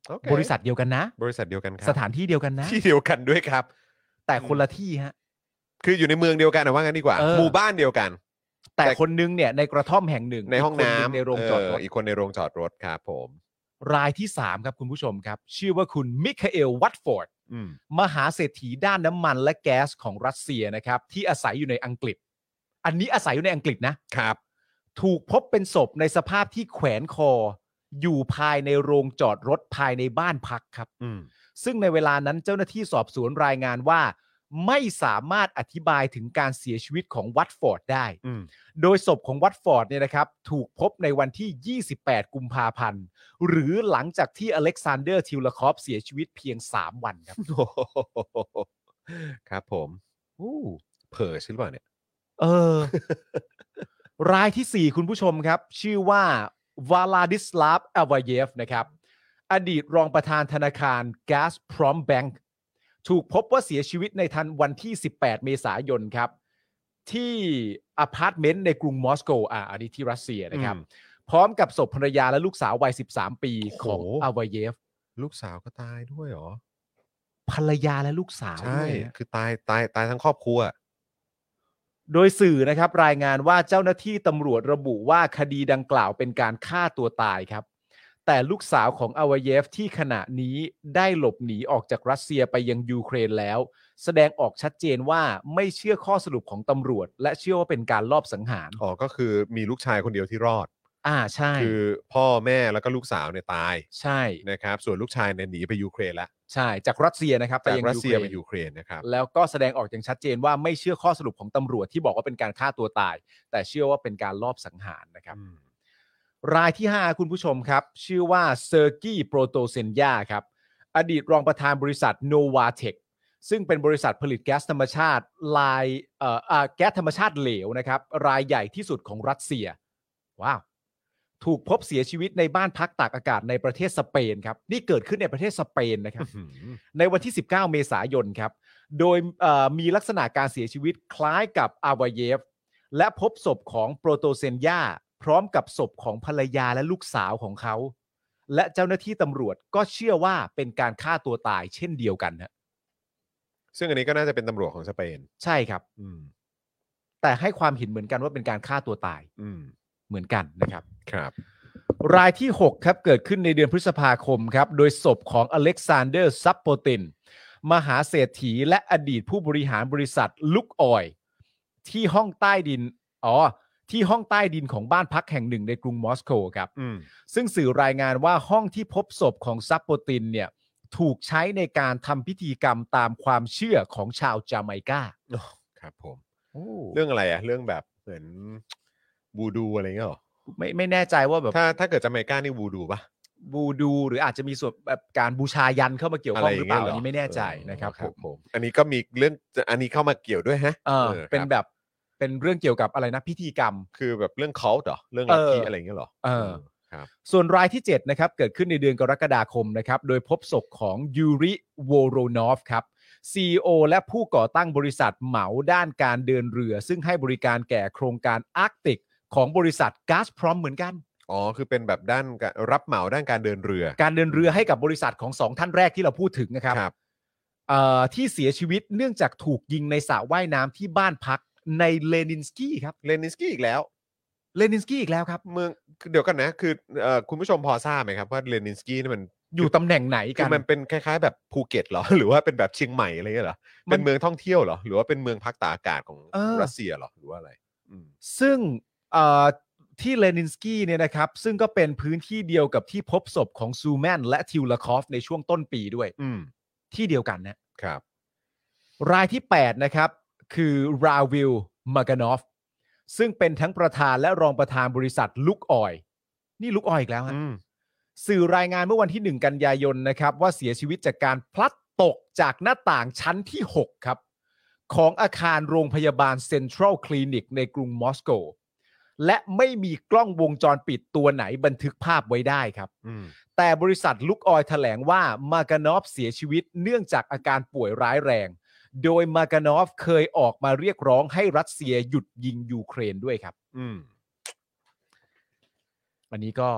B: โอเค
C: บริษัทเดียวกันนะ
B: บริษัทเดียวกันครับ
C: สถานที่เดียวกันนะ
B: ที่เดียวกันด้วยครับ
C: แต่คนละที่ฮะ
B: คืออยู่ในเมืองเดียวกันนะว่างั้นดีกว่า
C: เออ
B: หมู่บ้านเดียวกัน
C: แต่คนนึงเนี่ยในกระท่อมแห่งหนึ่ง
B: ในห้อง
C: กคนนึ
B: น้ำ
C: ในโรงจอดรถ
B: อีกคนในโรงจอดรถครับผม
C: รายที่ 3 ครับคุณผู้ชมครับ ชื่อว่าคุณมิคาเอล วัตฟอร์ด
B: อืม
C: มหาเศรษฐีด้านน้ำมันและแก๊สของรัสเซียนะครับที่อาศัยอยู่ในอังกฤษ อันนี้อาศัยอยู่ในอังกฤษนะครับ ถูกพบเป็นศพในสภาพที่แขวนคออยู่ภายในโรงจอดรถภายในบ้านพักครับ
B: อืม
C: ซึ่งในเวลานั้นเจ้าหน้าที่สอบสวนรายงานว่าไม่สามารถอธิบายถึงการเสียชีวิตของวัตฟอร์ดได้
B: อืม
C: โดยศพของวัตฟอร์ดเนี่ยนะครับถูกพบในวันที่ 28 กุมภาพันธ์ หรือหลังจากที่อเล็กซานเดอร์ ทิวลคอฟเสียชีวิตเพียง 3 วันครับ
B: โอ้โหครับผมเผลอใช่หรือเปล่าเนี่ย
C: เออ รายที่ 4 คุณผู้ชมครับ ชื่อว่าวาลาดิสลาฟอวาเยฟนะครับอดีตรองประธานธนาคาร Gazprom Bank ถูกพบว่าเสียชีวิตในวันที่ 18 เมษายนครับที่อพาร์ตเมนต์ในกรุงมอสโกอันนี้ที่รัสเซียนะครับ พร้อมกับศพภรรยาและลูกสาววัย 13 ปีของ
B: โอ้โห
C: อวาเยฟ
B: ลูกสาวก็ตายด้วยเหรอ
C: ภรรยาและลูกสาว
B: ใช่
C: ด้วยนะ
B: คือตายทั้งครอบครัว
C: โดยสื่อนะครับรายงานว่าเจ้าหน้าที่ตำรวจระบุว่าคดีดังกล่าวเป็นการฆ่าตัวตายครับ แต่ลูกสาวของอวาเยฟที่ขณะนี้ได้หลบหนีออกจากรัสเซียไปยังยูเครนแล้ว แสดงออกชัดเจนว่าไม่เชื่อข้อสรุปของตำรวจ และเชื่อว่าเป็นการลอบสังหาร
B: อ๋อ ก็คือมีลูกชายคนเดียวที่รอด
C: ใช่
B: คือพ่อแม่แล้วก็ลูกสาวเนี่ยตาย
C: ใช่
B: นะครับ ส่วนลูกชายเนี่ยหนีไปยูเครนแล้ว
C: ใช่จากรัสเซียนะครับไป
B: จาก
C: ยัง
B: รัส
C: ยู
B: เซี
C: เค
B: ย
C: ร
B: ไป
C: น
B: ยูเครนนะครับ
C: แล้วก็แสดงออกอย่างชัดเจนว่าไม่เชื่อข้อสรุปของตำรวจที่บอกว่าเป็นการฆ่าตัวตาย แต่เชื่อว่าเป็นการลอบสังหารนะครับ รายที่ 5 คุณผู้ชมครับ ชื่อว่าเซอร์กี้โปรโตเซนยาครับอดีตรองประธานบริษัทโนวาเทคซึ่งเป็นบริษัทผลิตแก๊สธรรมชาติแก๊สธรรมชาติเหลวนะครับรายใหญ่ที่สุดของรัสเซียว้าวถูกพบเสียชีวิตในบ้านพักตากอากาศในประเทศสเปนครับนี่เกิดขึ้นในประเทศสเปนนะครับ ในวันที่ 19 เมษายนครับโดยมีลักษณะการเสียชีวิตคล้ายกับอาวาเยฟและพบศพของโปรโตเซนยาพร้อมกับศพของภรรยาและลูกสาวของเขาและเจ้าหน้าที่ตำรวจก็เชื่อว่าเป็นการฆ่าตัวตายเช่นเดียวกันฮะ
B: ซึ่งอันนี้ก็น่าจะเป็นตำรวจของสเปน
C: ใช่ครับแต่ให้ความเห็นเหมือนกันว่าเป็นการฆ่าตัวตายเหมือนกันนะครับ
B: ครับ
C: รายที่ 6 ครับเกิดขึ้นในเดือนพฤษภาคมครับโดยศพของอเล็กซานเดอร์ ซัปโปตินมหาเศรษฐีและอดีตผู้บริหารบริษัทลุกออยที่ห้องใต้ดินที่ห้องใต้ดินของบ้านพักแห่งหนึ่งในกรุงมอสโกครับซึ่งสื่อรายงานว่าห้องที่พบศพของซัปโปตินเนี่ยถูกใช้ในการทำพิธีกรรมตามความเชื่อของชาวจาไมกา
B: ครับผมเรื่องอะไรเรื่องแบบเหมือนวูดูอะไรเงี้ยหรอ
C: ไม่แน่ใจว่าแบบ
B: ถ้าเกิดจาไมกานี่วูดูปะ
C: บูดูหรืออาจจะมีส่วนแบบการบูชายันเข้ามาเกี่ยวข้องหรือเปล่าอันนี้ไม่แน่ใจนะครับ
B: ผมอันนี้ก็มีเรื่องอันนี้เข้ามาเกี่ยวด้วยฮะ
C: เป็นแบบเป็นเรื่องเกี่ยวกับอะไรนะพิธีกรรม
B: คือแบบเรื่องคัลต์เหรอเรื่องลัทธิอะไรอย่างเงี้ยหรอ
C: ครับส่วนรายที่7นะครับเกิดขึ้นในเดือนกรกฎาคมนะครับโดยพบศพของยูริโวโรนอฟครับ CEO และผู้ก่อตั้งบริษัทเหมาด้านการเดินเรือซึ่งให้บริการแก่โครงการอาร์กติกของบริษัท Gazprom เหมือนกัน
B: คือเป็นแบบด้านรับเหมาด้านการเดินเรือ
C: ให้กับบริษัทของ2ท่านแรกที่เราพูดถึงนะครับที่เสียชีวิตเนื่องจากถูกยิงในสระว่ายน้ำที่บ้านพักในเลนินสกี้ครับ
B: เลนินสกี้อีกแล้ว
C: ครับ
B: เมืองเดี๋ยวกันนะคือคุณผู้ชมพอทราบไหมครับว่าเลนินสกี้นี่มัน
C: อยู่ตำแหน่งไหนกัน
B: มันเป็นคล้ายๆแบบภูเก็ตเหรอหรือว่าเป็นแบบเชียงใหม่อะไรเงี้ยเหรอเป็นเมืองท่องเที่ยวเหรอหรือว่าเป็นเมืองพักตากอากาศของรัสเซียเหรอหรือว่าอะไร
C: ซึ่งที่เลนินสกี้เนี่ยนะครับซึ่งก็เป็นพื้นที่เดียวกับที่พบศพของซูแมนและทิวลาคอฟในช่วงต้นปีด้วยที่เดียวกัน
B: นะครับ
C: รายที่8นะครับคือราวิลมากานอฟซึ่งเป็นทั้งประธานและรองประธานบริษัทลุกออยนี่ลุกออยอีกแล้วฮะสื่อรายงานเมื่อวันที่1กันยายนนะครับว่าเสียชีวิตจากการพลัดตกจากหน้าต่างชั้นที่6ครับของอาคารโรงพยาบาลเซ็นทรัลคลินิกในกรุงมอสโกและไม่มีกล้องวงจรปิดตัวไหนบันทึกภาพไว้ได้ครับแต่บริษัทลุกออยแถลงว่ามากานอฟเสียชีวิตเนื่องจากอาการป่วยร้ายแรงโดยมากานอฟเคยออกมาเรียกร้องให้รัสเซียหยุดยิงยูเครนด้วยครับอันนี้ก็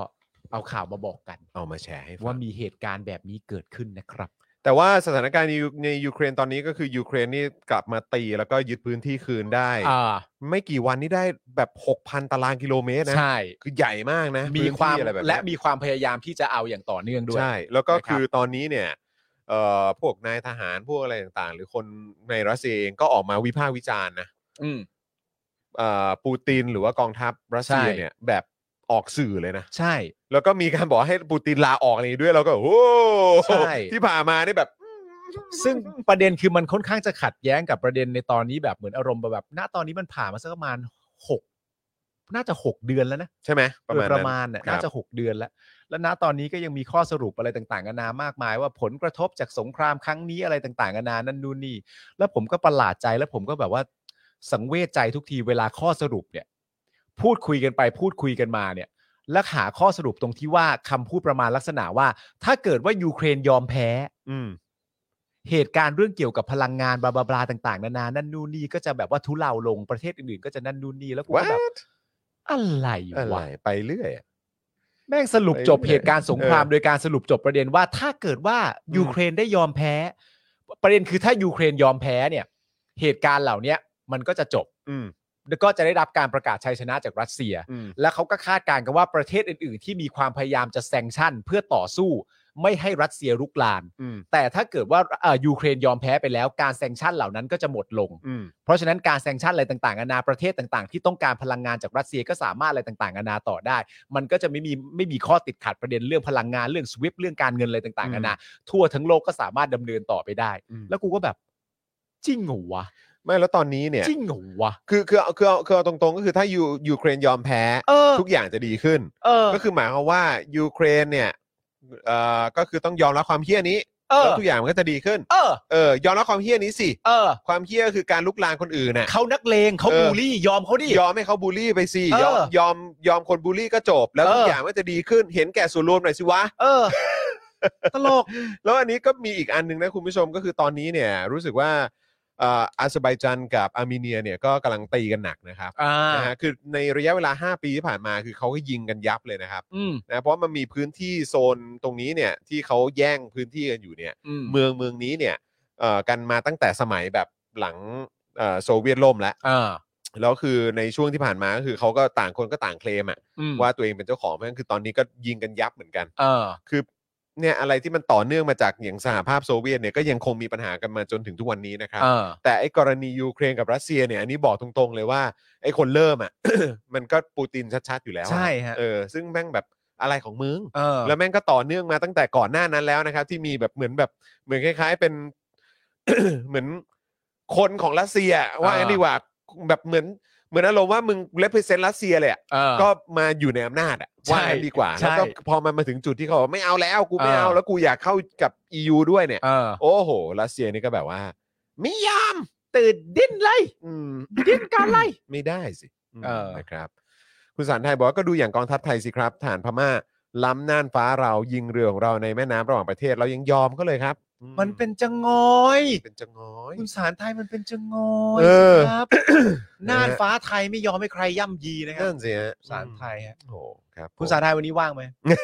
C: เอาข่าวมาบอกกัน
B: เอามาแชร์ให้ฟัง
C: ว่ามีเหตุการณ์แบบนี้เกิดขึ้นนะครับ
B: แต่ว่าสถานการณ์ในยูเครนตอนนี้ก็คือยูเครนนี่กลับมาตีแล้วก็ยึดพื้นที่คืนได้ ไม่กี่วันนี้ได้แบบ 6,000 ตารางกิโลเมตรนะ
C: ใช่
B: คือใหญ่มากนะ
C: มีความ
B: พื้นที่อะไรแบบนี้
C: และมีความพยายามที่จะเอาอย่างต่อเนื่องด้วย
B: ใช่แล้วก็
C: นะครับ
B: คือตอนนี้เนี่ยพวกนายทหารพวกอะไรต่างๆ หรือคนในรัสเซียเองก็ออกมาวิพากษ์วิจารณ์นะ ปูตินหรือว่ากองทัพรัสเซีย
C: ใช่
B: เนี่ยแบบออกสื่อเลยนะ
C: ใช่
B: แล้วก็มีการบอกให้ปูตินลาออกอะไรด้วยแล้วก็โอ้
C: ใช่
B: ที่ผ่านมานี่แบบ
C: ซึ่งประเด็นคือมันค่อนข้างจะขัดแย้งกับประเด็นในตอนนี้แบบเหมือนอารมณ์แบบณตอนนี้มันผ่านมาสักประมาณน่าจะ6เดือนแล้วนะ
B: ใช่ไหมประมาณ
C: ประมาณ
B: นั้น
C: น่าจะ6เดือนแล้วณตอนนี้ก็ยังมีข้อสรุปอะไรต่างๆนานามากมายว่าผลกระทบจากสงครามครั้งนี้อะไรต่างๆนานานั่นนู่นนี่แล้วผมก็ประหลาดใจแล้วผมก็แบบว่าสังเวชใจทุกทีเวลาข้อสรุปเนี่ยพูดคุยกันไปพูดคุยกันมาเนี่ยแล้วหาข้อสรุปตรงที่ว่าคำพูดประมาณลักษณะว่าถ้าเกิดว่ายูเครนยอมแพ้เหตุการณ์เรื่องเกี่ยวกับพลังงานบลาบลาบลาต่างๆนานานั่นนู่นนี่ก็จะแบบว่าทุเลาลงประเทศอื่นๆก็จะนั่นนู่นนี่แล้วกูก็แบบอะไรวะ
B: ไปเรื่อย
C: แม่งสรุปจบเหตุการณ์สงครามโดยการสรุปจบประเด็นว่าถ้าเกิดว่ายูเครนได้ยอมแพ้ประเด็นคือถ้ายูเครนยอมแพ้เนี่ยเหตุการณ์เหล่านี้มันก็จะจบแล้วก็จะได้รับการประกาศชัยชนะจากรัสเซียและเขาก็คาดการณ์กันว่าประเทศอื่นๆที่มีความพยายามจะแซงชั่นเพื่อต่อสู้ไม่ให้รัสเซียรุกรานแต่ถ้าเกิดว่ายูเครนยอมแพ้ไปแล้วการแซงชั่นเหล่านั้นก็จะหมดลงเพราะฉะนั้นการแซงชั่นอะไรต่างๆนานาประเทศต่างๆที่ต้องการพลังงานจากรัสเซียก็สามารถอะไรต่างๆนานาต่อได้มันก็จะไม่มีข้อติดขัดประเด็นเรื่องพลังงานเรื่องสวิฟต์เรื่องการเงินอะไรต่างๆนานาทั่วทั้งโลกก็สามารถดำเนินต่อไปได้แล้วกูก็แบบจริงเหรอวะ
B: ไม่แล้วตอนนี้เนี่ย
C: จริงเหรอวะ
B: คือเอาตรงๆก็คือถ้ายูเครนยอมแพ้ทุกอย่างจะดีขึ้นก็คือหมายความว่ายูเครนเนี่ยก็คือต้องยอมรับความเหี้ยนี้แล้วทุกอย่างมันก็จะดีขึ้นยอมรับความเหี้ยนี้สิความเหี้ยคือการลุกลานคนอื่นน่ะ
C: เขานักเลงเขาบูลลี่ยอมเขาดิ
B: ยอมให้เขาบูลลี่ไปสิยอมคนบูลลี่ก็จบแล้วทุกอย่างมันจะดีขึ้นเห็นแก่ส่วนรวมหน่อยสิวะ
C: ตลก
B: แล้วอันนี้ก็มีอีกอันนึงนะคุณผู้ชมก็คือตอนนี้เนี่ยรู้สึกว่าอาเซอร์ไบจานกับอาร์เมเนียเนี่ยก็กำลังตีกันหนักนะครับนะฮะคือในระยะเวลา5ปีที่ผ่านมาคือเขาก็ยิงกันยับเลยนะครับนะเพราะมันมีพื้นที่โซนตรงนี้เนี่ยที่เขาแย่งพื้นที่กันอยู่เนี่ยเมืองนี้เนี่ยกันมาตั้งแต่สมัยแบบหลังโซเวียตล่มแล้วคือในช่วงที่ผ่านมาก็คือเขาก็ต่างคนก็ต่างเคลมว่าตัวเองเป็นเจ้าของเพราะฉะนั้นคือตอนนี้ก็ยิงกันยับเหมือนกันคือเนี่ยอะไรที่มันต่อเนื่องมาจากอย่างสหภาพโซเวียตเนี่ยก็ยังคงมีปัญหากันมาจนถึงทุกวันนี้นะครับแต่ไอ้กรณียูเครนกับรัสเซียเนี่ยอันนี้บอกตรงๆเลยว่าไอ้คนเริ่มมันก็ปูตินชัดๆอยู่แล้ว
C: ใช่ฮะ
B: ซึ่งแม่งแบบอะไรของมึงแล้วแม่งก็ต่อเนื่องมาตั้งแต่ก่อนหน้านั้นแล้วนะครับที่มีแบบเหมือนคล้ายๆเป็น เหมือนคนของรัสเซียว่างั้นดีกว่าแบบเหมือนอารมณ์ว่ามึงเลเพรสเซนต์รัสเซียเลยก็มาอยู่ในอำนาจว่างั้นดีกว่าแล้วก็พอมันมาถึงจุดที่เขาบอกไม่เอาแล้วกูไม่เอาแล้วกูอยากเข้ากับ EU ด้วยเนี่ยโอ้โหรัสเซียนี่ก็แบบว่าไม่ยอม
C: ตื่นดิ้นเลยดิ้นกันเลย
B: ไม่ได้สินะครับคุณสารไทยบอกว่าก็ดูอย่างกองทัพไทยสิครับฐานพม่าล้ำน่านฟ้าเรายิงเรือของเราในแม่น้ำระหว่างประเทศเรายังยอมก็เลยครับ
C: มันเป็นจะงอย
B: เป็นจะงอย
C: คุณสารไทยมันเป็นจะงอยครับน่านฟ้าไทยไม่ยอมให้ใครย่ำยีนะครับ
B: นั่นสิฮะ
C: สารไทยฮะ
B: โอ้ครับ
C: คุณสารไทยวันนี้ว่างไหม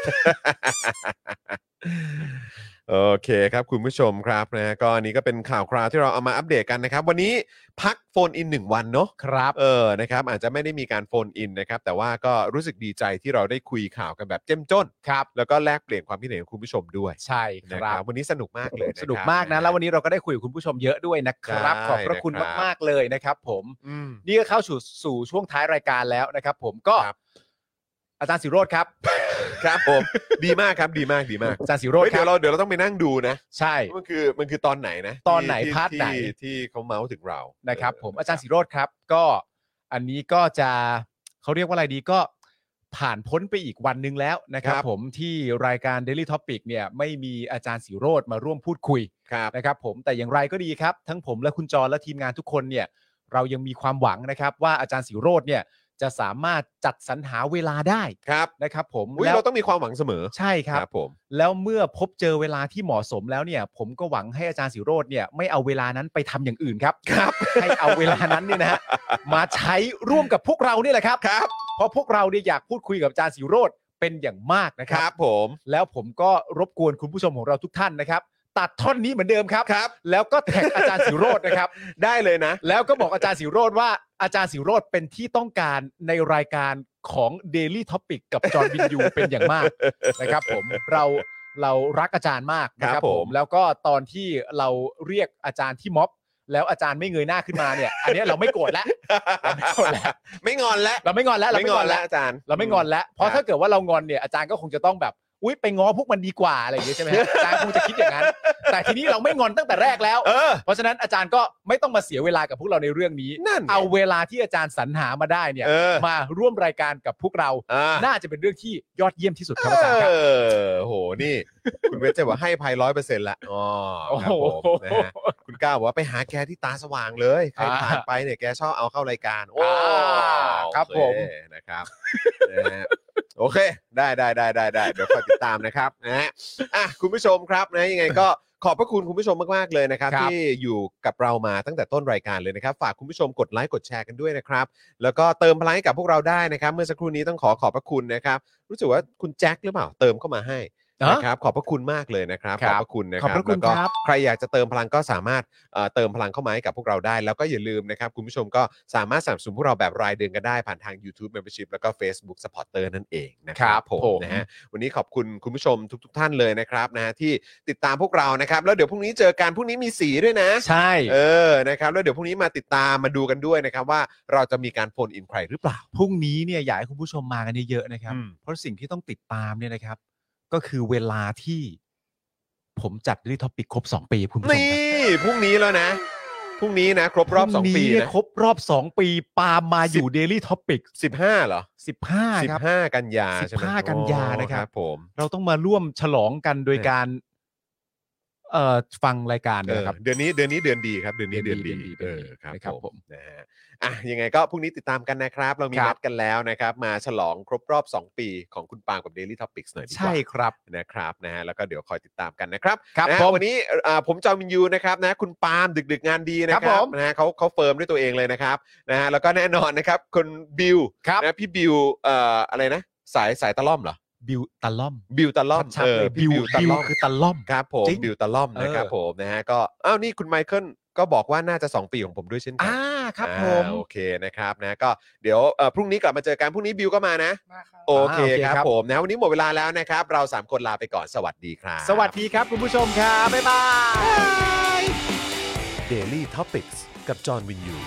B: โอเคครับคุณผู้ชมครับนะก็อันนี้ก็เป็นข่าวคราวที่เราเอามาอัปเดตกันนะครับวันนี้พักโฟนอิน1วันเนาะ
C: ครับ
B: นะครับอาจจะไม่ได้มีการโฟนอินนะครับแต่ว่าก็รู้สึกดีใจที่เราได้คุยข่าวกันแบบเจ้มจ้น
C: ครับ
B: แล้วก็แลกเปลี่ยนความคิดเห็นของคุณผู้ชมด้วย
C: ใช่ครับ
B: วันนี้สนุกมากเลย
C: สนุกมากนะแล้ววันนี้เราก็ได้คุยกับคุณผู้ชมเยอะด้วยนะครับขอบพระคุณมากๆเลยนะครับผมนี่ก็เข้าสู่ช่วงท้ายรายการแล้วนะครับผมก็อาจารย์ศิโรจน์ครับ
B: ครับผมดีมากครับดีมาก
C: อาจารย์ศิโรจน์ครับ
B: เดี๋ยวเราต้องไปนั่งดูนะ
C: ใช่
B: มันคือตอนไหนนะ
C: ตอนไหนพาร์ทไหน
B: ที่เขาเมาส์ถึงเรา
C: นะครับผมอาจารย์ศิโรจน์ครับก็อันนี้ก็จะเขาเรียกว่าอะไรดีก็ผ่านพ้นไปอีกวันนึงแล้วนะครับผมที่รายการ Daily Topic เนี่ยไม่มีอาจารย์ศิโรจน์มาร่วมพูดคุยนะครับผมแต่อย่างไรก็ดีครับทั้งผมและคุณจรและทีมงานทุกคนเนี่ยเรายังมีความหวังนะครับว่าอาจารย์ศิโรจน์เนี่ยจะสามารถจัดสรรหาเวลาได้นะครับผม
B: แล้วเราต้องมีความหวังเสมอ
C: ใช่ครับผมแล้วเมื่อพบเจอเวลาที่เหมาะสมแล้วเนี่ยผมก็หวังให้อาจารย์ศิโรจน์เนี่ยไม่เอาเวลานั้นไปทำอย่างอื่นครับให้เอาเวลานั้นเนี่ยนะฮะมาใช้ร่วมกับพวกเรานี่แหละครับเพราะพวกเราเนี่ยอยากพูดคุยกับอาจารย์ศิโรจน์เเป็นอย่างมากนะค
B: ค
C: รั
B: รับ บผม
C: แล้วผมก็รบกวนคุณผู้ชมของเราทุกท่านนะครับตัดท่อนนี้เหมือนเดิมครับ
B: ครับ
C: แล้วก็แท็กอาจารย์สิโรจน์นะครับ
B: ได้เลยนะ
C: แล้วก็บอกอาจารย์สิโรจน์ว่าอาจารย์สิโรจน์เป็นที่ต้องการในรายการของ Daily Topic กับจอห์นวินยู เป็นอย่างมากนะครับผมเรารักอาจารย์มากนะค
B: ครั
C: รั
B: บบ ผ
C: ผม มแล้วก็ตอนที่เราเรียกอาจารย์ที่ม็อบแล้วอาจารย์ไม่เงยหน้าขึ้นมาเนี่ย อันนี้เราไม่โกรธแล้ว
B: ไม่งอนแล้ว
C: เราไม่งอนแล้วเราไม่งอนแล้ว
B: อาจารย์
C: เราไม่งอนแล้วเพราะถ้าเกิดว่าเรางอนเนี่ยอาจารย์ก็คงจะต้องแบบอุ๊ยไปง้อพวกมันดีกว่าอะไรอย่างเงี้ยใช่ไหมฮะอาจารย์คงจะคิดอย่างนั้นแต่ทีนี้เราไม่งอนตั้งแต่แรกแล้ว เพราะฉะนั้นอาจารย์ก็ไม่ต้องมาเสียเวลากับพวกเราในเรื่องนี้
B: นั่นไง
C: เอาเวลาที่อาจารย์สรรหามาได้เนี่ยมาร่วมรายการกับพวกเรา น่าจะเป็นเรื่องที่ยอดเยี่ยมที่สุดครับอาจารย์ครับ
B: โหนี่ คุณเวชจะบอกให้ภัย100%ละอ๋อครับผมนะฮะคุณก้าวบอกว่าไปหาแกที่ตาสว่างเลยใครผ่านไปเนี่ยแกชอบเอาเข้ารายการโอ้
C: ครับผม
B: โอเคนะครับนะฮะโอเคได้เดี๋ยวคอยติดตามนะครับนะฮะคุณผู้ชมครับนะยังไงก็ขอบพระคุณคุณผู้ชมมากๆเลยนะครับที่อยู่กับเรามาตั้งแต่ต้นรายการเลยนะครับฝากคุณผู้ชมกดไลค์กดแชร์กันด้วยนะครับแล้วก็เติมพลังให้กับพวกเราได้นะครับเมื่อสักครู่นี้ต้องขอบพระคุณนะครับรู้สึกว่าคุณแจ็คหรือเปล่าเติมเข้ามาให้นะครับขอบพระคุณมากเลยนะครับขอบพระคุณนะครับแล้วก็ใครอยากจะเติมพลังก็สามารถเติมพลังเข้ามาให้กับพวกเราได้แล้วก็อย่าลืมนะครับคุณผู้ชมก็สามารถสนับสนุนพวกเราแบบรายเดือนกันได้ผ่านทาง YouTube Membership แล้วก็ Facebook Supporter นั่นเองนะครับผมนะฮะวันนี้ขอบคุณคุณผู้ชมทุกท่านเลยนะครับนะฮะที่ติดตามพวกเรานะครับแล้วเดี๋ยวพรุ่งนี้เจอกันพรุ่งนี้มีสีด้วยนะ
C: ใช่
B: นะครับแล้วเดี๋ยวพรุ่งนี้มาติดตามมาดูกันด้วยนะครับว่าเราจะมีการโฟนอินใครหรือเปล่า
C: พรุ่งนี้เนี่ยอยากให้คุณผู้ชมมากันเยอะๆนะครับเพราะสิ่งที่ต้องติดตามเนี่ยนะครับก็คือเวลาที่ผมจัด Daily Topic ครบ2ปีคุณผู้ชม
B: นี่พรุ่งนี้แล้วนะพรุ่งนี้นะครบรอบ2ปีนะ
C: ครบรอบ2ปีปาล์มมาอยู่ Daily Topic
B: 15เหรอ
C: 15ครับ
B: 15กันยาใช่มั้ย
C: 15กันยานะครับ
B: ผม
C: เราต้องมาร่วมฉลองกันโดยการฟังรายการนะครับ
B: เดือนนี้เดือนดีครับเดือนนี้เดือนดี
C: ครับผม
B: นะฮะยังไงก็พรุ่งนี้ติดตามกันนะครับเรามีนัดกันแล้วนะครับมาฉลองครบรอบ2ปีของคุณปาล์มกับ Daily Topics หน่อยดีกว่า
C: ใช่ครับ
B: นะครับนะฮะแล้วก็เดี๋ยวคอยติดตามกันนะครับ
C: ครับ
B: วันนี้ผมจอมินยูนะครับนะคุณปาล์มดึกงานดีนะครับนะฮะเขาเฟิร์มด้วยตัวเองเลยนะครับนะฮะแล้วก็แน่นอนนะครับคุณบิวนะพี่บิวอะไรนะสายตะล่อมเหรอ
C: บิวตะล่อม
B: บิวตะล่อม
C: คือตะล่อม
B: ครับผมบิวตะล่อมนะครับผมนะฮะก็นี่คุณไมเคิลก็บอกว่าน่าจะ2ปีของผมด้วยเช่นกัน
C: ครับผม
B: โอเคนะครับนะก็เดี๋ยวพรุ่งนี้กลับมาเจอกันพรุ่งนี้บิวก็มานะโอเคครับผมนะวันนี้หมดเวลาแล้วนะครับเรา3คนลาไปก่อนสวัสดีครับ
C: สวัสดีครับคุณผู้ชมครับบ๊ายบาย
B: Daily Topics กับจอห์นวินยู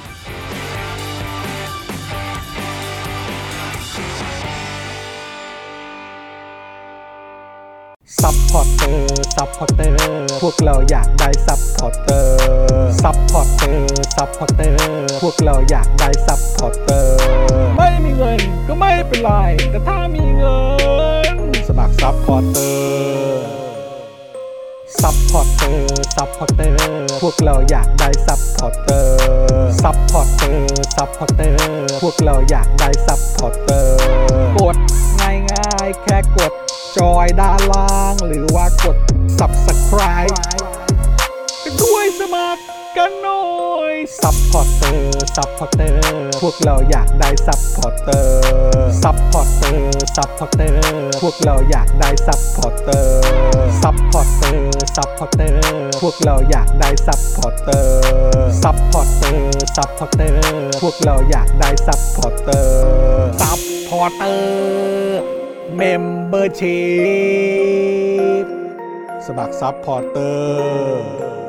A: ซัพพอร์เตอร์พวกเราอยากได้ซัพพอร์เตอร์ซัพพอร์เตอร์พวกเราอยากได้ซัพพอร์เตอร์ไม่มีเงินก็ไม่เป็นไรแต่ถ้ามีเงินสมัครซัพพอร์เตอร์ซัพพอร์เตอร์พวกเราอยากได้ซัพพอร์เตอร์ซัพพอร์เตอร์พวกเราอยากได้ซัพพอร์เตอร์กดง่ายๆแค่กดจอยด้านล่างหรือว่ากด Subscribe กันด้วยสมัครกันหน่อยซัพพอร์เตอร์พวกเราอยากได้ซัพพอร์เตอร์ซัพพอร์เตอร์พวกเราอยากได้ซัพพอร์เตอร์ซัพพอร์เตอร์พวกเราอยากได้ซัพพอร์เตอร์ซัพพอร์เตอร์พวกเราอยากได้ซัพพอร์เตอร์ซัพพอร์เตอร์เมมเบอร์ชีพสมัครซัพพอร์เตอร์